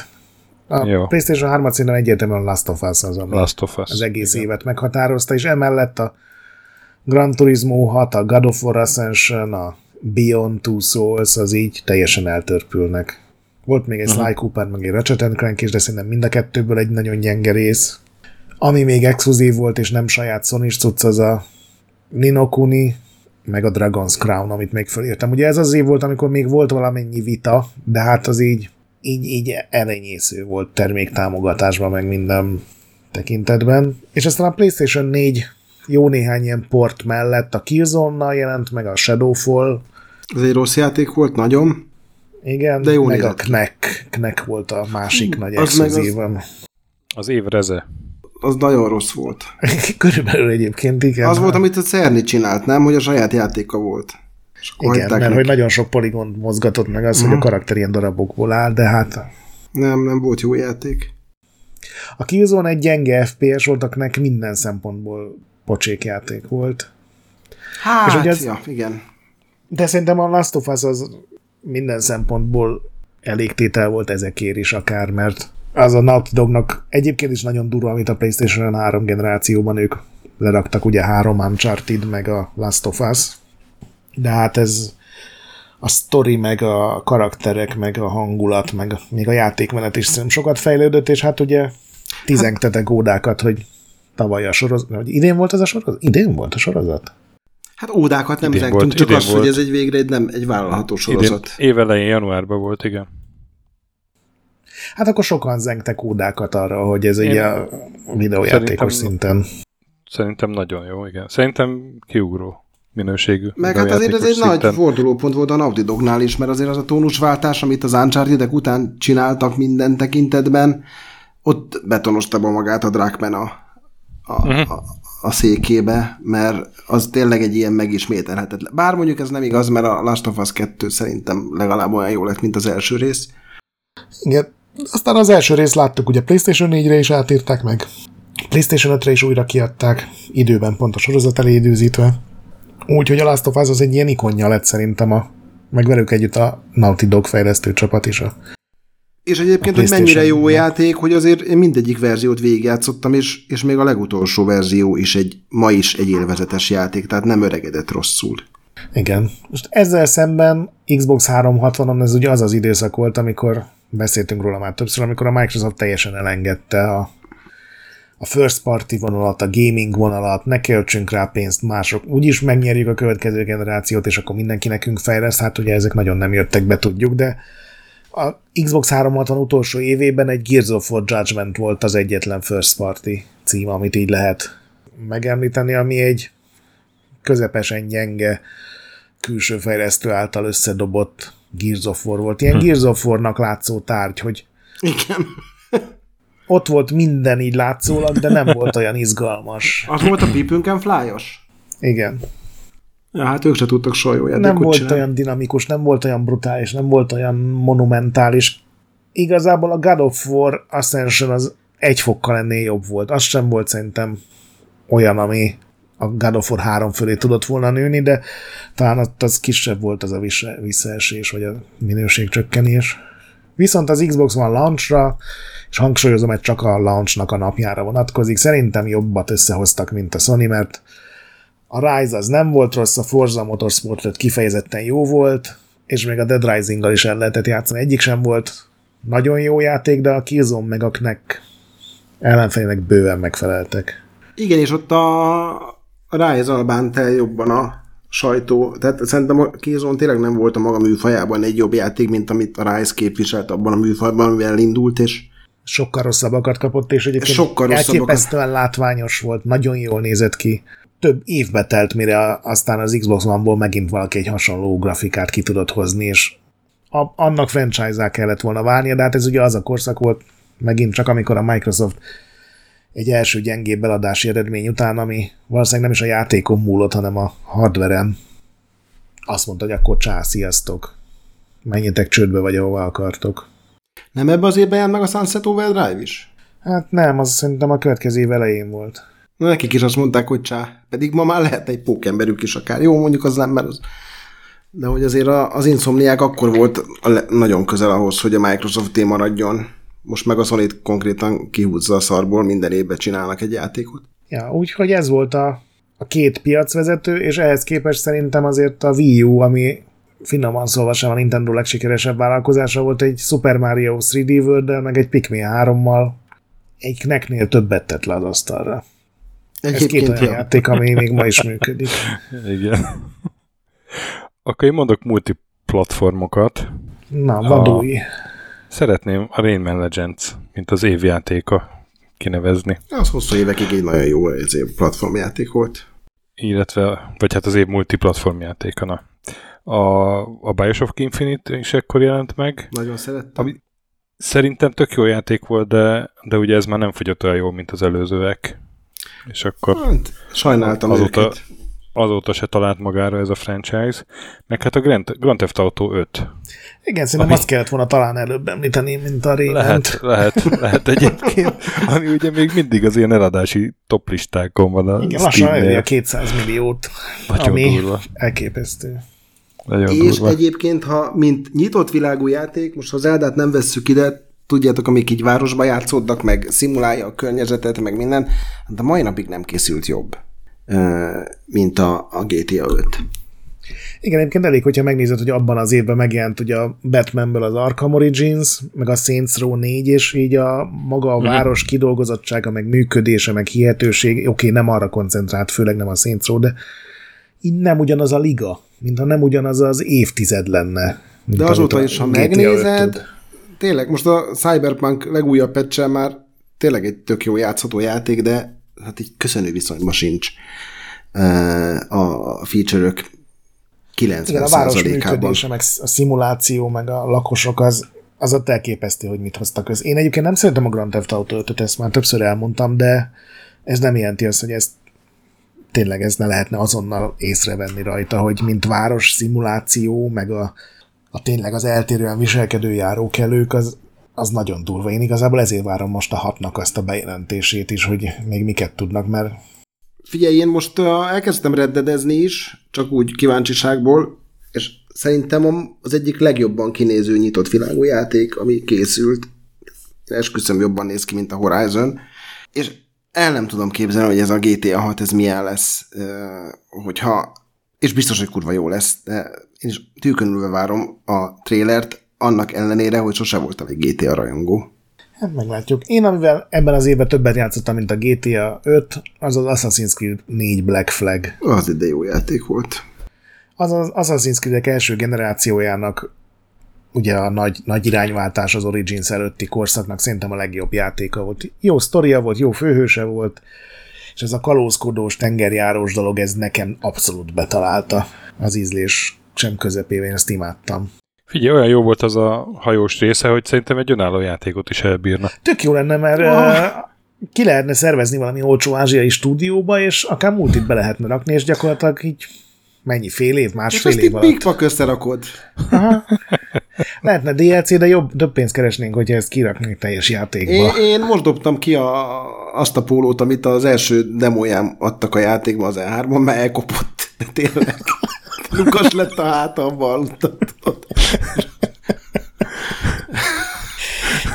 A PlayStation 3-at szerintem egyértelműen a Last of Us az egész évet meghatározta, és emellett a Gran Turismo 6, a God of War Ascension, a Beyond Two Souls, az így teljesen eltörpülnek. Volt még egy Sly Cooper, meg egy Ratchet & Clank is, de szerintem mind a kettőből egy nagyon gyenge rész. Ami még exkluzív volt, és nem saját Sony-s cucc, az a Ni no Kuni, meg a Dragon's Crown, amit még felírtam. Ugye ez az év volt, amikor még volt valamennyi vita, de hát az így elenyésző volt terméktámogatásban, meg minden tekintetben. És aztán a PlayStation 4 jó néhány ilyen port mellett a Killzone-nal jelent, meg a Shadowfall. Ez egy rossz játék volt, nagyon. Igen, de jó meg nézett. A Knack volt a másik nagy exkluzívan. Az év reze. Az nagyon rossz volt. Körülbelül egyébként, igen. Az volt, amit a Cerny csinált, nem? Hogy a saját játéka volt. Igen, mert hogy nagyon sok poligont mozgatott meg az, hogy a karakter ilyen darabokból áll, de hát... Nem volt jó játék. A Killzone egy gyenge FPS volt, akinek minden szempontból pocsék játék volt. Hát, és igen. De szerintem a Last of Us az minden szempontból elégtétel volt ezekért is akár, mert az a Naughty Dognak egyébként is nagyon durva, amit a PlayStation 3 generációban ők leraktak, ugye 3 Uncharted, meg a Last of Us. De hát ez a sztori, meg a karakterek, meg a hangulat, meg még a játékmenet is szerintem sokat fejlődött, és hát ugye tizengtetek ódákat, hogy tavaly a sorozat, vagy idén volt az a sorozat? Idén volt a sorozat? Hát ódákat nem zengtünk, csak az, hogy ez egy végre nem egy vállalható sorozat. Évelején januárban volt, igen. Hát akkor sokan zengtek ódákat arra, hogy ez egy a videójátékos szinten. Szerintem nagyon jó, igen. Szerintem kiugró minőségű. Meg hát azért ez egy nagy fordulópont volt a Naughty Dognál is, mert azért az a tónusváltás, amit az Uncharted-ek után csináltak minden tekintetben, ott betonosta be magát a Druckmann a székébe, mert az tényleg egy ilyen megismételhetetlen. Bár mondjuk ez nem igaz, mert a Last of Us 2 szerintem legalább olyan jó lett, mint az első rész. Igen. Aztán az első részt láttuk, ugye PlayStation 4-re is átírták meg. PlayStation 5-re is újra kiadták, időben pont a sorozat elé időzítve. Úgyhogy a Last of Us az egy ilyen ikonja lett szerintem meg velük együtt a Naughty Dog fejlesztő csapat is. És egyébként, hogy mennyire jó játék, hogy azért én mindegyik verziót végigjátszottam, és még a legutolsó verzió is ma is egy élvezetes játék, tehát nem öregedett rosszul. Igen. Most ezzel szemben Xbox 360-on ez ugye az az időszak volt, amikor beszéltünk róla már többször, amikor a Microsoft teljesen elengedte a first party vonalat, a gaming vonalat, ne költsünk rá pénzt mások, úgyis megnyerjük a következő generációt, és akkor mindenki nekünk fejlesz, hát ugye ezek nagyon nem jöttek be, tudjuk, de a Xbox 360 utolsó évében egy Gears of War Judgment volt az egyetlen first party cím, amit így lehet megemlíteni, ami egy közepesen gyenge külső fejlesztő által összedobott Gears of War volt. Ilyen Gears of War-nak látszó tárgy, hogy igen. Ott volt minden így látszólag, de nem volt olyan izgalmas. Az volt a Beep and Fly-os? Igen. Ja, hát ők se tudtak soha jó játékot csinálni. Nem volt olyan dinamikus, nem volt olyan brutális, nem volt olyan monumentális. Igazából a God of War Ascension az egy fokkal ennél jobb volt. Az sem volt szerintem olyan, ami a God of War 3 fölé tudott volna nőni, de talán ott az kisebb volt az a visszaesés, vagy a minőségcsökkenés. Viszont az Xbox One launchra, és hangsúlyozom, hogy csak a launchnak a napjára vonatkozik, szerintem jobbat összehoztak, mint a Sony, mert a Rise az nem volt rossz, a Forza Motorsport 5 kifejezetten jó volt, és még a Dead Rising-gal is el lehetett játszani. Egyik sem volt nagyon jó játék, de a Killzone meg a Knack ellenfelének bőven megfeleltek. Igen, és ott a Rise-al bánt el jobban a sajtó. Tehát szerintem a Killzone tényleg nem volt a maga műfajában egy jobb játék, mint amit a Rise képviselt abban a műfajban, amivel indult, és sokkal rosszabbakat kapott, és egyébként elképesztően látványos volt, nagyon jól nézett ki. Több évbe telt, mire aztán az Xbox One-ból megint valaki egy hasonló grafikát ki tudott hozni, és annak franchise-á kellett volna válnia, de hát ez ugye az a korszak volt megint csak, amikor a Microsoft egy első gyengébb eladási eredmény után, ami valószínűleg nem is a játékon múlott, hanem a hardveren, azt mondta, hogy akkor sziasztok. Menjetek csődbe, vagy ahova akartok. Nem ebbe az évben jelent meg a Sunset Overdrive is? Hát nem, az szerintem a következő év elején volt. Na, nekik is azt mondták, hogy pedig ma már lehet egy pókemberük is akár. Jó, mondjuk az nem, mert az... De hogy azért az Insomniac akkor volt nagyon közel ahhoz, hogy a Microsoft maradjon. Most meg a Sony konkrétan kihúzza a szarból, minden évben csinálnak egy játékot. Ja, úgyhogy ez volt a két piacvezető, és ehhez képest szerintem azért a Wii U, ami finoman szólva sem a Nintendo legsikeresebb vállalkozása volt, egy Super Mario 3D World-del, meg egy Pikmin 3-mal egy Knacknél többet tett le az asztalra. Ez két olyan játék, ami még ma is működik. Igen. Akkor én mondok multiplatformokat. Na, vadulj. Szeretném a Rayman Legends, mint az évjátéka kinevezni. Az hosszú évekig egy nagyon jó platformjáték volt. Illetve, vagy hát az év multiplatformjátéka. A Bioshock Infinite is ekkor jelent meg. Nagyon szerettem. Ami szerintem tök jó játék volt, de ugye ez már nem fogyott olyan jól, mint az előzőek. És akkor hát, sajnáltam őket. Azóta se talált magára ez a franchise. Meg hát a Grand Theft Auto 5. Igen, szerintem azt kellett volna talán előbb említeni, mint a Rayment. Lehet egyébként. Ami ugye még mindig az ilyen eladási toplistákon van a igen, lassan elérje a 200 milliót, nagyon ami durva. Elképesztő. Nagyon és durva. Egyébként, ha mint nyitott világú játék, most ha az Eldát nem vesszük ide, tudjátok, amik így városba játszódnak, meg szimulálja a környezetet, meg minden, de mai napig nem készült jobb, mint a GTA 5. Igen, egyébként elég, hogyha megnézed, hogy abban az évben megjelent ugye a Batmanből az Arkham Origins, meg a Saints Row 4, és így a maga a város kidolgozottsága, meg működése, meg hihetőség, oké, nem arra koncentrált, főleg nem a Saints Row, de így nem ugyanaz a liga, mintha nem ugyanaz az évtized lenne. De azóta is, ha megnézed, tényleg, most a Cyberpunk legújabb patch-el már tényleg egy tök jó játszható játék, de hát így köszönő viszonyban sincs a feature-ök 90%-ában. Igen, a város működése, meg a szimuláció, meg a lakosok, az ott elképesztő, hogy mit hoztak össze. Én egyébként nem szeretem a Grand Theft Auto 5-öt, ezt már többször elmondtam, de ez nem jelenti azt, hogy ezt tényleg ez ne lehetne azonnal észrevenni rajta, hogy mint város szimuláció, meg a tényleg az eltérően viselkedő járókelők, az nagyon durva. Én igazából ezért várom most a 6-nak azt a bejelentését is, hogy még miket tudnak, mert... Figyelj, én most elkezdtem reddedezni is, csak úgy kíváncsiságból, és szerintem az egyik legjobban kinéző nyitott világú játék, ami készült. Esküszöm, jobban néz ki, mint a Horizon. És el nem tudom képzelni, hogy ez a GTA 6 ez milyen lesz, hogyha... És biztos, hogy kurva jó lesz, de én is tűkönülve várom a trélert, annak ellenére, hogy sose voltam egy GTA rajongó. Hát meglátjuk. Én, amivel ebben az évben többet játszottam, mint a GTA 5, az az Assassin's Creed 4 Black Flag. Az egy jó játék volt. Az Assassin's Creed-ek első generációjának ugye a nagy irányváltás az Origins előtti korszaknak szerintem a legjobb játéka volt. Jó sztoria volt, jó főhőse volt, és ez a kalózkodós, tengerjárós dolog, ez nekem abszolút betalálta az ízlés sem közepével, én ezt imádtam. Figyelj, olyan jó volt az a hajós része, hogy szerintem egy önálló játékot is elbírna. Tök jó lenne, mert ki lehetne szervezni valami olcsó ázsiai stúdióba, és akár multit be lehetne rakni, és gyakorlatilag így mennyi, fél év, másfél év alatt. És ezt így összerakod. Aha. Lehetne DLC, de több pénzt keresnénk, hogyha ezt kiraknék teljes játékba. Én most dobtam ki azt a pólót, amit az első demóján adtak a játékba az E3-on, mert elkopott. De tényleg. Lukas lett a hátamban.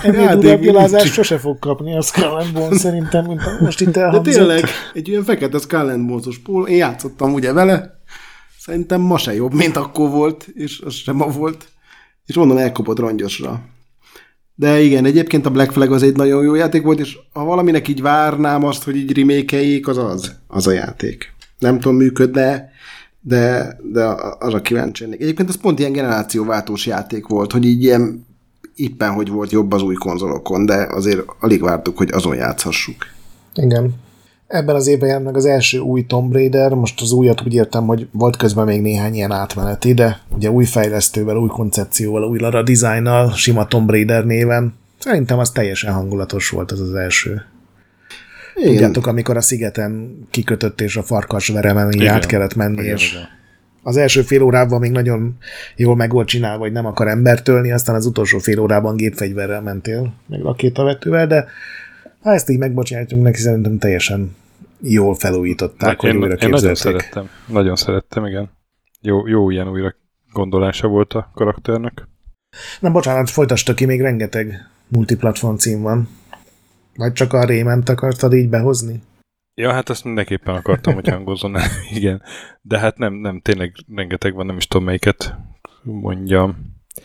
Ennél durvább gyalázást sose fog kapni a Skull and Bones szerintem, mint most itt elhangzott. De tényleg, egy olyan fekete Skull and Bones-os póló, én játszottam ugye vele, szerintem ma se jobb, mint akkor volt, és az sem ma volt, és mondom, elkopott rongyosra. De igen, egyébként a Black Flag az egy nagyon jó játék volt, és ha valaminek így várnám azt, hogy így remake-eljék, az a játék. Nem tudom, működne, de arra kíváncsi lennék. Egyébként az pont ilyen generációváltós játék volt, hogy így ilyen éppen hogy volt jobb az új konzolokon, de azért alig vártuk, hogy azon játszhassuk. Igen. Ebben az évben jelent meg az első új Tomb Raider, most az újat úgy értem, hogy volt közben még néhány ilyen átmeneti, de ugye új fejlesztővel, új koncepcióval, új Lara Designnal, sima Tomb Raider néven. Szerintem az teljesen hangulatos volt az első. Igen. Tudjátok, amikor a szigeten kikötött és a farkasveremen így át kellett menni, igen, és az első fél órában még nagyon jól meg volt csinálva, hogy nem akar embert ölni, aztán az utolsó fél órában gépfegyverrel mentél, meg rakétavetővel, de ha ezt így megbocsátjuk neki, szerintem teljesen jól felújították, hogy újra képzelték. Nagyon szerettem, igen. Jó ilyen újra gondolása volt a karakternek. Nem, bocsánat, folytasd ki, még rengeteg multiplatform cím van. Vagy csak a Rayment akartad így behozni? Ja, hát azt mindenképpen akartam, hogy hangozzon el, igen. De hát nem, tényleg rengeteg van, nem is tudom melyiket mondjam.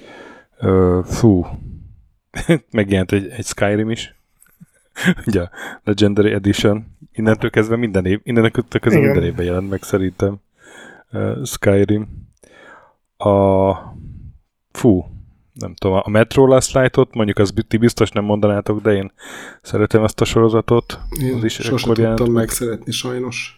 Megjelent egy Skyrim is. Ugye, Legendary Edition. Innentől kezdve minden évben jelent meg szerintem Skyrim. Nem tudom, a Metro Last Light-ot, mondjuk az ti biztos nem mondanátok, de én szeretem ezt a sorozatot. Én sosem tudtam megszeretni, sajnos.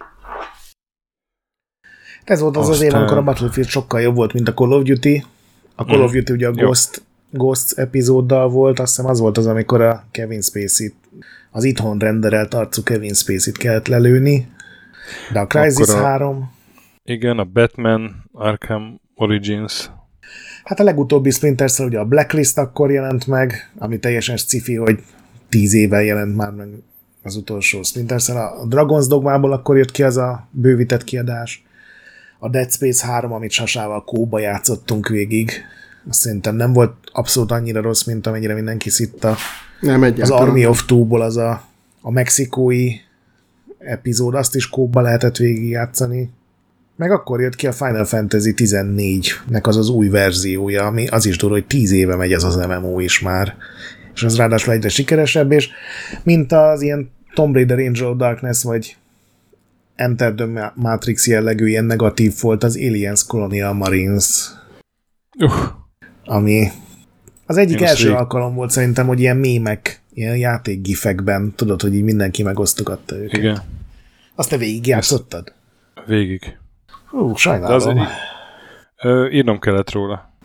Ez volt az év, amikor a Battlefield sokkal jobb volt, mint a Call of Duty. A Call of Duty ugye a Ghost epizóddal volt, azt hiszem az volt az, amikor a Kevin Spacey-t, az itthon renderelt arcú Kevin Spacey-t kellett lelőni. De a Crysis 3... Igen, a Batman Arkham Origins... Hát a legutóbbi Splinter Cell ugye a Blacklist akkor jelent meg, ami teljesen sci-fi, hogy 10 éve jelent már meg az utolsó Splinter Cell. A Dragon's Dogmából akkor jött ki az a bővített kiadás. A Dead Space 3, amit Sasával kóba játszottunk végig. Azt szerintem nem volt abszolút annyira rossz, mint amennyire mindenki szitta. Nem egyáltalán. Az Army of Two-ból az a mexikói epizód, azt is kóba lehetett végig játszani. Meg akkor jött ki a Final Fantasy 14-nek az új verziója, ami az is durva, hogy 10 éve megy ez az MMO is már. És az ráadásul egyre sikeresebb, és mint az ilyen Tomb Raider Angel of Darkness, vagy Enter the Matrix jellegű ilyen negatív volt az Aliens Colonial Marines. Ami az egyik első alkalom volt szerintem, hogy ilyen mémek, ilyen játékgifekben, tudod, hogy így mindenki megosztogatta őket. Igen. Azt te végigjátszottad? Végig. Sajnálom. Írnom kellett róla.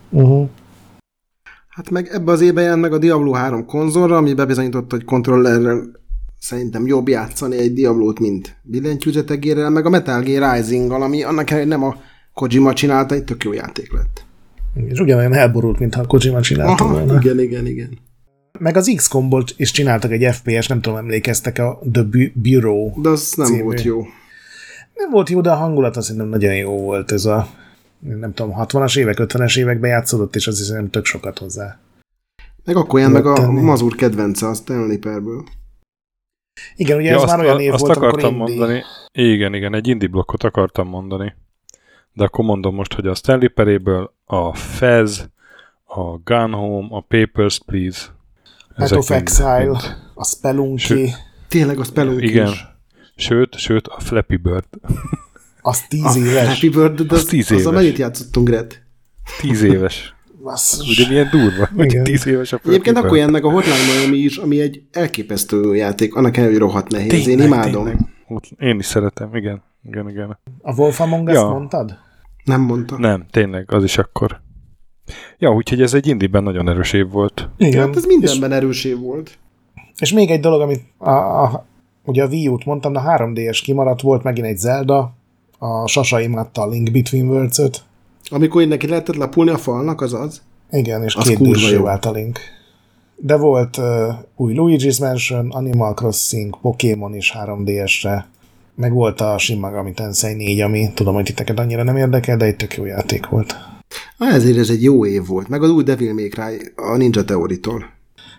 Hát meg ebbe az évben jelent meg a Diablo 3 konzolra, ami bebizonyította, hogy kontrollerrel szerintem jobb játszani egy Diablót, mint billentyűzetegérrel, meg a Metal Gear Rising-gal, ami annak ellenére nem a Kojima csinálta, egy tök jó játék lett. És ugyanolyan elborult, mintha a Kojima csinálta volna. Igen. Meg az XCOM-ból is csináltak egy FPS, nem tudom, emlékeztek a The Bureau. De az nem című. Volt jó. Nem volt jó, de a hangulat azt szerintem nagyon jó volt. Ez a, nem tudom, 60-as évek, 50-es években játszódott, és az hiszem tök sokat hozzá. Meg akkor ilyen meg a Mazur kedvence, az Stanley Parable. Igen, ugye ez már olyan év azt volt, akartam mondani. Igen, egy indie blokkot akartam mondani. De akkor mondom most, hogy a Stanley Parable, a Fez, a Gone Home, a Papers, Please. Path of Exile, a Spelunky. Tényleg a Spelunky igen. is. Sőt, a Flappy Bird. Az 10 éves. Flappy Bird, de azzal mennyit játszottunk, Red? 10 éves. Ugye milyen durva, hogy 10 éves a Flappy Egyébként Bird. akkor jön meg a Hotline Miami is, ami egy elképesztő játék, annak ellenére, hogy rohadt nehéz. Én imádom. Tényleg. Én is szeretem, igen. A Wolf Among Us mondtad? Nem mondta. Nem, tényleg, az is akkor. Ja, úgyhogy ez egy indiben nagyon erős év volt. Igen. Hát ez mindenben erős év volt. És még egy dolog, amit ugye a Wii U-t mondtam, a 3DS kimaradt, volt megint egy Zelda, a Sasa imádta a Link Between Worlds-öt. Amikor neki lehetett lapulni a falnak, az? Igen, és 2D-sé vált a Link. De volt új Luigi's Mansion, Animal Crossing, Pokémon is 3DS-re, meg volt a Shin Megami Tensei 4, ami tudom, hogy titeket annyira nem érdekel, de egy tök jó játék volt. Ezért ez egy jó év volt, meg az új Devil May Cry a Ninja Theory-tól.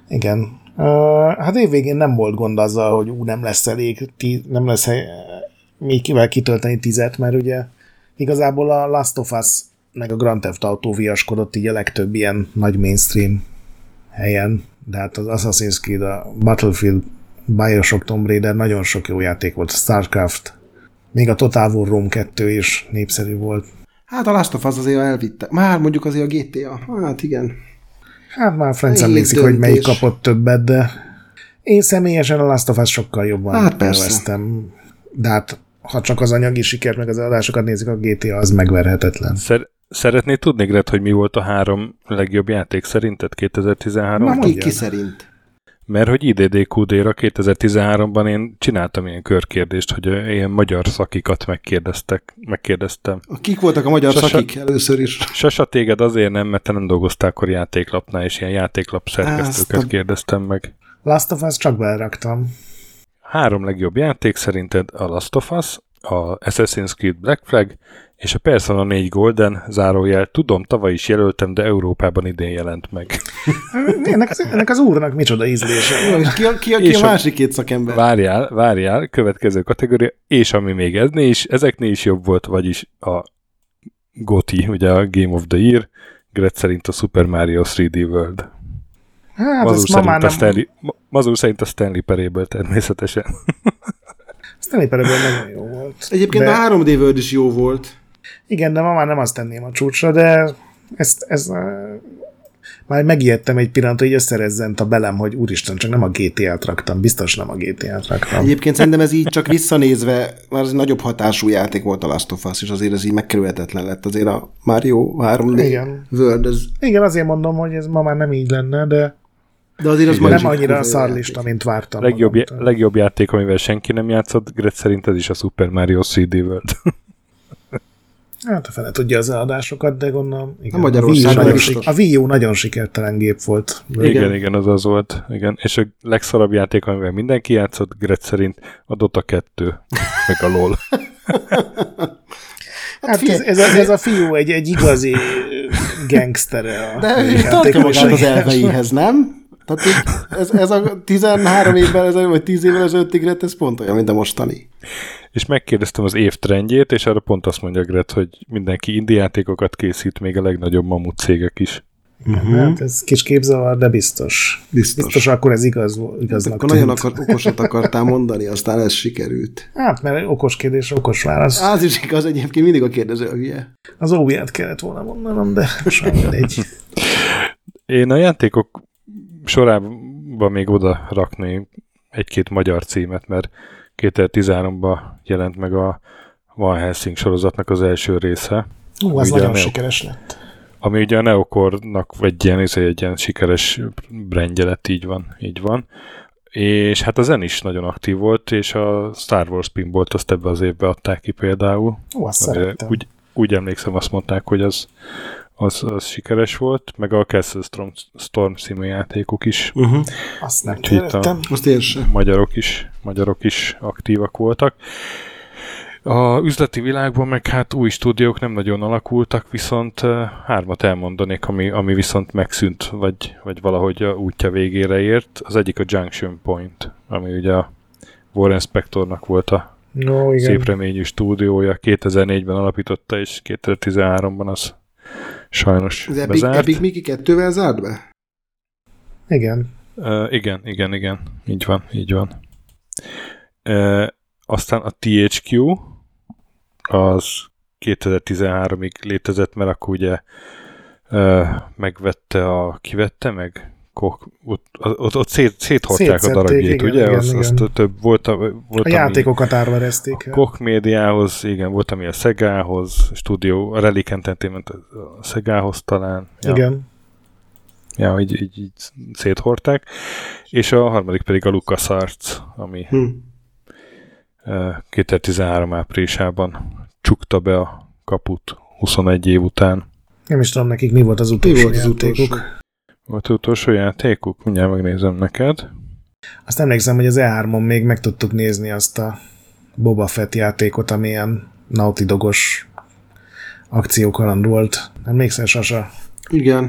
Igen. Hát évvégén nem volt gond azzal, hogy nem lesz elég, nem lesz még kivel kitölteni 10-et, mert ugye igazából a Last of Us meg a Grand Theft Auto viaskodott így a legtöbb ilyen nagy mainstream helyen, de hát az Assassin's Creed, a Battlefield, Bioshock, Tomb Raider, nagyon sok jó játék volt, Starcraft, még a Total War Rome 2 is népszerű volt. Hát a Last of Us azért elvitte. Már mondjuk azért a GTA. Hát igen. Hát már Franc emlékszik, hogy melyik kapott többet, de én személyesen a Last of Us sokkal jobban élveztem. De hát ha csak az anyagi sikert meg az adásokat nézik, a GTA az megverhetetlen. Szeretnéd tudni, Gret, hogy mi volt a 3 legjobb játék szerinted 2013-ban? Ki szerint? Mert hogy IDDQD-ra 2013-ban én csináltam ilyen körkérdést, hogy ilyen magyar szakikat megkérdeztem. Kik voltak a magyar szakik először is? Sasa, téged azért nem, mert te nem dolgoztál akkor játéklapnál, és ilyen játéklap szerkesztőket kérdeztem meg. Last of Us csak beleraktam. 3 legjobb játék szerinted a Last of Us, a Assassin's Creed Black Flag, és a Persona 4 Golden, zárójel, tudom, tavaly is jelöltem, de Európában idén jelent meg. ennek az úrnak micsoda ízlése. Ki a másik 2 szakember? Várjál, következő kategória, és ami még ezeknél is jobb volt, vagyis a GOTY, ugye a Game of the Year, Gret szerint a Super Mario 3D World. Hát Mazur szerint a Stanley Parable természetesen. Stanley Parable nagyon jó volt. Egyébként a 3D World is jó volt. Igen, de ma már nem azt tenném a csúcsra, de már megijedtem egy pillanat, hogy összerezzent a belem, hogy úristen, csak nem a GTA-t raktam. Biztos nem a GTA-t raktam. Egyébként szerintem ez így csak visszanézve, már az nagyobb hatású játék volt a Last of Us, és azért ez így megkerülhetetlen lett. Azért a Mario 3D World. Igen, azért mondom, hogy ez ma már nem így lenne, de azért az nem annyira a szarlista, mint vártam. Legjobb játék, amivel senki nem játszott, Gret szerint ez is a Super Mario 3D World. Hát a fele tudja az eladásokat, de gondolom... Igen, a Wii U nagyon sikertelen gép volt. Igen, az volt. Igen. És a legszarabb játék, amivel mindenki játszott, Gret szerint a Dota 2, meg a LOL. Hát ez a fiú egy igazi gangster. De tartja magát az elveihez, nem? Tehát ez a 13 évvel ezelőtt, vagy 10 évvel ezelőtti Gret, ez pont olyan, mint a mostani. És megkérdeztem az év trendjét, és arra pont azt mondja Gret, hogy mindenki indie játékokat készít, még a legnagyobb mamut cégek is. Hát ez kis képzavar, de biztos. Biztos akkor ez igaznak akkor nagyon okosat akartál mondani, aztán ez sikerült. Hát, mert okos kérdés, okos válasz. Az is igaz, egyébként mindig a kérdező a hülye. Az óviát kellett volna mondanom, de sajnálom egy. Én a játékok sorában még oda rakni egy-két magyar címet, mert 2013-ban jelent meg a Van Helsing sorozatnak az első része. Az nagyon sikeres lett. Ami ugye a Neokornak egy ilyen sikeres brandje lett, így van. És hát a zen is nagyon aktív volt, és a Star Wars Pinballt azt ebbe az évbe adták ki például. Azt szerettem. Úgy emlékszem, azt mondták, hogy az sikeres volt, meg a Castle Storm című játékok is. Azt nem szerettem. Azt én sem. Magyarok is aktívak voltak. A üzleti világban meg hát új stúdiók nem nagyon alakultak, viszont 3 elmondanék, ami viszont megszűnt, vagy valahogy a útja végére ért. Az egyik a Junction Point, ami ugye a Warren Spectornak volt a szép reményű stúdiója. 2004-ben alapította, és 2013-ban az sajnos az bezárt. Epic Mickey 2-vel zárt be? Igen. Igen. Így van. Aztán a THQ az 2013-ig létezett, mert akkor ugye kivette meg? Ott széthordták a darabjét, ugye? Igen. Azt több volt a játékokat árverezték. A Koch Médiához, igen, volt ami a Segához, stúdió, a Relic Entertainment a Segához talán. Igen. Ja, így széthordták. És a harmadik pedig a LucasArts, ami 2013 áprilisában csukta be a kaput 21 év után. Nem is tudom nekik, mi volt az utolsó játékuk. Volt az utolsó játékuk? Mindjárt megnézem neked. Azt emlékszem, hogy az E3-on még meg tudtuk nézni azt a Boba Fett játékot, amilyen Naughty Dogos akciókaland volt. Emlékszel, Sasa? Igen.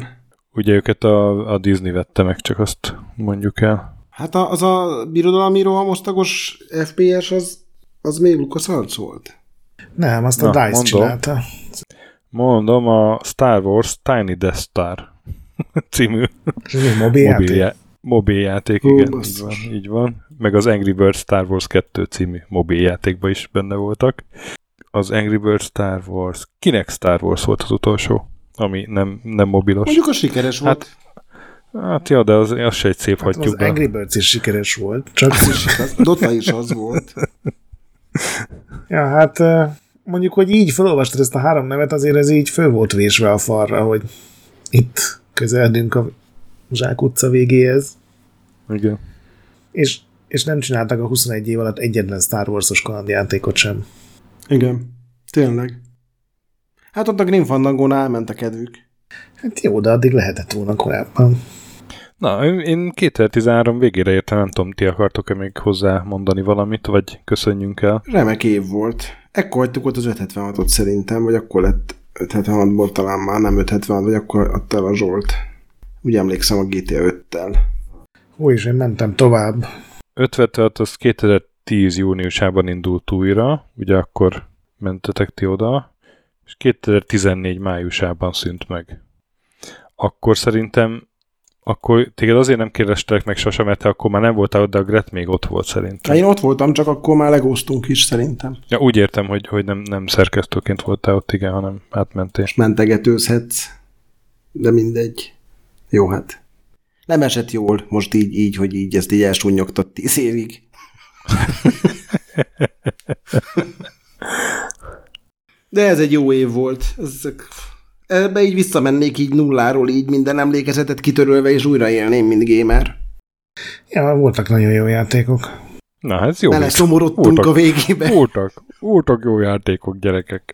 Ugye őket a Disney vette meg, csak azt mondjuk el. Hát az a birodalmi rohamosztagos FPS, az még LucasArts volt? Nem, azt a DICE csinálta. Mondom, a Star Wars Tiny Death Star című mobiljáték, igen, így van. Meg az Angry Birds Star Wars 2 című mobiljátékban is benne voltak. Az Angry Birds Star Wars, Kinect Star Wars volt az utolsó, ami nem mobilos. Mondjuk a sikeres volt. Hát ja, de az se egy szép hagyjuk. Az Angry Birds is sikeres volt. Csak Dota is az volt. Ja, hát mondjuk, hogy így felolvastad ezt a 3 nevet, azért ez így föl volt vésve a falra, hogy itt közeledünk a Zsák utca végéhez. Igen. És nem csináltak a 21 év alatt egyetlen Star Wars-os kalandjátékot sem. Igen, tényleg. Hát ott a Grim Fandangon elment a kedvük. Hát jó, de addig lehetett volna korábban. Na, én 2013 végére értem, nem tudom, ti akartok-e még hozzá mondani valamit, vagy köszönjünk el? Remek év volt. Ekkor hagytuk ott az 576-ot szerintem, vagy akkor lett 576-ból talán már nem 576, vagy akkor adta el a Zsolt. Úgy emlékszem a GTA 5-tel. Hú, és én mentem tovább. 576 az 2010 júniusában indult újra, ugye akkor mentetek ti oda, és 2014 májusában szűnt meg. Akkor szerintem akkor téged azért nem kérdeztek meg sosem, mert te akkor már nem voltál ott, de a Gret még ott volt szerintem. Én ott voltam, csak akkor már legóztunk is szerintem. Ja, úgy értem, hogy nem szerkesztőként voltál ott, igen, hanem átmentél. És mentegetőzhetsz, de mindegy. Jó, hát. Nem esett jól, most így hogy így ezt így elsúnyogtat 10 évig. De ez egy jó év volt. Ebbe így visszamennék így nulláról, így minden emlékezetet kitörölve, és újraélném, mint gamer. Ja, voltak nagyon jó játékok. Na, ez jó. Bele szomorodtunk a végébe. Voltak jó játékok, gyerekek.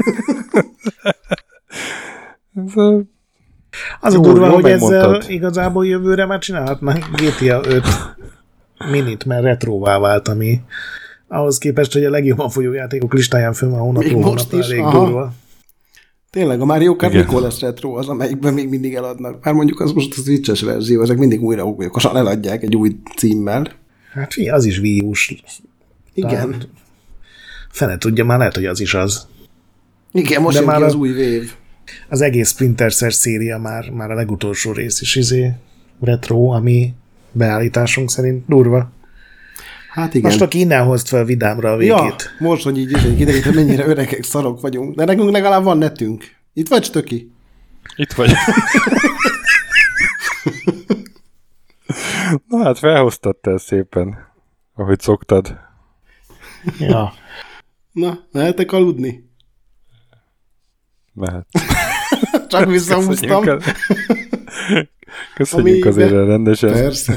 Az a durva, hogy ezzel igazából jövőre már csinálhatnánk GTA 5 minit, mert retróvá vált, ami ahhoz képest, hogy a legjobban folyó játékok listáján föl van hónapról hónapra elég durva. Tényleg, a Mario Kart mikor lesz retro az, amelyikben még mindig eladnak. Már mondjuk az most a Switch-es verzió, ezek mindig újra újrakosan eladják egy új címmel. Hát figyelj, az is Wii U-s. Igen. Fene tudja, már lehet, hogy az is az. Igen, most jön ki az új vév. Az egész Splinter Cell széria már a legutolsó rész is retro, ami beállításunk szerint durva. Hát igen. Most aki innen hozt fel vidámra a végét. Ja, most, hogy így kiderült, hogy mennyire öregek, szarok vagyunk. De nekünk legalább van netünk. Itt vagy, Stöki? Itt vagy. Na hát felhoztad te szépen, ahogy szoktad. Ja. Na, mehetek aludni? Mehet. Csak visszahúztam. Köszönjük azért rendesen. Persze.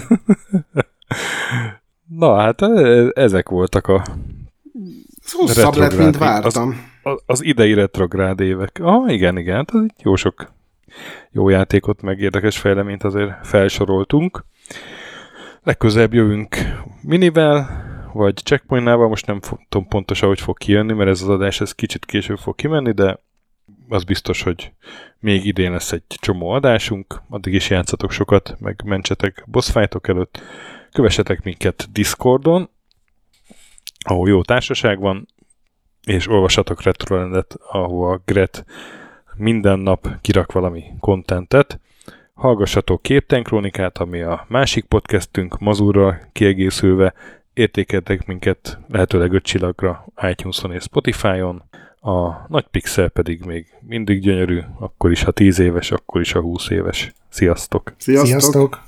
Na hát ezek voltak a hosszabb lett, mint vártam. Az idei retrográd évek. Igen, hát az jó sok jó játékot, meg érdekes fejleményt azért felsoroltunk. Legközelebb jövünk minivel, vagy checkpointnával, most nem tudom pontosan, hogy fog kijönni, mert ez az adás ez kicsit később fog kimenni, de az biztos, hogy még idén lesz egy csomó adásunk, addig is játszatok sokat, meg mentsetek boss fightok előtt, kövessetek minket Discordon, ahol jó társaság van, és olvassatok Retrolandet, ahol Gret minden nap kirak valami kontentet. Hallgassatok Képten Krónikát, ami a másik podcastünk, Mazurral kiegészülve, értékeltek minket lehetőleg 5 csillagra iTunes-on és Spotify-on, a Nagy Pixel pedig még mindig gyönyörű, akkor is, ha 10 éves, akkor is, ha 20 éves. Sziasztok! Sziasztok!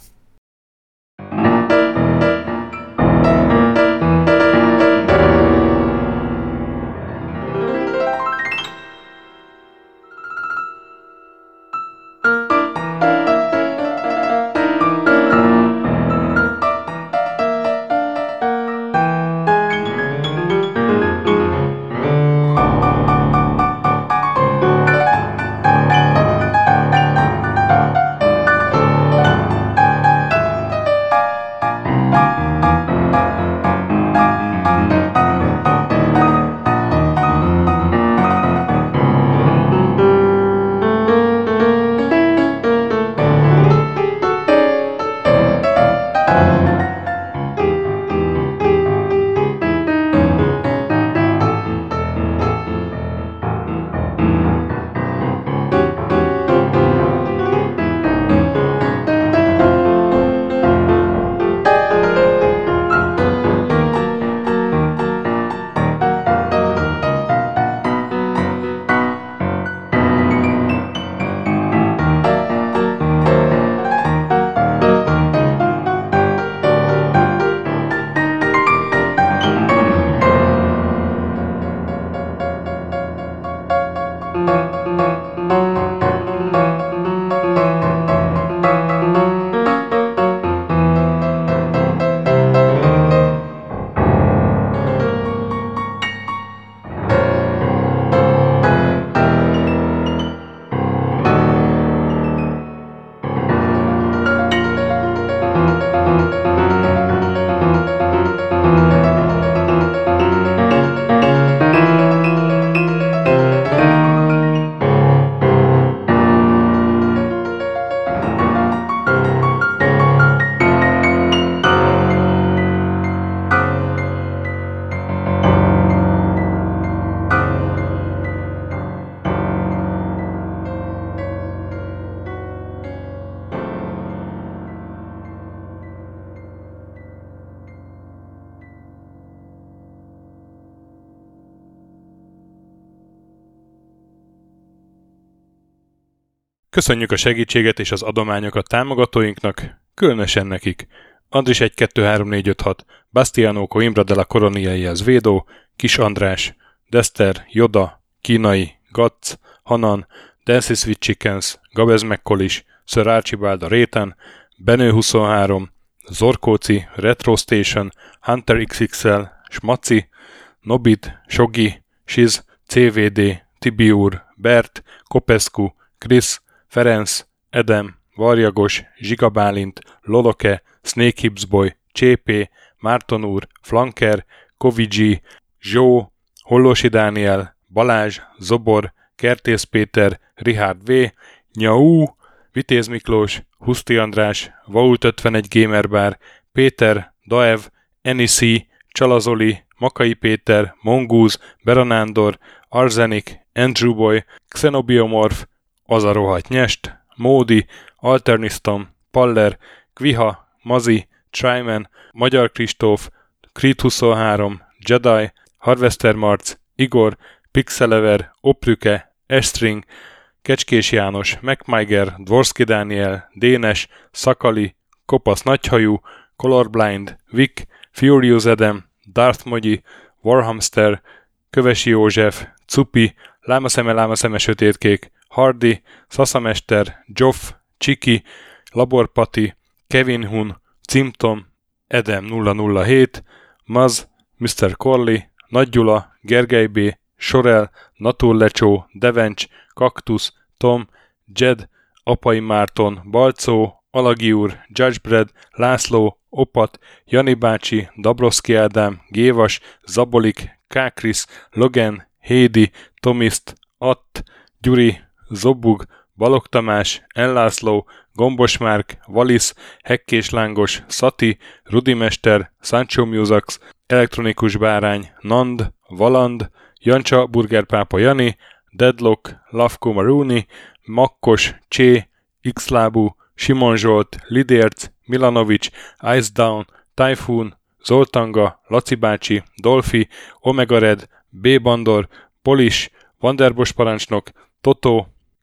Köszönjük a segítséget és az adományokat támogatóinknak, különösen nekik. Andris 1, 2, 3, 4, 5, 6, Bastiano Coimbra de la Coroniai az Védó, Kis András, Dester, Joda, Kínai, Gatz, Hanan, Dancy Sweet Chickens, Gabez McCollis, Sir Archibald a Réten, Benő 23, Zorkóci, Retro Station, Hunter XXL, Smaci, Nobit, Sogi, Siz, CVD, Tibiur, Bert, Kopescu, Krisz, Ferenc, Edem, Varjagos, Zsigabálint, Loloke, Snake Hips Boy, Csépé, Márton úr, Flanker, Kovicsi, Zsó, Hollósi Dániel, Balázs, Zobor, Kertész Péter, Richard V, Nyau, Vitéz Miklós, Huszti András, Vault 51 Gamerbar, Péter, Daev, Enisi, Csalazoli, Makai Péter, Mongúz, Beranándor, Arzenik, Andrew Boy, Xenobiomorph, Az a rohadt nyest, Módi, Alternisztom, Paller, Kviha, Mazi, Tryman, Magyar Kristóf, Creed 23, Jedi, Harvester Marc, Igor, Pixelever, Oprüke, Estring, Kecskés János, MacMiger, Dvorski Dániel, Dénes, Szakali, Kopasz Nagyhajú, Colorblind, Vic, Furious Edem, Darth Mogyi, Warhamster, Kövesi József, Cupi, Lámaszeme Sötétkék, Hardy, Szaszamester, Joff, Csiki, Laborpati, Kevin Hun, Cimtom, Edem 007, Maz, Mr. Corley, Nagy Gyula, Gergely B., Sorel, Naturlecsó, Devencs, Kaktusz, Tom, Jed, Apai Márton, Balcó, Alagi úr, Judgebred, László, Opat, Jani bácsi, Dabrowski Ádám, Gévas, Zabolik, Kákris, Logan, Hédi, Tomiszt, Att, Gyuri, Zobug, Balog Tamás, Enlászló, Gombos Márk, Valisz, Hekkés Lángos, Szati, Rudimester, Sancho Musax, Elektronikus Bárány, Nand, Valand, Jancsa, Burgerpápa Jani, Deadlock, Lavko Maruni, Makkos, Csé, Xlábú, Simon Zsolt, Lidérc, Milanovic, Ice Down, Typhoon, Zoltanga, Laci bácsi, Dolfi, Omega Red, B. Bandor, Polis, Vanderbos parancsnok, Toto,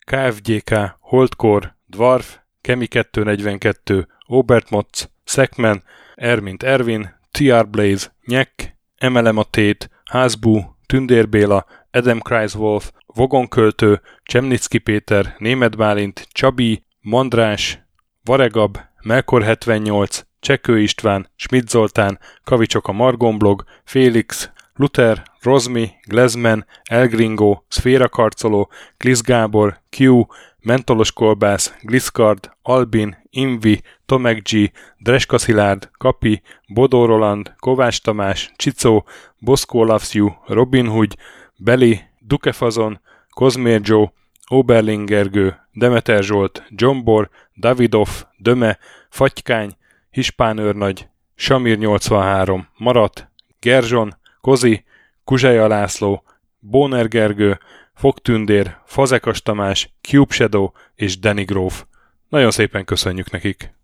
KFGK, Holdkor, Dwarf, Kemi 242, Obert Motz, Szekmen, Ermint Ervin, TR Blaze, Nyek, MLM a Tét, Házbú, Tündér Béla, Adam Kreiswolf, Vogonköltő, Csemnicki Péter, Németh Bálint, Csabi, Mandrás, Varegab, Melkor 78, Csekő István, Schmidt Zoltán, Kavicsok a Margonblog, Félix, Luther, Rozmi, Glezman, Elgringo, Szféra Karcoló, Glisz Gábor, Q, Mentolos Kolbász, Gliszkard, Albin, Invi, Tomek G, Dreska Szilárd, Kapi, Bodó Roland, Kovács Tamás, Csicó, Boszkó Loves You, Robin Hood, Beli, Dukefazon, Kozmér Joe, Oberling Gergő, Demeter Zsolt, Dzsombor, Davidov, Döme, Fatykány, Hispán őrnagy, Samir 83, Marat, Gerzson, Kozi, Kuzseja László, Bóner Gergő, Fogtündér, Fazekas Tamás, Cube Shadow és Danny Gróf. Nagyon szépen köszönjük nekik!